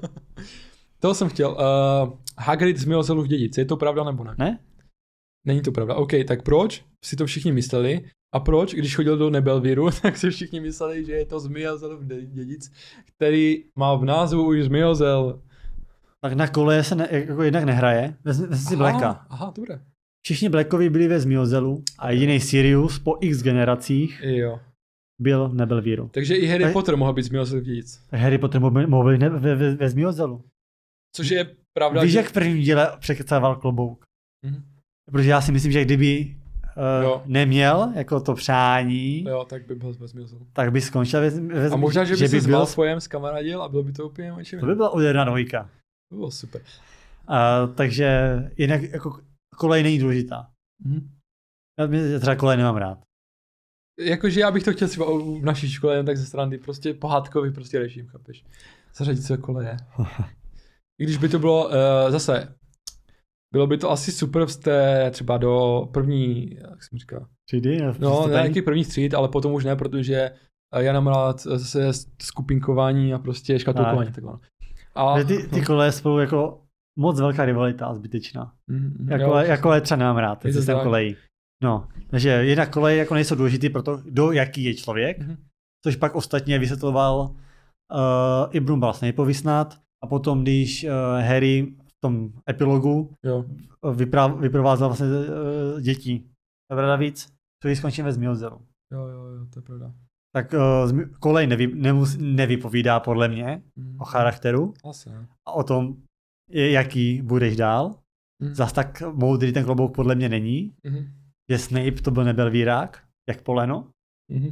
Toho jsem chtěl. Uh, Hagrid z Miozelův dědic. Je to pravda nebo ne?
Ne?
Není to pravda. OK, tak proč si to všichni mysleli? A proč, když chodil do Nebelvíru, tak si všichni mysleli, že je to z Miozelův dědic, který má v názvu už Miozel.
Tak na kole se ne, jako jednak nehraje, vezmi, vezmi si Blacka.
Aha, dobré.
Všichni Blackovi byli ve Zmiozelu a jediný Sirius po x generacích
jo.
byl nebyl víru.
Takže i Harry
tak,
Potter mohl být Zmiozel dědic.
Harry Potter mohl být ve, ve, ve Zmiozelu.
Což je pravda.
Víš,
že...
jak v prvním díle překecával klobouk?
Mm-hmm.
Protože já si myslím, že kdyby uh, neměl jako to přání,
jo, tak by byl ve Zmiozelu.
Tak by skončil ve, ve
A možná, že by,
že
se
by
s
byl...
Malfoyem skamarádil a bylo by to úplně očivě.
To by byla udělná dvojka.
To bylo super.
Uh, takže jinak jako kolej není důležitá.
Mm-hmm.
Já třeba kolej nemám rád.
Jakože já bych to chtěl třeba v naší škole jen tak ze strany, prostě pohádkový prostě režim, chápeš? Zařadit se koleje. I když by to bylo uh, zase, bylo by to asi super z té třeba do první, jak jsem říkal.
Třídy?
No, ne nějaký první tříd, ale potom už ne, protože já mám rád zase skupinkování a prostě škatulkování. Tak.
A ty, ty koleje spolu jako moc velká rivalita a zbytečná. Mm, jako, jo, jako je třeba nemám rád, ten systém kolejí. No, takže jednak koleje jako nejsou důležitý pro to, kdo jaký je člověk, mm-hmm. což pak ostatně vysvětloval uh, i Brumbal Snapeovi a potom, když uh, Harry v tom epilogu vypra- vyprovázel vlastně uh, děti. Pravda víc, což skončím ve Zmiozelu.
Jo, jo, jo, to je pravda.
Tak uh, kolej nevy, nemus, nevypovídá podle mě mm. o charakteru
Asi, ne.
a o tom, jaký budeš dál. Mm. Zas tak moudrý ten klobouk podle mě není. Mm. Že Snape to byl nebyl vírák, jak poleno. Mm.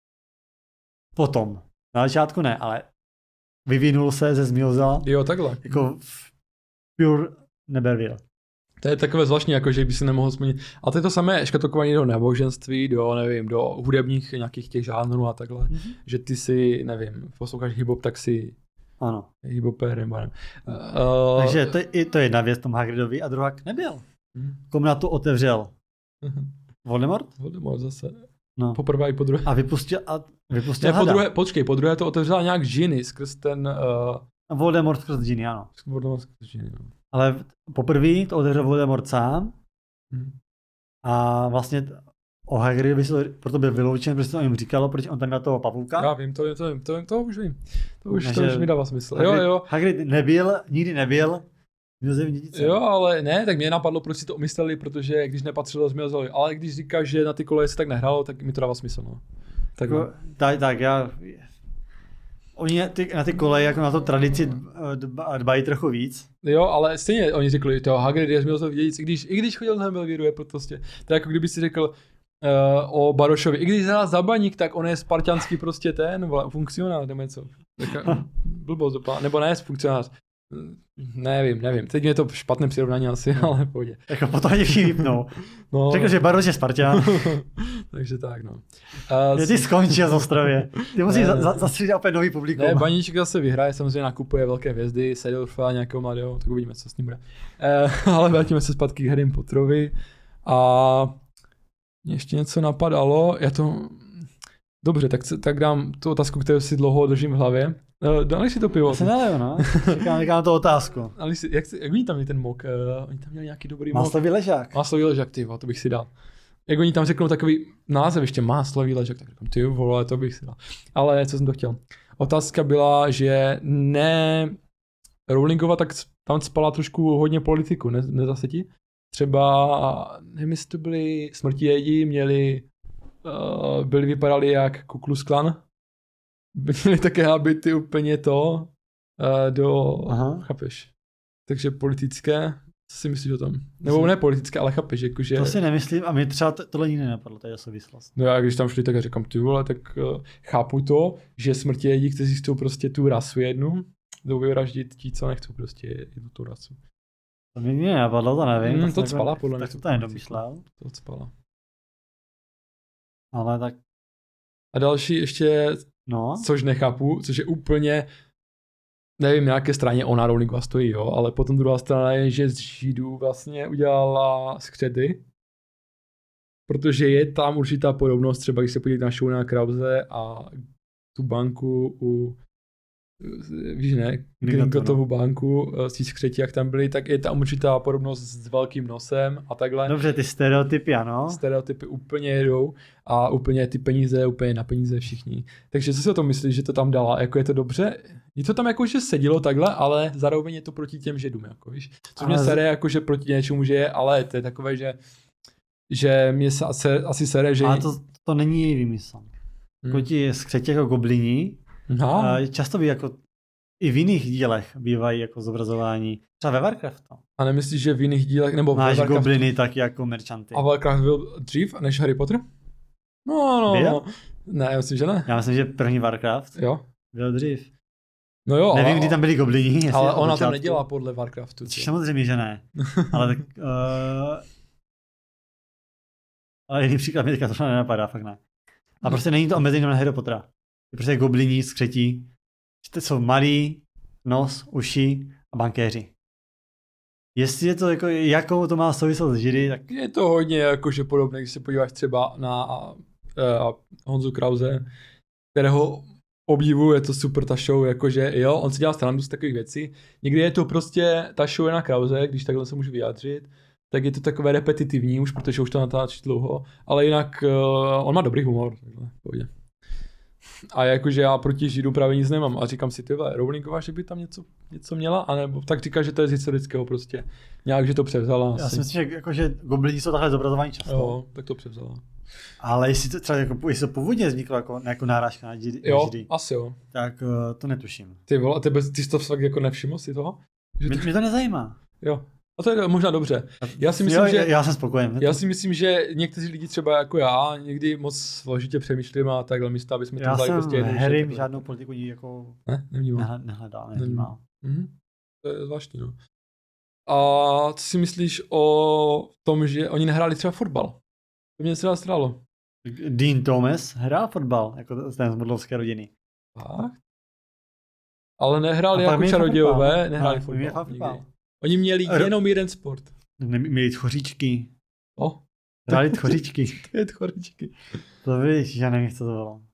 Potom, na začátku ne, ale vyvinul se ze Zmiozela.
Jo, takhle.
Jako pure nebervír.
To je takové zvláštní, jako že by si nemohl změnit. A to je to samé škatulkování do náboženství, do, nevím, do hudebních nějakých těch žánrů a takhle. Mm-hmm. Že ty si, nevím, posloucháš hip-hop, tak si
ano.
hip-hopér, nebo nevím.
Uh, Takže to je, to je jedna věc tom Hagridovi a druhá nebyl. Mm-hmm. Komnatu otevřel mm-hmm. Voldemort?
Voldemort zase.
No.
Poprvé i po druhé.
A vypustil, a vypustil
ne, po druhé, počkej, po druhé to otevřela nějak Ginny skrz ten... Uh...
Voldemort skrz Ginny, ano.
Voldemort skrz Ginny, no.
Ale poprvé to otevřel Voldemort sám hmm. a vlastně o Hagridovi se proto byl vyloučen, protože to jim říkalo, protože on tam měl toho pavouka.
Já vím, to vím, to vím, to, vím, to už vím. To už,
ne,
to už mi dává smysl.
Hagrid,
jo, jo.
Hagrid nebyl, nikdy nebyl Zmiozevým dědicem.
Jo, ale ne, tak mě napadlo, proč si to umysleli, protože když nepatřilo Zmiozelovi, ale když říkáš, že na ty koleje se tak nehrálo, tak mi to dává smysl, no.
Tak, jako, tak, tak já... Oni ty, na ty koleje jako na to tradici dbají trochu víc.
Jo, ale stejně oni řekli, to Hagrid je Zmiozevův dědic, i když, i když chodil na Belvíru, je prostě. To je jako kdyby si řekl uh, o Barošovi, i když hrál za Baník, tak on je spartianský prostě ten, funkcionář, nebo něco. Taká blbost, nebo ne, funkcionář. Nevím, nevím. Teď je to špatné přirovnání asi, ale v pohodě.
Jako potom je všichni vypnou. No. Řekl, že Baroš je Spartan.
Takže tak, no.
Uh, ty skončil z Ostrově. Ty musíš za, za, zastřídat opět nový publikum.
Ne, Baníček zase vyhraje, samozřejmě nakupuje velké hvězdy, Seedorfa, nějakého mladého, tak uvidíme, co s ním bude. Uh, ale vrátíme se zpátky k Harry Potterovi. A mě ještě něco napadalo, já to... Dobře, tak, tak dám tu otázku, kterou si dlouho držím v hlavě. Uh, dali si to pivo?
Já se naleju, no. Čekám, čekám na tu otázku.
Ale si, jak, jak oni tam měli ten mok? Uh, oni tam měli nějaký dobrý mok.
Máslový ležák.
Máslový ležák, ty to bych si dal. Jak oni tam řeknou takový název ještě, máslový ležák, tak říkám, ty vole, to bych si dal. Ale co jsem to chtěl? Otázka byla, že ne... Rowlingova tak tam spala trošku hodně politiku, ne, ne zase ti? Třeba, nevím, jestli to byli smrtivědi, měli... Uh, byli vypadali jak Ku Klux Klan. Měli také habity úplně to uh, do, Aha. chápeš. Takže politické, co si myslíš o tom? Nebo ne politické, ale chápeš, jakože...
To si nemyslím a mi třeba to, tohle nikdy nenapadlo, to je souvislost.
No já když tam šli, tak říkám, ty vole, tak uh, chápu to, že smrtivědi, kteří chcou prostě tu rasu jednu, jdou vyvraždit ti, co nechcou prostě jednu tu rasu.
To mi nikdy nenapadlo, to nevím.
Mm, to cpala, podle mě.
Tak to tady nedomýšlel.
To cpala.
Ale tak...
A další ještě, no. Což nechápu, což je úplně, nevím, na jaké straně ona Rowlingova stojí, jo, ale potom druhá strana je, že z Židů vlastně udělala skřety, protože je tam určitá podobnost, třeba když se podíváte na Shona Krause a tu banku u víš ne, Gringotovu banku z té skřeti, jak tam byli, tak je tam určitá podobnost s velkým nosem a takhle.
Dobře, ty stereotypy, ano.
Stereotypy úplně jedou a úplně ty peníze, úplně na peníze všichni. Takže co si o tom myslíš, že to tam dala? Jako je to dobře? Je to tam jako, že sedilo takhle, ale zároveň je to proti těm židům, jako víš. Co mě sere, jako, že proti něčemu, že je, ale to je takové, že že mě se asi, asi sere, že...
Ale to, to není její výmysl. Hmm. Jako ti skřeti jako goblini, no. Často by jako i v jiných dílech bývají jako zobrazování. Třeba ve Warcraftu.
A nemyslíš, že v jiných dílech, nebo
máš ve gobliny taky jako merchanty.
A Warcraft byl dřív než Harry Potter? No, no,
byl?
no. Ne, já myslím, že ne.
Já myslím, že první Warcraft
jo.
byl dřív.
No jo,
nevím,
ale,
kdy tam byli goblini.
Ale ona to nedělá podle Warcraftu.
Samozřejmě, že ne. Ale tak... Uh... Ale jiný příklad mi teďka to nenapadá, fakt ne. A prostě není to omezení na Harry Pottera. Je prostě gobliní, skřetí. To jsou malí, nos, uši a bankéři. Jestli je to jako, jakou to má souvislost s židy, tak...
Je to hodně jakože podobné, když se podíváš třeba na uh, Honzu Krause, kterého obdivuju, je to super ta show, jakože jo, on si dělá srandu z takových věcí. Někdy je to prostě ta show je na Krause, když takhle se můžu vyjádřit, tak je to takové repetitivní už, protože už to natáčí dlouho, ale jinak uh, on má dobrý humor, takhle, pohodě. A jakože já proti Židům právě nic nemám a říkám si, tyhle, Rowlingová, že by tam něco, něco měla, anebo tak říká, že to je z historického prostě, nějak, že to převzala.
Já asi. si myslím, že, jako, že goblini jsou takhle zobrazování často.
Jo, tak to převzala.
Ale jestli to třeba jako, jestli to původně vzniklo jako, jako nárážka na Židy,
jo, asi jo.
Tak uh, to netuším.
Ty vole, ty, bez, ty jsi to fakt jako nevšiml si toho?
Že mě, to... mě to nezajímá.
Jo. A to je možná dobře. Já si myslím,
jo,
že,
já jsem spokojen.
Já si myslím, že někteří lidi třeba jako já někdy moc složitě přemýšlím a takhle místo, aby jsme to vzali prostě
jednou. Já jsem Harry žádnou politiku jako
ne? Nevnímal.
Nehledal, nevnímal.
Mhm. To je zvláštní, no. A co si myslíš o tom, že oni nehráli třeba fotbal? To mě třeba strálo.
Dean Thomas hrál fotbal, jako ten z modlovské rodiny.
Fakt? Ale nehráli jako čarodějové, nehráli fotbal. fotbal. Oni měli R- jenom jeden sport.
Měli tchoříčky.
O.
Hráli tchoříčky.
To je tchoříčky.
To víš, já nevím, co to bylo.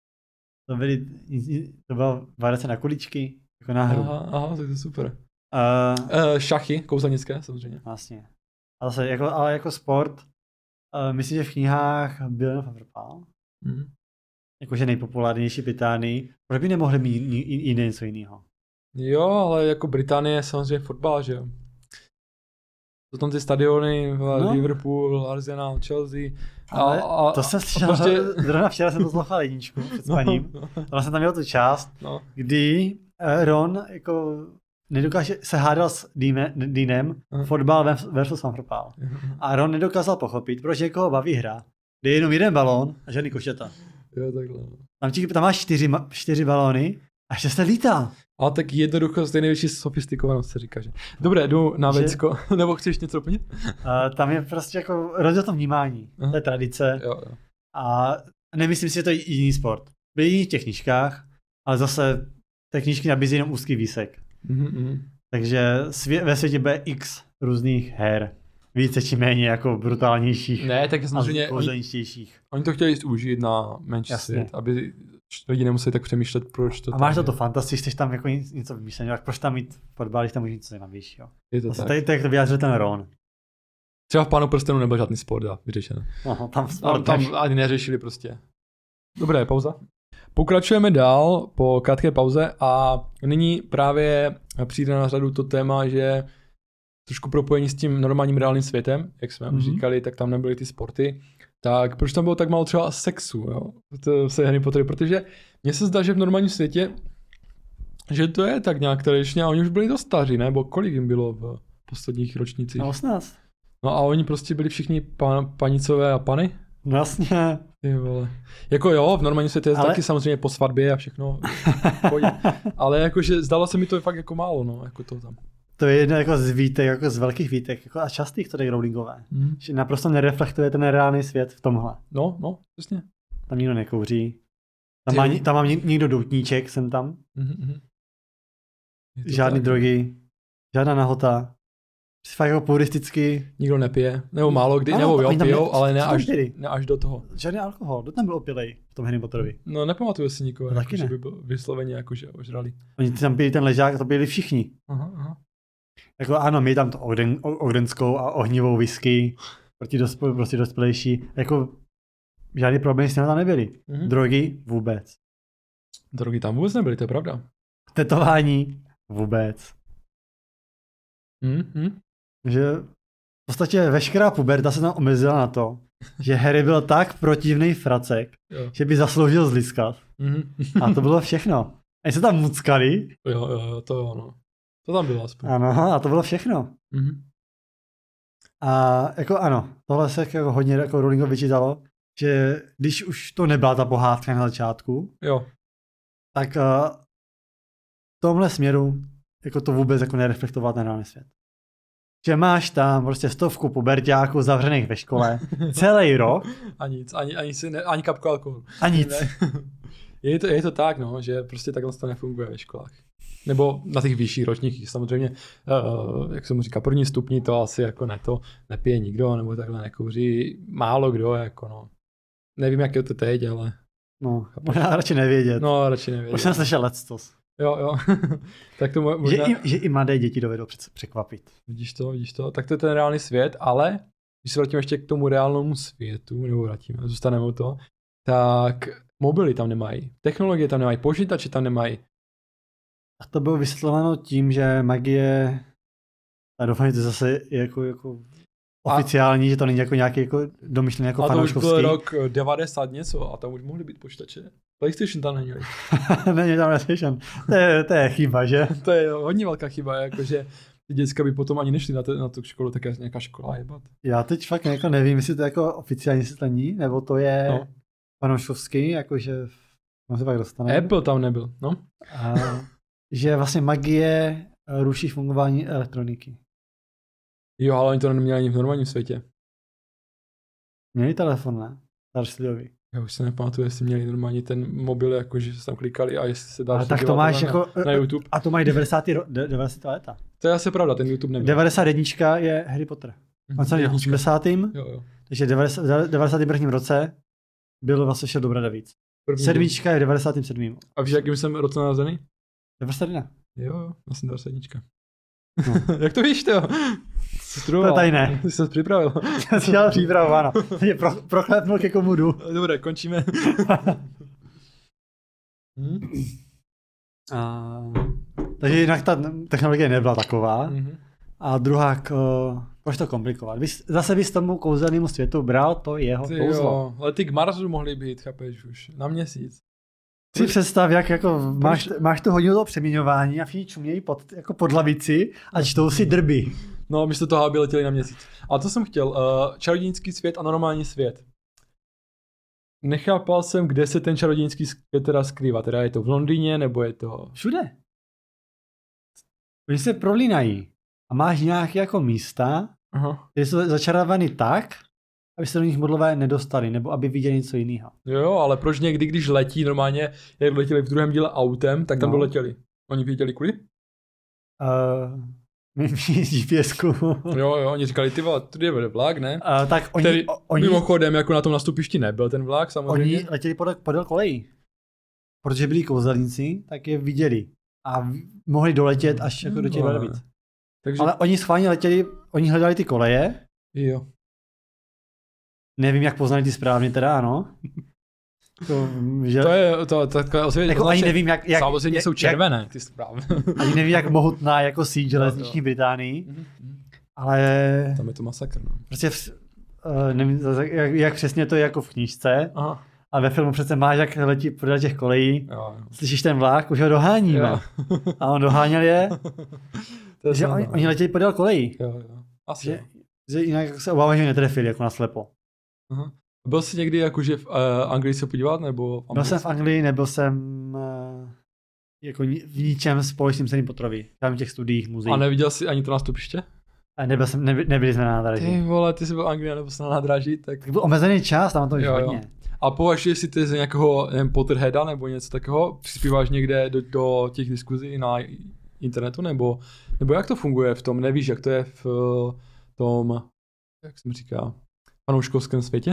To byly, to bylo variace na kuličky, jako na hru.
Aha, aha, tak to je super.
Uh,
uh, šachy, kouzelnické samozřejmě.
Vlastně. Ale, zase, jako, ale jako sport, uh, myslím, že v knihách byl jenom fotbal. Mm. Jakože nejpopulárnější Británii. Proč by nemohli mít jiné něco jiného?
Jo, ale jako Británie je samozřejmě fotbal, že jo. Jsou tam ty stadiony, no. Liverpool, Arsenal, Chelsea.
Ale a, a, to jsem slyšel, prostě... zrovna včera jsem to zlochal jedničku před spaním. No, no. Ale jsem tam měl tu část, no. kdy Ron jako nedokáže, se hádal s Deanem uh-huh. fotbal versus fotbal. Uh-huh. A Ron nedokázal pochopit, proč někoho baví hra, kde je jenom jeden balón a žádný košeta.
Jo, takhle.
Tam, tí, tam máš čtyři, čtyři balóny a ještě se lítá.
Ale tak jednoduchost je největší sofistikovanost, se říká, že. Dobré, jdu na Vecko, nebo chceš něco doplnit?
Uh, tam je prostě jako rozdíl to vnímání, uh-huh. to je tradice.
Jo, jo.
A nemyslím si, že to je jiný sport. Byli jiný v těch knížkách, ale zase té knížky nabízí jenom úzký výsek.
Mm-hmm.
Takže svě- ve světě bude x různých her. Více či méně jako brutálnějších.
Ne, tak samozřejmě
oni,
oni to chtěli užít na menší svět, aby lidi nemuseli tak přemýšlet, proč to.
A máš to to fantasy, chceš tam jako něco vymýšlet, tak proč tam mít fotbal, když tam můžeš něco zajímavějšího.
Je to
tak. Tady tak to vyjádřil ten Ron.
Třeba v Pánu prstenů nebyl žádný sport, dá, vyřešeno.
Aha, tam sport
tam, tam ani neřešili prostě. Dobré, pauza. Pokračujeme dál po krátké pauze a nyní právě přijde na řadu to téma, že trošku propojení s tím normálním reálným světem, jak jsme mm-hmm. už říkali, tak tam nebyly ty sporty. Tak proč tam bylo tak málo třeba sexu, jo? To se Harry Potter, protože mně se zdá, že v normálním světě, že to je tak nějak tradičně a oni už byli dost staří, nebo kolik jim bylo v posledních ročnicích?
No osmnáct.
No a oni prostě byli všichni pan, panicové a pany?
No jasně.
Ty vole. Jako jo, v normálním světě je ale... taky samozřejmě po svatbě a všechno. Ale jakože zdalo se mi to fakt jako málo, no, jako to tam.
To je jedna jako z výtek, jako z velkých výtek jako a častých, to je Rowlingové. Mm. Že naprosto nereflektuje ten reálný svět v tomhle.
No, no, přesně.
Tam nikdo nekouří. Tam má, tam má někdo doutníček, jsem tam. Mm-hmm. Žádný tak, drogy, žádná nahota. fakt jako puristicky.
Nikdo nepije, nebo málo kdy, no, nebo jo, pijou, ne, ale ne až, ne až do toho.
Žádný alkohol, kdo tam byl opilej v tom Harry Potterovi?
No nepamatuju si nikoho,
no,
jako, že by byl vysloveně jakože ožrali.
Oni tam pili ten ležák a to byli všichni.
Aha, aha.
Jako ano, my tam to ogden, ogdenskou a ohnivou whisky, proti dospěl, prostě dospělejší, jako žádný problémy s tím tam nebyly. Mm-hmm. Drogy vůbec.
Drogy tam vůbec nebyly, to je pravda.
Tetování vůbec.
Mm-hmm.
Že v podstatě veškerá puberta se tam omezila na to, že Harry byl tak protivný fracek, jo. že by zasloužil zliskat. Mm-hmm. A to bylo všechno. A se tam muckali.
Jo, jo, jo, to jo, no. To tam bylo aspoň.
Ano, a to bylo všechno.
Mm-hmm.
A jako ano, tohle se jako hodně jako Rowlingovi vyčítalo, že když už to nebyla ta pohádka na začátku,
jo.
tak uh, v tomhle směru jako to vůbec jako nereflektovat ten reálný svět. Že máš tam prostě stovku puberťáků zavřených ve škole celý rok.
A nic, ani, ani, si ne, ani kapku alkoholu.
A nic.
Je to, je to tak, no, že prostě takhle to nefunguje ve školách. Nebo na těch vyšších ročníkích samozřejmě, uh, jak se mu říká, první stupni to asi jako ne to nepije nikdo, nebo takhle nekouří málo kdo, jako no. Nevím, jak je to teď, ale...
No, možná radši nevědět.
No, radši nevědět.
Už jsem slyšel lectos.
Jo, jo. Tak to možná...
že, i, že i mladé děti dovedou překvapit.
Vidíš to, vidíš to. Tak to je ten reálný svět, ale když se vrátíme ještě k tomu reálnému světu, nebo vrátíme, zůstaneme u toho, tak mobily tam nemají, technologie tam nemají, počítače tam nemají.
A to bylo vysvětlováno tím, že magie, a doufám, že to zase je jako, jako oficiální, a... že to není jako nějaký jako domyšlený jako fanouškovský.
A to už byl rok devadesát něco a tam už mohly být počítače. PlayStation tam není.
Není tam PlayStation. To je, to je chyba, že?
To je hodně velká chyba, jakože ty děcka by potom ani nešli na, te, na tu školu, tak je nějaká škola jebat.
Já teď fakt jako nevím, jestli to jako oficiální vysvětlení, nebo to je no. fanouškovský, jakože no se pak dostane.
Apple tam nebyl, no.
A, že vlastně magie ruší fungování elektroniky.
Jo, ale oni to neměli ani v normálním světě.
Měli telefon, ne? Staršliový.
Já už se nepamatuju, jestli měli normálně ten mobil, jakože se tam klikali a jestli se dá
ale tak to máš
na,
jako,
na YouTube.
A to mají devadesátá léta.
To je asi pravda, ten YouTube nebyl.
devadesát jedna je Harry Potter. On se v osmdesátém Jo, jo. Takže v devadesátém prvním roce byl vlastně šel do Bradavíc. Sedmička je v devadesátém sedmém
A víš, jakým jsem roce narozený?
devadesát jedna
Jo, jo, vlastně devadesát jedna No. Jak to víš, to?
To je tajné.
Ty jsi se připravil.
Já si dělal přípravu, ano. Mě pro, proklepnul ke komu jdu.
Dobré, končíme.
hmm? A, takže jinak ta technologie nebyla taková. Mm-hmm. A druhá, proč to komplikovat? Zase bys tomu kouzelnému světu bral to jeho
ty
kouzlo.
Jo, ale ty k Marsu mohli být, chápeš už, na měsíc.
Si představ, jak jako máš, máš tu hodinu toho přeměňování a všichni čumějí pod, jako pod lavici a čtou si drby.
No, místo toho, aby letěli na měsíc. A to jsem chtěl, uh, čarodějnický svět a normální svět. Nechápal jsem, kde se ten čarodějnický svět teda skrývá. Teda je to v Londýně, nebo je to...
Všude. Oni se prolínají. A máš nějaké jako místa, Aha. které jsou začarovaný tak, aby se do nich modlové nedostali, nebo aby viděli něco jiného.
Jo, ale proč někdy, když letí normálně, jak letěli v druhém díle autem, tak tam no. doletěli. Oni věděli kudy?
Uh, G P S ku.
Jo, jo, oni říkali, ty vole, tu je vlak, ne?
Uh, tak oni,
Který,
oni...
mimochodem, jako na tom nastupišti nebyl ten vlak, samozřejmě.
Oni letěli podél, podél kolejí. Protože byli kouzelníci, tak je viděli. A mohli doletět až jako do těch
no.
Bradavíc. Takže... Ale oni schválně letěli, oni hledali ty koleje.
Jo.
Nevím, jak poznali ty správně teda, ano.
To, že... to je to, takové osvědčení.
Jako ani nevím, jak, jak,
samozřejmě
jak,
jsou červené, jak, ty správně.
Ani nevím, jak mohutná jako síť železniční Británii, mm-hmm. ale...
Tam je to masakr, no.
Prostě, v, uh, nevím, jak, jak přesně to je jako v knížce,
Aha.
a ve filmu přece máš, jak letí podle těch kolejí,
jo, jo.
Slyšíš ten vlak, už ho doháníme. Jo. A on doháněl je, je že oni, oni letěli podél kolejí.
Jo, jo. Asi.
Že, že jinak se obávám, že netrefili jako naslepo.
Aha. Byl jsi někdy jakože v uh, Anglii se podívat, nebo v
Byl jsem v Anglii, nebyl jsem uh, jako v ničem společným s Harrym Potterovi. Tam v těch studiích, muzeích.
A neviděl jsi ani to nástupiště?
A nebyl jsem, neby, nebyli jsme na nádraží.
Ty vole, ty jsi byl v Anglii, nebo jsi na nádraží, tak...
tak byl omezený čas, tam to už hodně.
A považuješ si ty z nějakého, nevím, Potterheada nebo něco takového? Přispíváš někde do, do těch diskuzí na internetu, nebo, nebo jak to funguje v tom, nevíš, jak to je v tom, jak se mi říká, fanouškovském světě?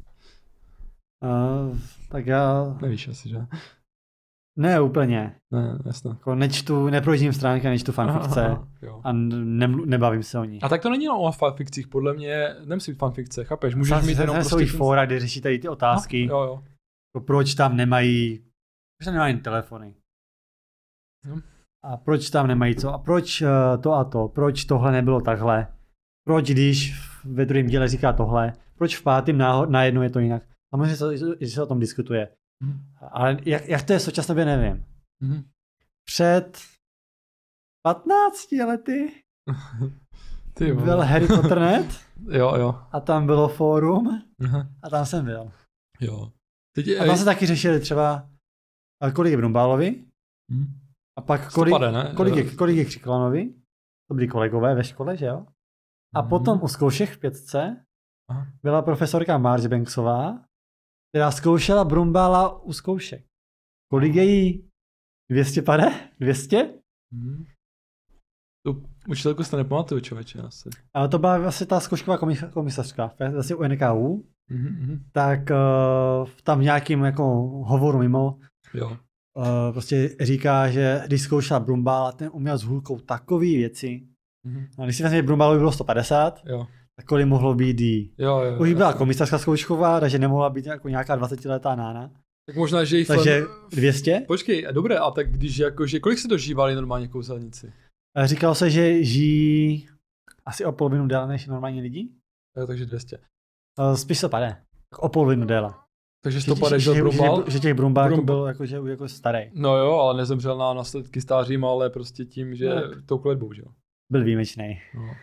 Uh, tak já...
Nevíš asi, že?
Ne, úplně.
Ne, jasně.
Jako nečtu, neprojíždím stránky, nečtu fanfikce
aha, aha,
a ne, nebavím se o ní.
A tak to není jenom o fanfikcích, podle mě nemusí být fanfikce, chápeš? Můžeš
Sám,
mít jenom
prostě...
prostě...
Jsou fóra, kde řeší tady ty otázky.
No, jo, jo.
Jako proč tam nemají, proč tam nemají telefony?
Hmm.
A proč tam nemají co? A proč to a to? Proč tohle nebylo takhle? Proč když ve druhém díle říká tohle? Proč v pátém najednou je to jinak? Samozřejmě se, že se o tom diskutuje. Hmm. Ale jak, jak to je v současné době, nevím.
Hmm.
Před patnácti lety
Ty
byl Harry Potter net
jo, jo.
a tam bylo fórum
Aha.
a tam jsem byl.
Jo. Teď je,
a tam se taky řešili třeba, kolik je Brumbálovi
hmm.
a pak kolik,
Stopade,
kolik, je, kolik je Křiklanovi. To byli kolegové ve škole, že jo? A hmm. potom u zkoušek v pětce
Aha.
byla profesorka Marchbanksová, která zkoušela Brumbála u zkoušek. Kolik je jí? dvě stě pade? dvě stě?
Hmm. Tu učitelku se nepamatuju, člověče, asi.
Ale to byla vlastně ta zkoušková komisařka, vlastně u N K U,
mm-hmm.
tak uh, tam v nějakým jako hovoru mimo
jo.
Uh, prostě říká, že když zkoušela Brumbála, ten uměl s hůlkou takový věci. Mm-hmm. A když si vezme, že Brumbálovi bylo sto padesát,
jo.
tak kolik mohlo být jí.
Jo, jo,
Už byla komisařka zkoušková, takže nemohla být jako nějaká dvacetiletá nána.
Tak možná, že jich...
Takže dvě stě?
Počkej, dobré, a tak když jakože, kolik se dožívali normálně kouzelníci?
Říkalo se, že žijí asi o polovinu déle než normální lidi.
Jo, takže dvě stě.
Spíš se pade. O polovinu déle.
Takže sto padesát žil Brumbál?
Že, že těch Brumbál Brum... jako byl jako, že, jako starý.
No jo, ale nezemřel na následky stářím, ale prostě tím, že no. tou kletbou, že jo.
Byl výjimečný.
No.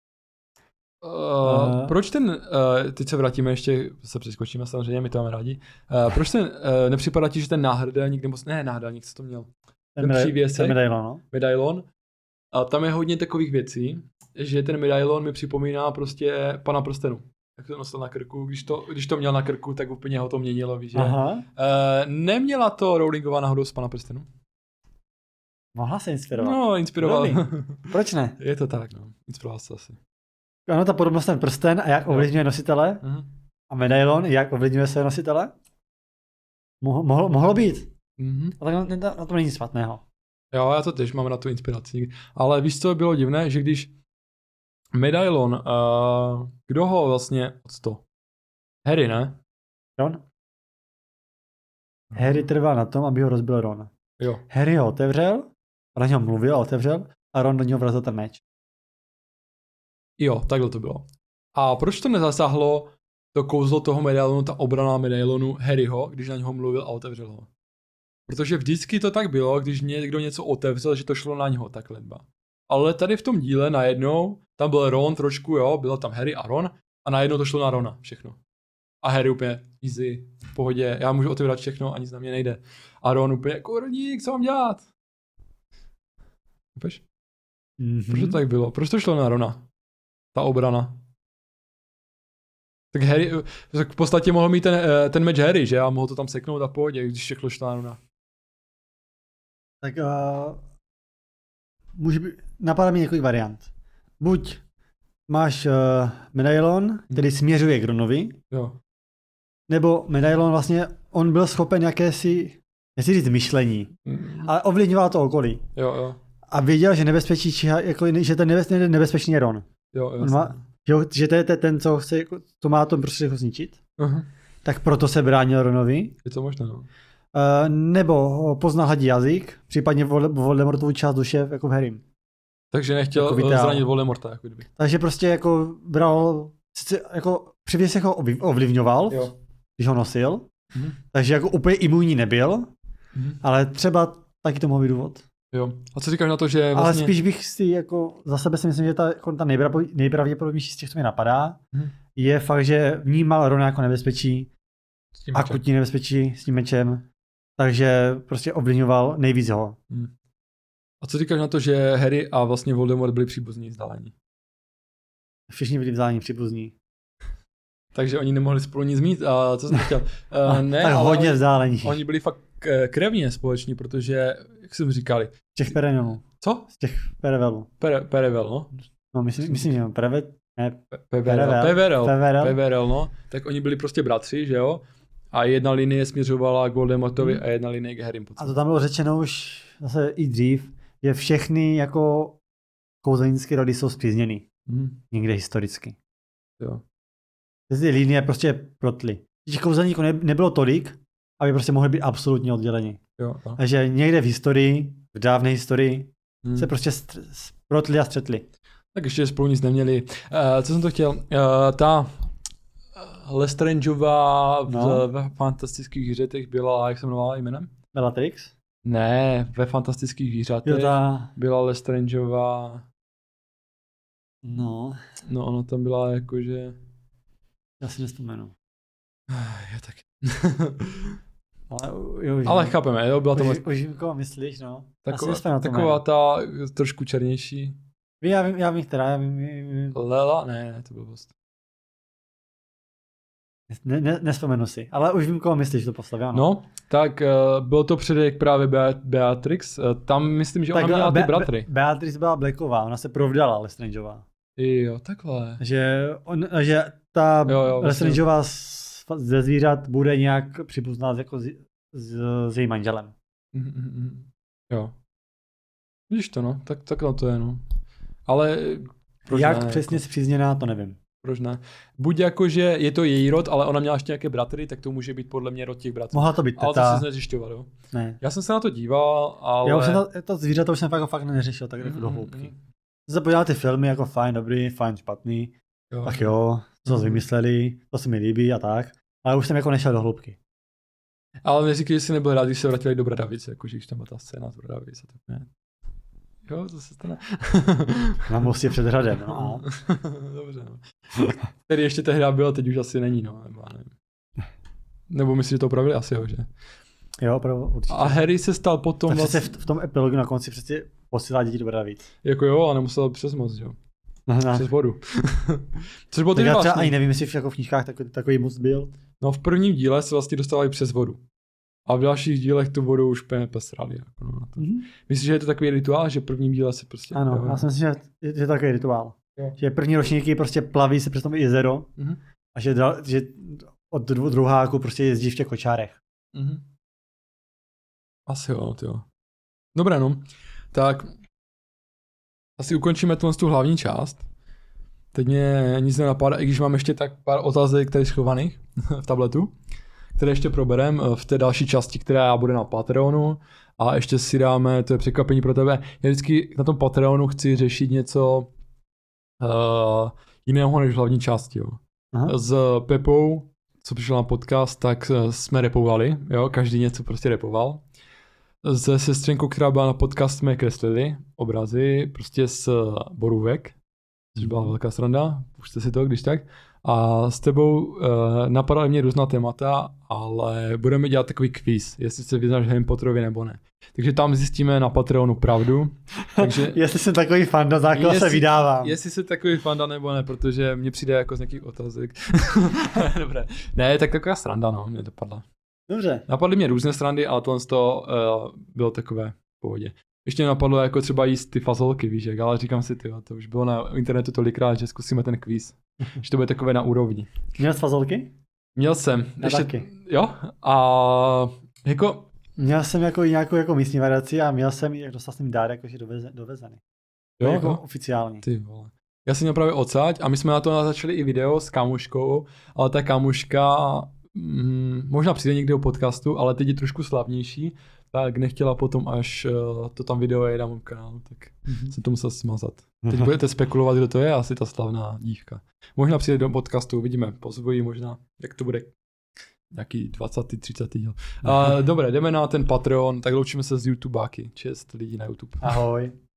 Uh, uh, proč ten, uh, teď se vrátíme ještě, se přeskočíme samozřejmě, my to máme rádi. Uh, proč ten, uh, nepřipadá ti, že ten náhrdelník, nebo ne náhrdelník, co to měl?
Ten, ten přívěsek, ten medailon, no.
Medailon. A tam je hodně takových věcí, že ten medailon mi připomíná prostě Pana prstenů. Jak to nosil na krku, když to, když to měl na krku, tak úplně ho to měnilo, víš, že?
Aha.
Uh, neměla to Rowlingová náhodou z Pana prstenů?
Mohla se inspirovat.
No, inspirovala.
Proč ne?
Je to tak, no. Inspirovala se asi.
Ano, ta podobnost ten prsten a jak ovlivňuje nositele
uh-huh.
a medailon, jak ovlivňuje své nositele? Mo- mohlo, mohlo být.
Uh-huh.
A tak na, na tom není nic špatného.
Jo, já to tež mám na tu inspiraci. Ale víš, co bylo divné, že když medailon, uh, kdo ho vlastně odsto? Harry, ne?
Ron? Harry trval na tom, aby ho rozbil Ron.
Jo.
Harry ho otevřel, on na něho mluvil a otevřel a Ron do něho vrazil ten meč.
Jo, takhle to bylo. A proč to nezasáhlo to kouzlo toho medailonu, ta obrana medailonu Harryho, když na něho mluvil a otevřel ho? Protože vždycky to tak bylo, když někdo něco otevřel, že to šlo na něho, ta kletba. Ale tady v tom díle najednou, tam byl Ron trošku, jo, bylo tam Harry a Ron a najednou to šlo na Rona, všechno. A Harry úplně easy, v pohodě, já můžu otevírat všechno a nic na mě nejde. A Ron úplně, kurník, co mám dělat? Chápeš? Mm-hmm. Proč to tak bylo? Proč to šlo na Rona? Ta obrana. Tak Harry, tak v podstatě mohl mít ten, ten meč Harry, že? A mohl to tam seknout a v pohodě, když všechno šlo na Rona.
Tak uh, může být, napadá mi několik variant. Buď máš uh, medailon, který směřuje k Ronovi,
jo.
Nebo medailon vlastně, on byl schopen jakési, nechci říct myšlení, mm. ale ovlivňoval to okolí.
Jo, jo.
A věděl, že nebezpečí, jako, že ten nebezpečný je Ron.
Jo, jo.
Má, že to je ten, co, chce, co má to prostě jako zničit.
Uh-huh.
Tak proto se bránil Ronovi.
Je to možné, no.
Uh, nebo poznal hadí jazyk, případně Voldemortovu část duše jako v Harrym.
Takže nechtěl jako zranit Voldemorta. Jako kdyby.
Takže prostě jako bral, jako při věcech ho ovlivňoval,
jo.
když ho nosil.
Mm-hmm.
Takže jako úplně imunní nebyl,
mm-hmm.
ale třeba taky to mohl být důvod.
Jo. A co říkáš na to, že vlastně...
Ale spíš bych si jako, za sebe si myslím, že ta, jako ta nejpravděpodobnější z těch, co mi napadá, mm-hmm. je fakt, že vnímal Rona jako nebezpečí, akutní nebezpečí s tím mečem, takže prostě ovlivňoval nejvíc ho.
Mm. A co říkáš na to, že Harry a vlastně Voldemort byli příbuzní vzdálení?
Všichni byli vzdálení příbuzní.
Takže oni nemohli spolu nic mít a co jsem chtěl? Uh, ne,
tak hodně vzdálení.
Oni byli fakt krevně společní, protože, jak jsem říkali,
těch perenionů.
Co?
Z těch Perevelů.
Pere, Perevel, no.
No, myslím, myslím že Preve... Ne,
Peverel,
Peverel.
Peverel, Peverel, no. Tak oni byli prostě bratři, že jo? A jedna linie směřovala k Voldemortovi hmm. a jedna linie k Harrym Potterovi.
A to tam bylo řečeno už zase i dřív, že všechny jako kouzelnické rody jsou spřízněný. Hmm. Někde historicky.
Jo.
Ty linie prostě protly. Těch kouzelníků ne, nebylo tolik, aby prostě mohli být absolutně odděleni.
Jo, jo.
Takže někde v historii, v dávné historii, hmm. se prostě str- protli a střetli.
Tak ještě spolu nic neměli. Uh, co jsem to chtěl? Uh, ta Lestrangeová no. v, ve fantastických zvířatech byla, jak se jmenovala jménem?
Bellatrix?
Ne, ve fantastických zvířatech ta... byla Lestrangeová.
No.
No, ono tam byla jakože...
Já si nevzpomenu.
Já taky.
Ale, jo,
Ale chápeme, jo, byla to...
Už, už vím, koho myslíš, no.
Taková, taková ta trošku černější.
Já vím, já vím, která, já vím, vím.
Lela? Ne, ne, to bylo prostě.
Ne, ne, nespomenu si, ale už vím, koho myslíš to postavě, ano.
No, tak uh, byl to předek právě Be- Beatrix, uh, tam myslím, že tak ona měla Be- ty bratry.
Be- Beatrix byla Blacková, ona se provdala Lestrangeová.
Jo, takhle.
Že, on, že ta jo, jo, Lestrangeová vlastně... ze zvířat bude nějak připuzná jako s, s, s jejím manželem.
Mm-hmm. Jo. Vidíš to, no, tak, takhle to je, no. Ale
proč jak ne, přesně jako... zpřízněná, to nevím.
Proč ne? Buď jako, že je to její rod, ale ona měla ještě nějaké bratry, tak to může být podle mě rod těch bratrů.
Mohla to být teta.
Ale to jsi nezjišťoval, jo?
Ne.
Já jsem se na to díval, ale...
Já už jsem to, to zvířata už jsem fakt, fakt neřešil tak mm-hmm. do hloubky. Jsem se podíval ty filmy jako fajn, dobrý, fajn, špatný. Jo. Tak jo, co mm-hmm. vymysleli, to se mi líbí a tak. Ale už jsem jako nešel do hloubky.
Ale neříkej, že jsi nebyl rád, když se vrátili do Bradavice, jakože když tam byla ta scéna z Bradavice, tak ne. Jo, to se stane.
Na mostě před hradem, no.
Dobře, no. Tedy ještě ta hra byla, teď už asi není, no. Nebo, nevím. Nebo myslíš, že to opravili? Asi jo, že?
Jo, opravdu, určitě.
A Harry se stal potom
vlastně... v, v tom epilogu na konci přeci posílá děti do Bradavic.
Jako jo, a nemusel přes most, jo. No, přes vodu. Což bylo
tak já třeba ani nevím, jestli jako v knížkách takový, takový most byl.
No v prvním díle se vlastně dostávali přes vodu. A v dalších dílech tu vodu už úplně pesrali. Jako no, mm-hmm. Myslíš, že je to takový rituál, že v prvním díle se prostě...
Ano, jo, já si myslím, že je, je to takový rituál. Jo. Že první ročníky prostě plaví se přes tom jezero mm-hmm. a že, dal, že od druháku prostě jezdí v těch kočárech.
Mm-hmm. Asi jo, jo. Dobré, no. Tak asi ukončíme tu, tu hlavní část. Teď mě nic nenapadá, i když mám ještě tak pár otázek tady schovaných v tabletu, které ještě proberem v té další části, která bude na Patreonu a ještě si dáme, to je překvapení pro tebe, já vždycky na tom Patreonu chci řešit něco uh, jiného než v hlavní části. Jo. S Pepou, co přišel na podcast, tak jsme repovali, jo, každý něco prostě repoval. Se sestřenkou, která byla na podcast, jsme kreslili obrazy prostě z borůvek, což byla velká sranda, pušte si to, když tak. A s tebou uh, napadaly mě různá témata, ale budeme dělat takový quiz, jestli se vyznáš Harry Potterovi nebo ne. Takže tam zjistíme na Patreonu pravdu. Takže,
jestli jsem takový fanda, za koho se vydávám.
Jestli jsi takový fanda nebo ne, protože mně přijde jako z nějakých otázek. Dobré. Ne, tak taková sranda, no, mě dopadla.
Dobře.
Napadly mě různé srandy, ale tohle to uh, bylo takové v pohodě. Ještě mě napadlo jako třeba jíst ty fazolky, víš jak, ale říkám si, tyjo, to už bylo na internetu tolikrát, že zkusíme ten kvíz. Že to bude takové na úrovni.
Měl jsi fazolky?
Měl jsem.
Já
ještě,
taky.
Jo? A jako...
Měl jsem jako nějakou jako místní variaci a měl jsem i dostal jsem dárek jakože doveze, dovezený.
Jo?
Jako oficiální.
Ty vole. Já jsem měl právě odsaď a my jsme na to začali i video s kámoškou, ale ta kámoška mm, možná přijde někde do podcastu, ale teď je trošku slavnější, tak nechtěla potom, až uh, to tam video je na mém kanálu, tak mm-hmm. jsem to musel smazat. Teď budete spekulovat, kdo to je, asi ta slavná dívka. Možná přijde do podcastu, uvidíme, pozvuji možná, jak to bude. Nějaký dvacátý třicátý díl. Uh, dobré, jdeme na ten Patreon, tak loučíme se z YouTubáky. Čest lidí na YouTube.
Ahoj.